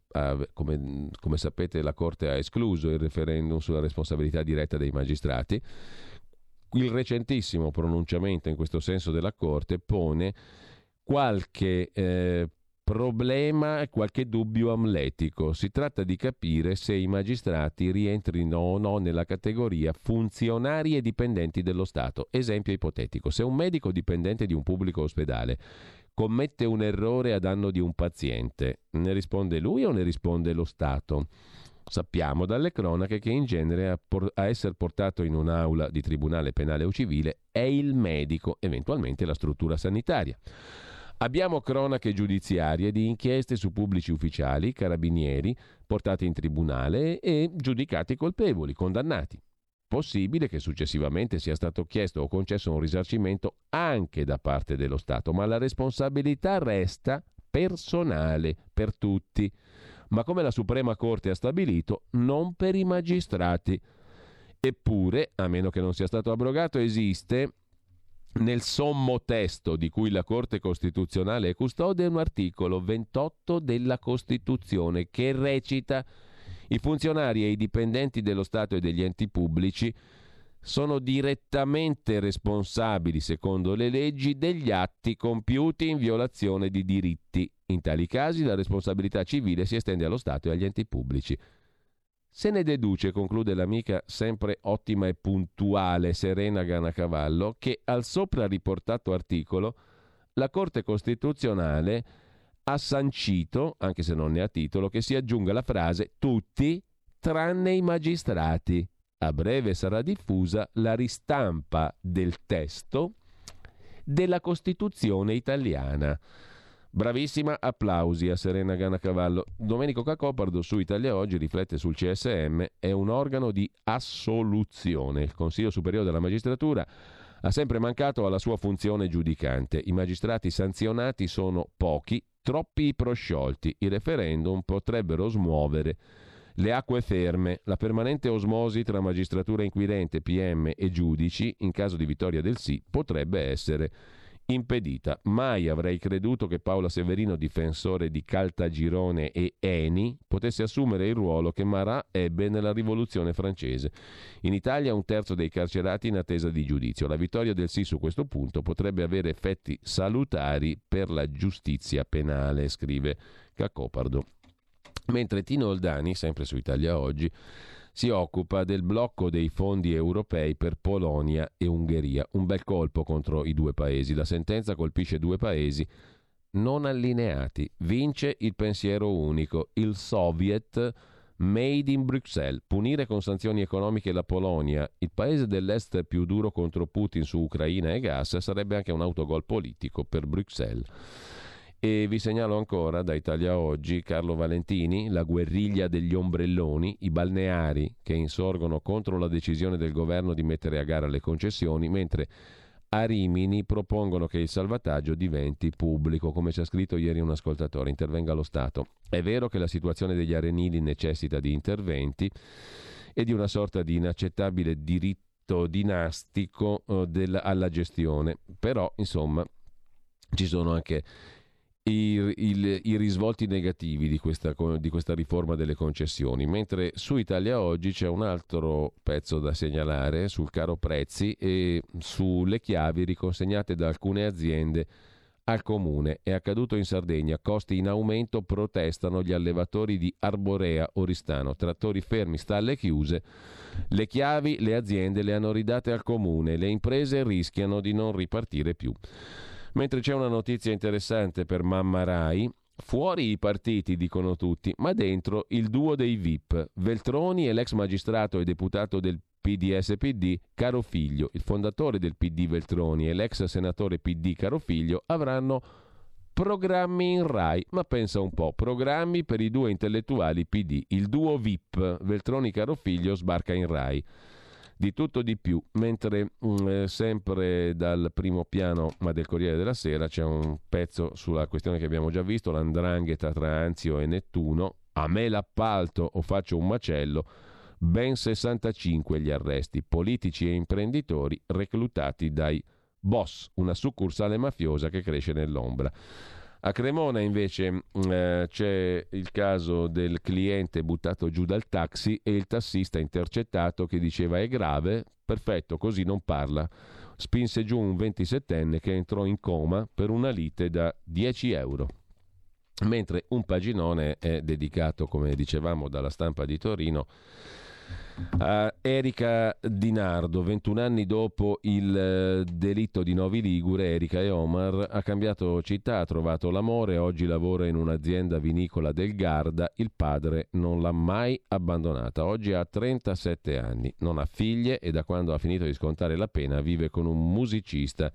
come sapete la Corte ha escluso il referendum sulla responsabilità diretta dei magistrati. Il recentissimo pronunciamento in questo senso della Corte pone qualche problema e qualche dubbio amletico. Si tratta di capire se i magistrati rientrino o no nella categoria funzionari e dipendenti dello Stato. Esempio ipotetico: se un medico dipendente di un pubblico ospedale commette un errore a danno di un paziente, ne risponde lui o ne risponde lo Stato? Sappiamo dalle cronache che in genere a essere portato in un'aula di tribunale penale o civile è il medico, eventualmente la struttura sanitaria. Abbiamo cronache giudiziarie di inchieste su pubblici ufficiali, carabinieri, portati in tribunale e giudicati colpevoli, condannati. Possibile che successivamente sia stato chiesto o concesso un risarcimento anche da parte dello Stato, ma la responsabilità resta personale per tutti. Ma come la Suprema Corte ha stabilito, non per i magistrati. Eppure, a meno che non sia stato abrogato, esiste nel sommo testo di cui la Corte Costituzionale è custode un articolo 28 della Costituzione che recita: i funzionari e i dipendenti dello Stato e degli enti pubblici sono direttamente responsabili, secondo le leggi, degli atti compiuti in violazione di diritti. In tali casi la responsabilità civile si estende allo Stato e agli enti pubblici. Se ne deduce, conclude l'amica sempre ottima e puntuale Serena Ganacavallo, che al sopra riportato articolo la Corte Costituzionale ha sancito, anche se non ne ha titolo, che si aggiunga la frase tutti tranne i magistrati. A breve sarà diffusa la ristampa del testo della Costituzione italiana. Bravissima, applausi a Serena Gannacavallo. Domenico Cacopardo su Italia Oggi riflette sul CSM, è un organo di assoluzione. Il Consiglio Superiore della Magistratura ha sempre mancato alla sua funzione giudicante. I magistrati sanzionati sono pochi, troppi i prosciolti. I referendum potrebbero smuovere le acque ferme. La permanente osmosi tra magistratura inquirente, PM e giudici, in caso di vittoria del sì, potrebbe essere impedita. Mai avrei creduto che Paola Severino, difensore di Caltagirone e Eni, potesse assumere il ruolo che Marat ebbe nella Rivoluzione francese. In Italia 1/3 dei carcerati in attesa di giudizio. La vittoria del sì su questo punto potrebbe avere effetti salutari per la giustizia penale, scrive Cacopardo. Mentre Tino Oldani, sempre su Italia Oggi, si occupa del blocco dei fondi europei per Polonia e Ungheria. Un bel colpo contro i due paesi. La sentenza colpisce due paesi non allineati. Vince il pensiero unico, il Soviet made in Bruxelles. Punire con sanzioni economiche la Polonia, il paese dell'est più duro contro Putin su Ucraina e gas, sarebbe anche un autogol politico per Bruxelles. E vi segnalo ancora da Italia Oggi Carlo Valentini, la guerriglia degli ombrelloni, i balneari che insorgono contro la decisione del governo di mettere a gara le concessioni, mentre a Rimini propongono che il salvataggio diventi pubblico, come ci ha scritto ieri un ascoltatore, intervenga lo Stato. È vero che la situazione degli arenili necessita di interventi e di una sorta di inaccettabile diritto dinastico alla gestione, però insomma ci sono anche i risvolti negativi di questa riforma delle concessioni, mentre su Italia Oggi c'è un altro pezzo da segnalare sul caro prezzi e sulle chiavi riconsegnate da alcune aziende al comune. È accaduto in Sardegna, costi in aumento, protestano gli allevatori di Arborea Oristano, trattori fermi, stalle chiuse, le chiavi le aziende le hanno ridate al comune, le imprese rischiano di non ripartire più. Mentre c'è una notizia interessante per Mamma Rai, fuori i partiti dicono tutti, ma dentro il duo dei VIP, Veltroni e l'ex magistrato e deputato del PDS-PD Carofiglio, il fondatore del PD Veltroni e l'ex senatore PD Carofiglio avranno programmi in Rai, ma pensa un po', programmi per i due intellettuali PD, il duo VIP Veltroni-Carofiglio sbarca in Rai. Di tutto di più, mentre sempre dal primo piano, ma del Corriere della Sera, c'è un pezzo sulla questione che abbiamo già visto, l''ndrangheta tra Anzio e Nettuno, a me l'appalto o faccio un macello, ben 65 gli arresti, politici e imprenditori reclutati dai boss, una succursale mafiosa che cresce nell'ombra. A Cremona invece c'è il caso del cliente buttato giù dal taxi e il tassista intercettato che diceva è grave, perfetto, così non parla. Spinse giù un 27enne che entrò in coma per una lite da 10 euro. Mentre un paginone è dedicato, come dicevamo dalla Stampa di Torino, a Erika Di Nardo. 21 anni dopo il delitto di Novi Ligure, Erika e Omar ha cambiato città, ha trovato l'amore, oggi lavora in un'azienda vinicola del Garda, il padre non l'ha mai abbandonata, oggi ha 37 anni, non ha figlie e da quando ha finito di scontare la pena vive con un musicista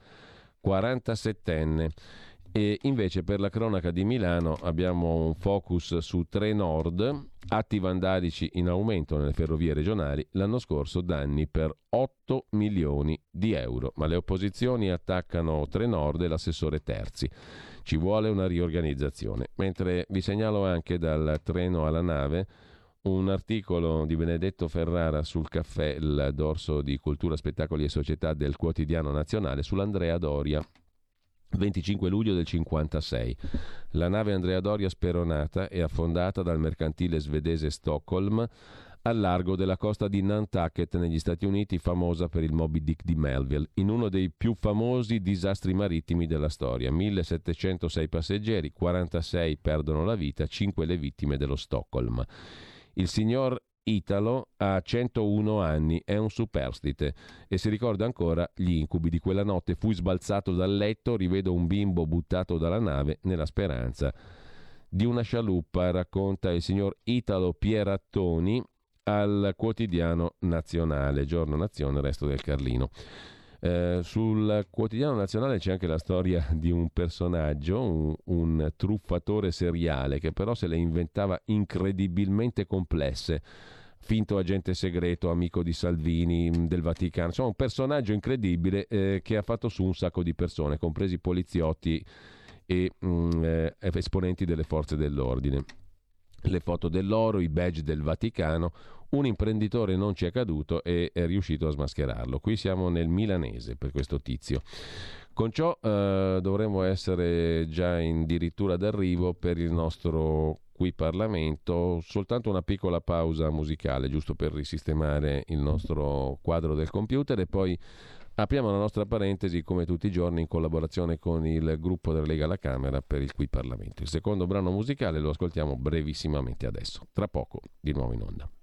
47enne. E invece per la cronaca di Milano abbiamo un focus su Trenord, atti vandalici in aumento nelle ferrovie regionali, l'anno scorso danni per 8 milioni di euro, ma le opposizioni attaccano Trenord e l'assessore Terzi, ci vuole una riorganizzazione. Mentre vi segnalo anche dal treno alla nave un articolo di Benedetto Ferrara sul Caffè, il dorso di cultura, spettacoli e società del Quotidiano Nazionale, sull'Andrea Doria. 25 luglio del 56. La nave Andrea Doria speronata è affondata dal mercantile svedese Stockholm al largo della costa di Nantucket negli Stati Uniti, famosa per il Moby Dick di Melville, in uno dei più famosi disastri marittimi della storia. 1706 passeggeri, 46 perdono la vita, 5 le vittime dello Stockholm. Il signor Italo ha 101 anni, è un superstite e si ricorda ancora gli incubi di quella notte. Fui sbalzato dal letto, rivedo un bimbo buttato dalla nave nella speranza di una scialuppa, racconta il signor Italo Pierattoni al Quotidiano Nazionale, Giorno Nazione, Resto del Carlino. Sul Quotidiano Nazionale c'è anche la storia di un personaggio, un truffatore seriale che però se le inventava incredibilmente complesse. Finto agente segreto, amico di Salvini, del Vaticano, insomma un personaggio incredibile che ha fatto su un sacco di persone, compresi poliziotti e esponenti delle forze dell'ordine. Le foto dell'oro, i badge del Vaticano, un imprenditore non ci è caduto e è riuscito a smascherarlo. Qui siamo nel milanese per questo tizio. Con ciò dovremmo essere già addirittura d'arrivo per il nostro Qui Parlamento. Soltanto una piccola pausa musicale giusto per risistemare il nostro quadro del computer e poi apriamo la nostra parentesi come tutti i giorni in collaborazione con il gruppo della Lega alla Camera per il Qui Parlamento. Il secondo brano musicale lo ascoltiamo brevissimamente adesso, tra poco di nuovo in onda.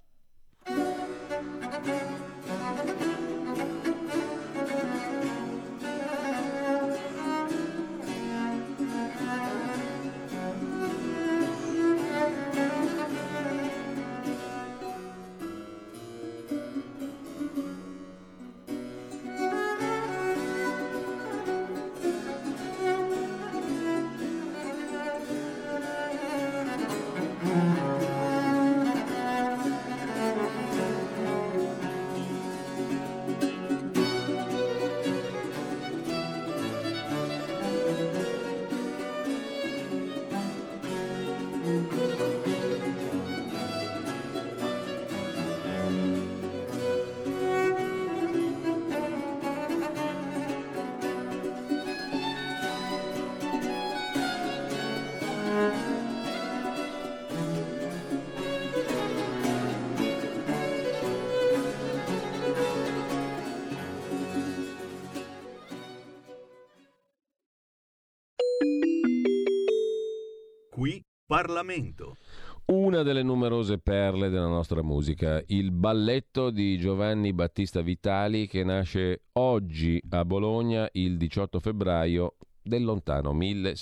Qui Parlamento. Una delle numerose perle della nostra musica, il balletto di Giovanni Battista Vitali che nasce oggi a Bologna il 18 febbraio del lontano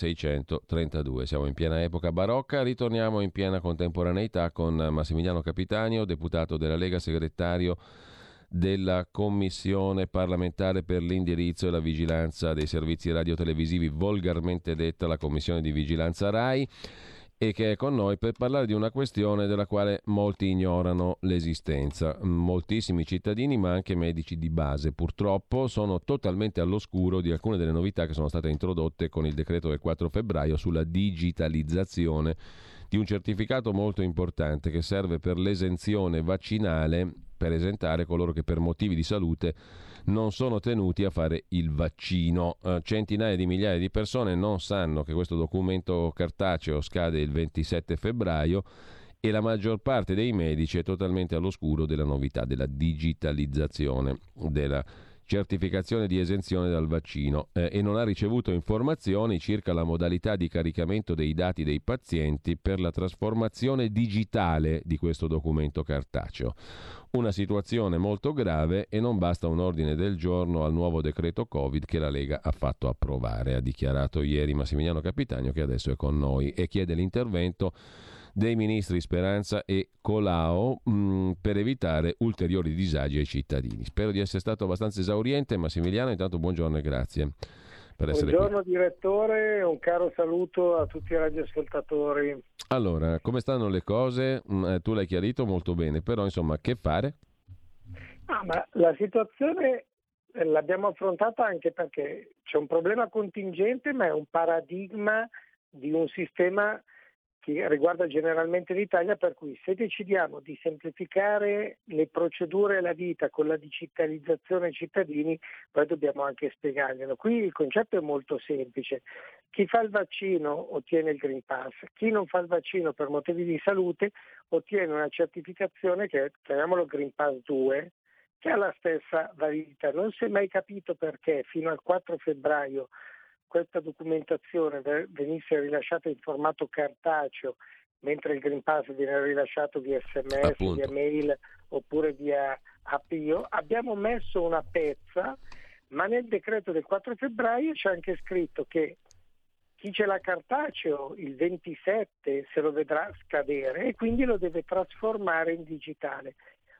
1632. Siamo in piena epoca barocca, ritorniamo in piena contemporaneità con Massimiliano Capitanio, deputato della Lega, segretario della Commissione parlamentare per l'indirizzo e la vigilanza dei servizi radiotelevisivi, volgarmente detta la Commissione di Vigilanza RAI, e che è con noi per parlare di una questione della quale molti ignorano l'esistenza. Moltissimi cittadini, ma anche medici di base, purtroppo, sono totalmente all'oscuro di alcune delle novità che sono state introdotte con il decreto del 4 febbraio sulla digitalizzazione di un certificato molto importante che serve per l'esenzione vaccinale, per esentare coloro che per motivi di salute non sono tenuti a fare il vaccino. Centinaia di migliaia di persone non sanno che questo documento cartaceo scade il 27 febbraio e la maggior parte dei medici è totalmente all'oscuro della novità della digitalizzazione della certificazione di esenzione dal vaccino e non ha ricevuto informazioni circa la modalità di caricamento dei dati dei pazienti per la trasformazione digitale di questo documento cartaceo. Una situazione molto grave e non basta un ordine del giorno al nuovo decreto Covid che la Lega ha fatto approvare, ha dichiarato ieri Massimiliano Capitanio, che adesso è con noi e chiede l'intervento dei ministri Speranza e Colao per evitare ulteriori disagi ai cittadini. Spero di essere stato abbastanza esauriente. Massimiliano, intanto buongiorno e grazie per essere Buongiorno qui. direttore, un caro saluto a tutti i radioascoltatori. Allora, come stanno le cose? Tu l'hai chiarito molto bene, però insomma, che fare? Ma la situazione l'abbiamo affrontata anche perché c'è un problema contingente, ma è un paradigma di un sistema che riguarda generalmente l'Italia, per cui se decidiamo di semplificare le procedure e la vita con la digitalizzazione ai cittadini, poi dobbiamo anche spiegarglielo. Qui il concetto è molto semplice. Chi fa il vaccino ottiene il Green Pass, chi non fa il vaccino per motivi di salute ottiene una certificazione che chiamiamolo Green Pass 2, che ha la stessa validità. Non si è mai capito perché fino al 4 febbraio questa documentazione venisse rilasciata in formato cartaceo, mentre il Green Pass viene rilasciato via SMS, appunto, via mail oppure via APIO. Abbiamo messo una pezza, ma nel decreto del 4 febbraio c'è anche scritto che chi ce l'ha cartaceo il 27 se lo vedrà scadere e quindi lo deve trasformare in digitale.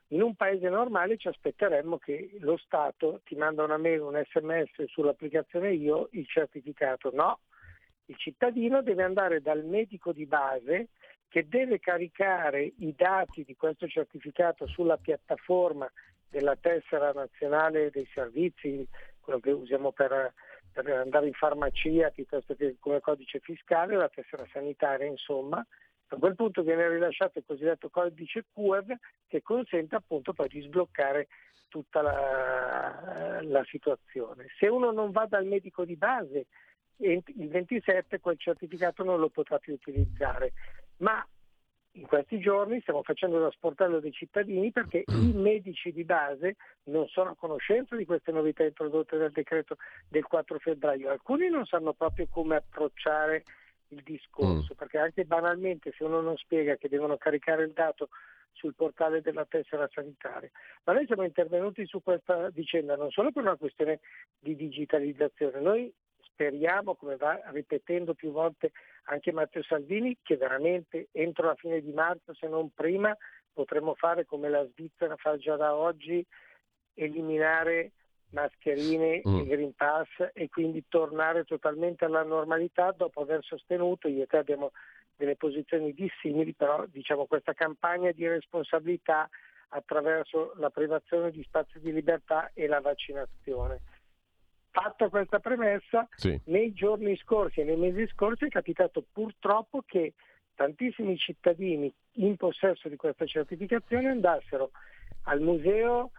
In un paese normale ci aspetteremmo che lo Stato ti manda una mail, un SMS sull'applicazione Io, il certificato. No, il cittadino deve andare dal medico di base che deve caricare i dati di questo certificato sulla piattaforma della tessera nazionale dei servizi, quello che usiamo per andare in farmacia piuttosto che come codice fiscale, la tessera sanitaria insomma. A quel punto viene rilasciato il cosiddetto codice QR che consente appunto poi di sbloccare tutta la situazione. Se uno non va dal medico di base, il 27 quel certificato non lo potrà più utilizzare. Ma in questi giorni stiamo facendo lo sportello dei cittadini perché i medici di base non sono a conoscenza di queste novità introdotte dal decreto del 4 febbraio. Alcuni non sanno proprio come approcciare il discorso, perché anche banalmente se uno non spiega che devono caricare il dato sul portale della tessera sanitaria. Ma noi siamo intervenuti su questa vicenda non solo per una questione di digitalizzazione. Noi speriamo, come va ripetendo più volte anche Matteo Salvini, che veramente entro la fine di marzo, se non prima, potremo fare come la Svizzera fa già da oggi, eliminare mascherine e Green Pass e quindi tornare totalmente alla normalità dopo aver sostenuto, io e te abbiamo delle posizioni dissimili, però diciamo questa campagna di responsabilità attraverso la privazione di spazi di libertà e la vaccinazione. Fatta questa premessa, sì, nei giorni scorsi e nei mesi scorsi è capitato purtroppo che tantissimi cittadini in possesso di questa certificazione andassero al museo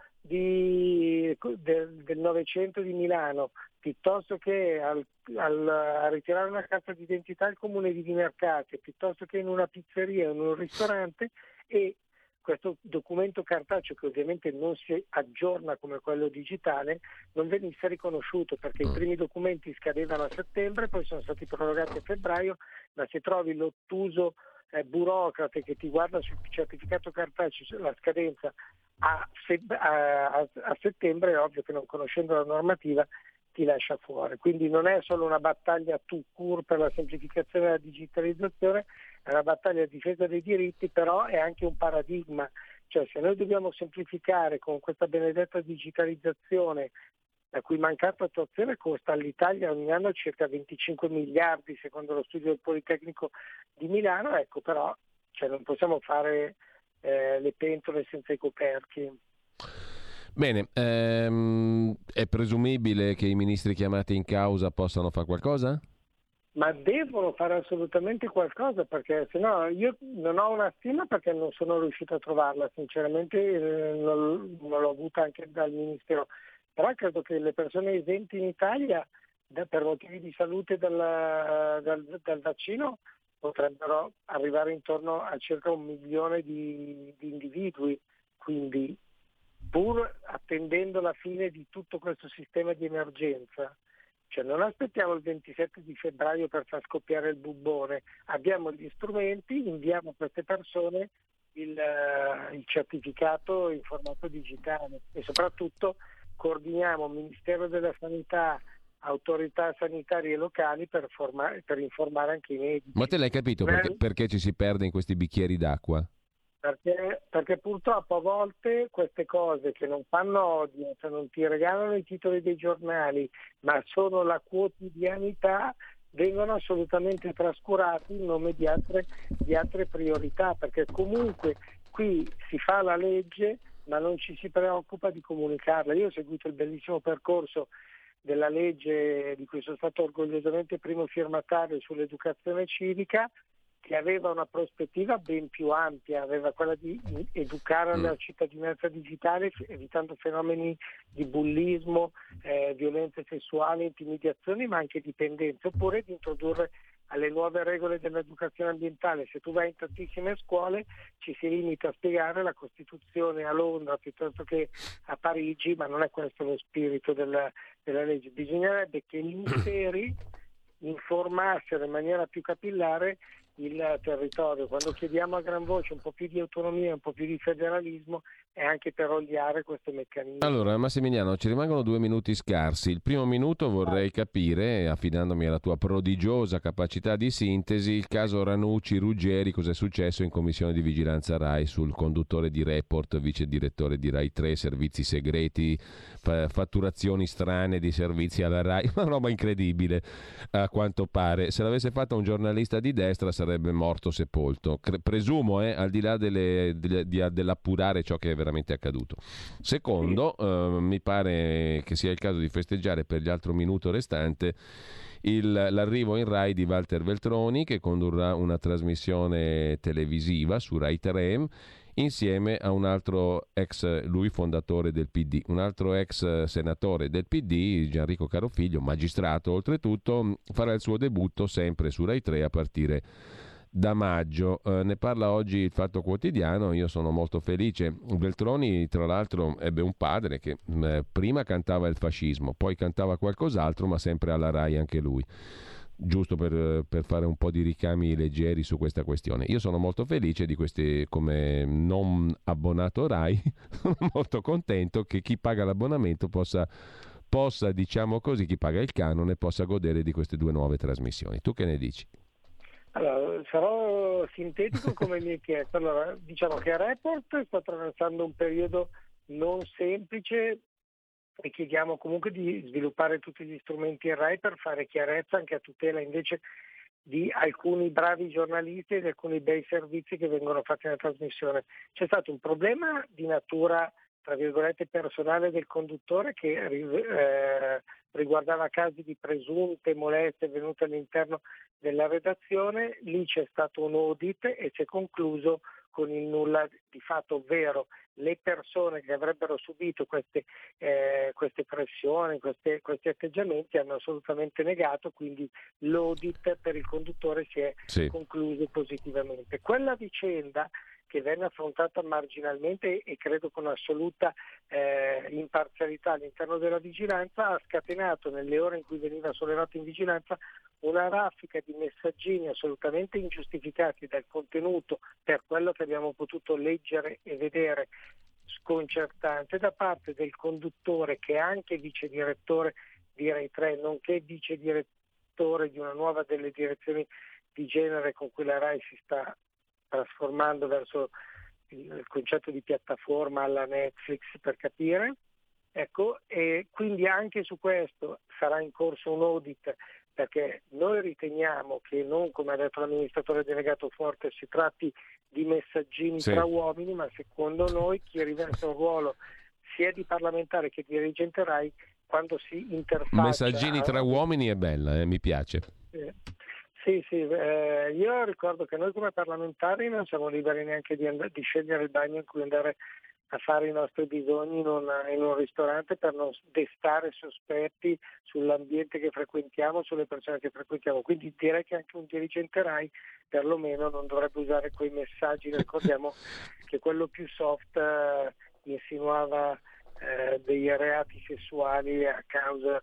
del Novecento di Milano, piuttosto che a ritirare una carta d'identità al comune di Vimercate, piuttosto che in una pizzeria o in un ristorante, e questo documento cartaceo, che ovviamente non si aggiorna come quello digitale, non venisse riconosciuto, perché i primi documenti scadevano a settembre, poi sono stati prorogati a febbraio, ma se trovi l'ottuso burocrate che ti guarda sul certificato cartaceo la scadenza a settembre, è ovvio che non conoscendo la normativa ti lascia fuori. Quindi non è solo una battaglia tout court per la semplificazione e la digitalizzazione, è una battaglia a difesa dei diritti, però è anche un paradigma. Cioè, se noi dobbiamo semplificare con questa benedetta digitalizzazione, la cui mancata attuazione costa all'Italia ogni anno circa 25 miliardi secondo lo studio del Politecnico di Milano, ecco, però non possiamo fare le pentole senza i coperchi. Bene, è presumibile che i ministri chiamati in causa possano fare qualcosa? Ma devono fare assolutamente qualcosa, perché se no io non ho una stima, perché non sono riuscito a trovarla, sinceramente non l'ho avuta anche dal Ministero, però credo che le persone esenti in Italia per motivi di salute dal vaccino potrebbero arrivare intorno a circa 1 milione di individui, quindi pur attendendo la fine di tutto questo sistema di emergenza, non aspettiamo il 27 di febbraio per far scoppiare il bubbone, abbiamo gli strumenti, inviamo a queste persone il certificato in formato digitale e soprattutto coordiniamo Ministero della Sanità, autorità sanitarie locali per informare anche i medici. Ma te l'hai capito perché ci si perde in questi bicchieri d'acqua? Perché purtroppo a volte queste cose che non fanno odio, non ti regalano i titoli dei giornali, ma sono la quotidianità, vengono assolutamente trascurati in nome di altre priorità, perché comunque qui si fa la legge ma non ci si preoccupa di comunicarla. Io ho seguito il bellissimo percorso della legge di cui sono stato orgogliosamente primo firmatario sull'educazione civica, che aveva una prospettiva ben più ampia, aveva quella di educare alla cittadinanza digitale, evitando fenomeni di bullismo, violenze sessuali, intimidazioni, ma anche dipendenze, oppure di introdurre alle nuove regole dell'educazione ambientale. Se tu vai in tantissime scuole ci si limita a spiegare la Costituzione a Londra piuttosto che a Parigi, ma non è questo lo spirito della legge. Bisognerebbe che i ministeri informassero in maniera più capillare il territorio. Quando chiediamo a gran voce un po' più di autonomia, un po' più di federalismo, è anche per oliare questo meccanismo. Allora, Massimiliano, ci rimangono 2 minuti scarsi. Il primo minuto vorrei capire, affidandomi alla tua prodigiosa capacità di sintesi, il caso Ranucci-Ruggeri, cos'è successo in commissione di vigilanza RAI sul conduttore di Report, vice direttore di RAI 3, servizi segreti, fatturazioni strane di servizi alla RAI, una roba incredibile a quanto pare. Se l'avesse fatta un giornalista di destra sarebbe morto sepolto, presumo, al di là dell'appurare ciò che è veramente accaduto. Secondo, mi pare che sia il caso di festeggiare per l'altro minuto restante l'arrivo in Rai di Walter Veltroni, che condurrà una trasmissione televisiva su Rai 3 insieme a un altro lui fondatore del PD, un altro ex senatore del PD, Gianrico Carofiglio, magistrato oltretutto, farà il suo debutto sempre su Rai 3 a partire da maggio. Ne parla oggi il Fatto Quotidiano. Io sono molto felice. Veltroni, tra l'altro, ebbe un padre che prima cantava il fascismo, poi cantava qualcos'altro, ma sempre alla Rai anche lui. Giusto per fare un po' di ricami leggeri su questa questione. Io sono molto felice di questi, come non abbonato Rai, sono molto contento che chi paga l'abbonamento possa, diciamo così, chi paga il canone possa godere di queste 2 nuove trasmissioni. Tu che ne dici? Allora, sarò sintetico come mi hai chiesto. Allora, diciamo che Report sta attraversando un periodo non semplice e chiediamo comunque di sviluppare tutti gli strumenti RAI per fare chiarezza anche a tutela invece di alcuni bravi giornalisti e di alcuni bei servizi che vengono fatti nella trasmissione. C'è stato un problema di natura, tra virgolette, personale del conduttore che riguardava casi di presunte molestie avvenute all'interno della redazione. Lì c'è stato un audit e si è concluso con il nulla di fatto, ovvero le persone che avrebbero subito queste pressioni, questi atteggiamenti hanno assolutamente negato, quindi l'audit per il conduttore si è concluso positivamente. Quella vicenda che venne affrontata marginalmente e credo con assoluta imparzialità all'interno della vigilanza, ha scatenato nelle ore in cui veniva sollevato in vigilanza una raffica di messaggini assolutamente ingiustificati dal contenuto, per quello che abbiamo potuto leggere e vedere, sconcertante da parte del conduttore, che è anche vice direttore di Rai 3, nonché vice direttore di una nuova delle direzioni di genere con cui la Rai si sta trasformando verso il concetto di piattaforma alla Netflix, per capire. Ecco, e quindi anche su questo sarà in corso un audit, perché noi riteniamo che non, come ha detto l'amministratore delegato Forte, si tratti di messaggini tra uomini, ma secondo noi chi riveste un ruolo sia di parlamentare che di dirigente RAI, quando si interfaccia... Messaggini tra uomini è bella, mi piace. Sì, io ricordo che noi come parlamentari non siamo liberi neanche di scegliere il bagno in cui andare a fare i nostri bisogni in un ristorante, per non destare sospetti sull'ambiente che frequentiamo, sulle persone che frequentiamo. Quindi direi che anche un dirigente RAI perlomeno non dovrebbe usare quei messaggi. Ricordiamo che quello più soft insinuava dei reati sessuali a causa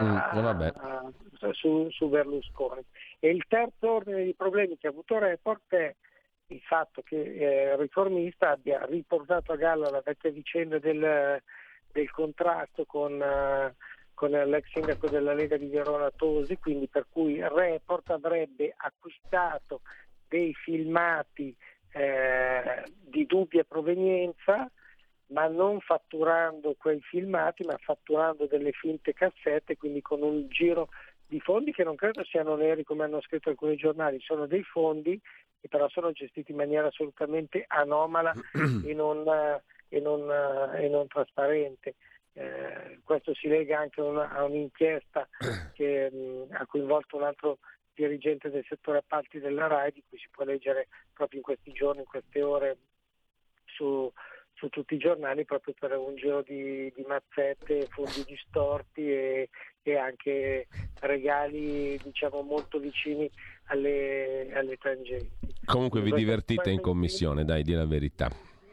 su Berlusconi. E il terzo ordine di problemi che ha avuto Report è il fatto che il Riformista abbia riportato a galla la vecchia vicenda del contratto con l'ex sindaco della Lega di Verona Tosi, quindi per cui Report avrebbe acquistato dei filmati di dubbia provenienza, ma non fatturando quei filmati, ma fatturando delle finte cassette, quindi con un giro di fondi che non credo siano neri come hanno scritto alcuni giornali, sono dei fondi che però sono gestiti in maniera assolutamente anomala e non trasparente. Questo si lega anche a un'inchiesta che ha coinvolto un altro dirigente del settore appalti della RAI, di cui si può leggere proprio in questi giorni, in queste ore su tutti i giornali, proprio per un giro di mazzette, fondi distorti e anche regali, diciamo, molto vicini alle tangenti. Comunque vi divertite in commissione, dai, di la verità.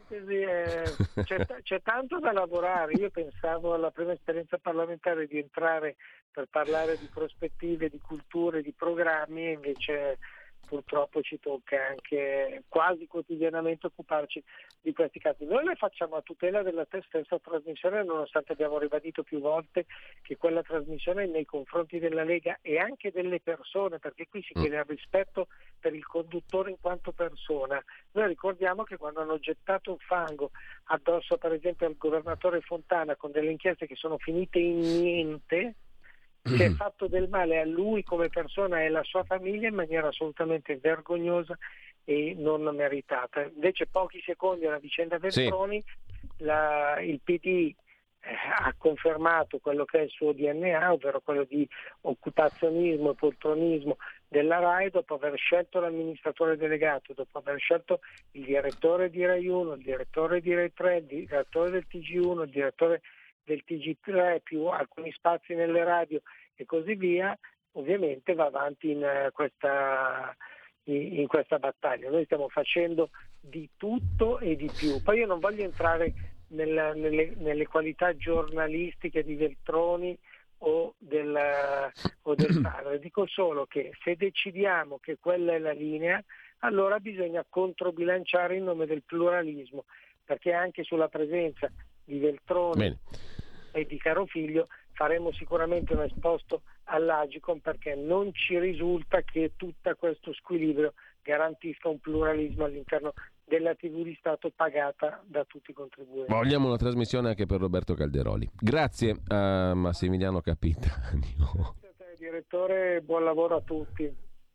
C'è tanto da lavorare. Io pensavo alla prima esperienza parlamentare di entrare per parlare di prospettive, di culture, di programmi, e invece purtroppo ci tocca anche quasi quotidianamente occuparci di questi casi. Noi le facciamo a tutela della stessa trasmissione, nonostante abbiamo ribadito più volte che quella trasmissione nei confronti della Lega e anche delle persone, perché qui si chiede il rispetto per il conduttore in quanto persona. Noi ricordiamo che quando hanno gettato un fango addosso per esempio al governatore Fontana con delle inchieste che sono finite in niente, si è fatto del male a lui come persona e alla sua famiglia in maniera assolutamente vergognosa e non meritata. Invece pochi secondi alla vicenda Veltroni, il PD ha confermato quello che è il suo DNA, ovvero quello di occupazionismo e poltronismo della RAI, dopo aver scelto l'amministratore delegato, dopo aver scelto il direttore di Rai 1, il direttore di Rai 3, il direttore del TG1, il direttore del TG3 più alcuni spazi nelle radio e così via. Ovviamente va avanti in questa battaglia. Noi stiamo facendo di tutto e di più. Poi io non voglio entrare nelle qualità giornalistiche di Veltroni o del padre. Dico solo che se decidiamo che quella è la linea, allora bisogna controbilanciare in nome del pluralismo, perché anche sulla presenza di Veltroni e di Carofiglio faremo sicuramente un esposto all'Agicom, perché non ci risulta che tutto questo squilibrio garantisca un pluralismo all'interno della TV di Stato pagata da tutti i contribuenti. Vogliamo una trasmissione anche per Roberto Calderoli. Grazie a Massimiliano Capitanio. Grazie a te, direttore, buon lavoro a tutti.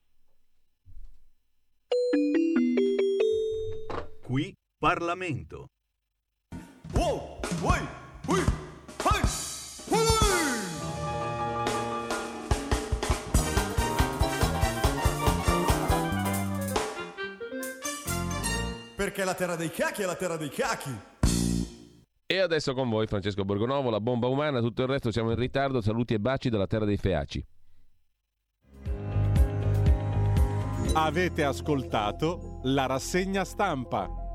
Qui Parlamento. Wow, uy, uy, hey, perché la terra dei cacchi è la terra dei cacchi. E adesso con voi Francesco Borgonovo, la bomba umana, tutto il resto siamo in ritardo, saluti e baci dalla terra dei feaci. Avete ascoltato la rassegna stampa.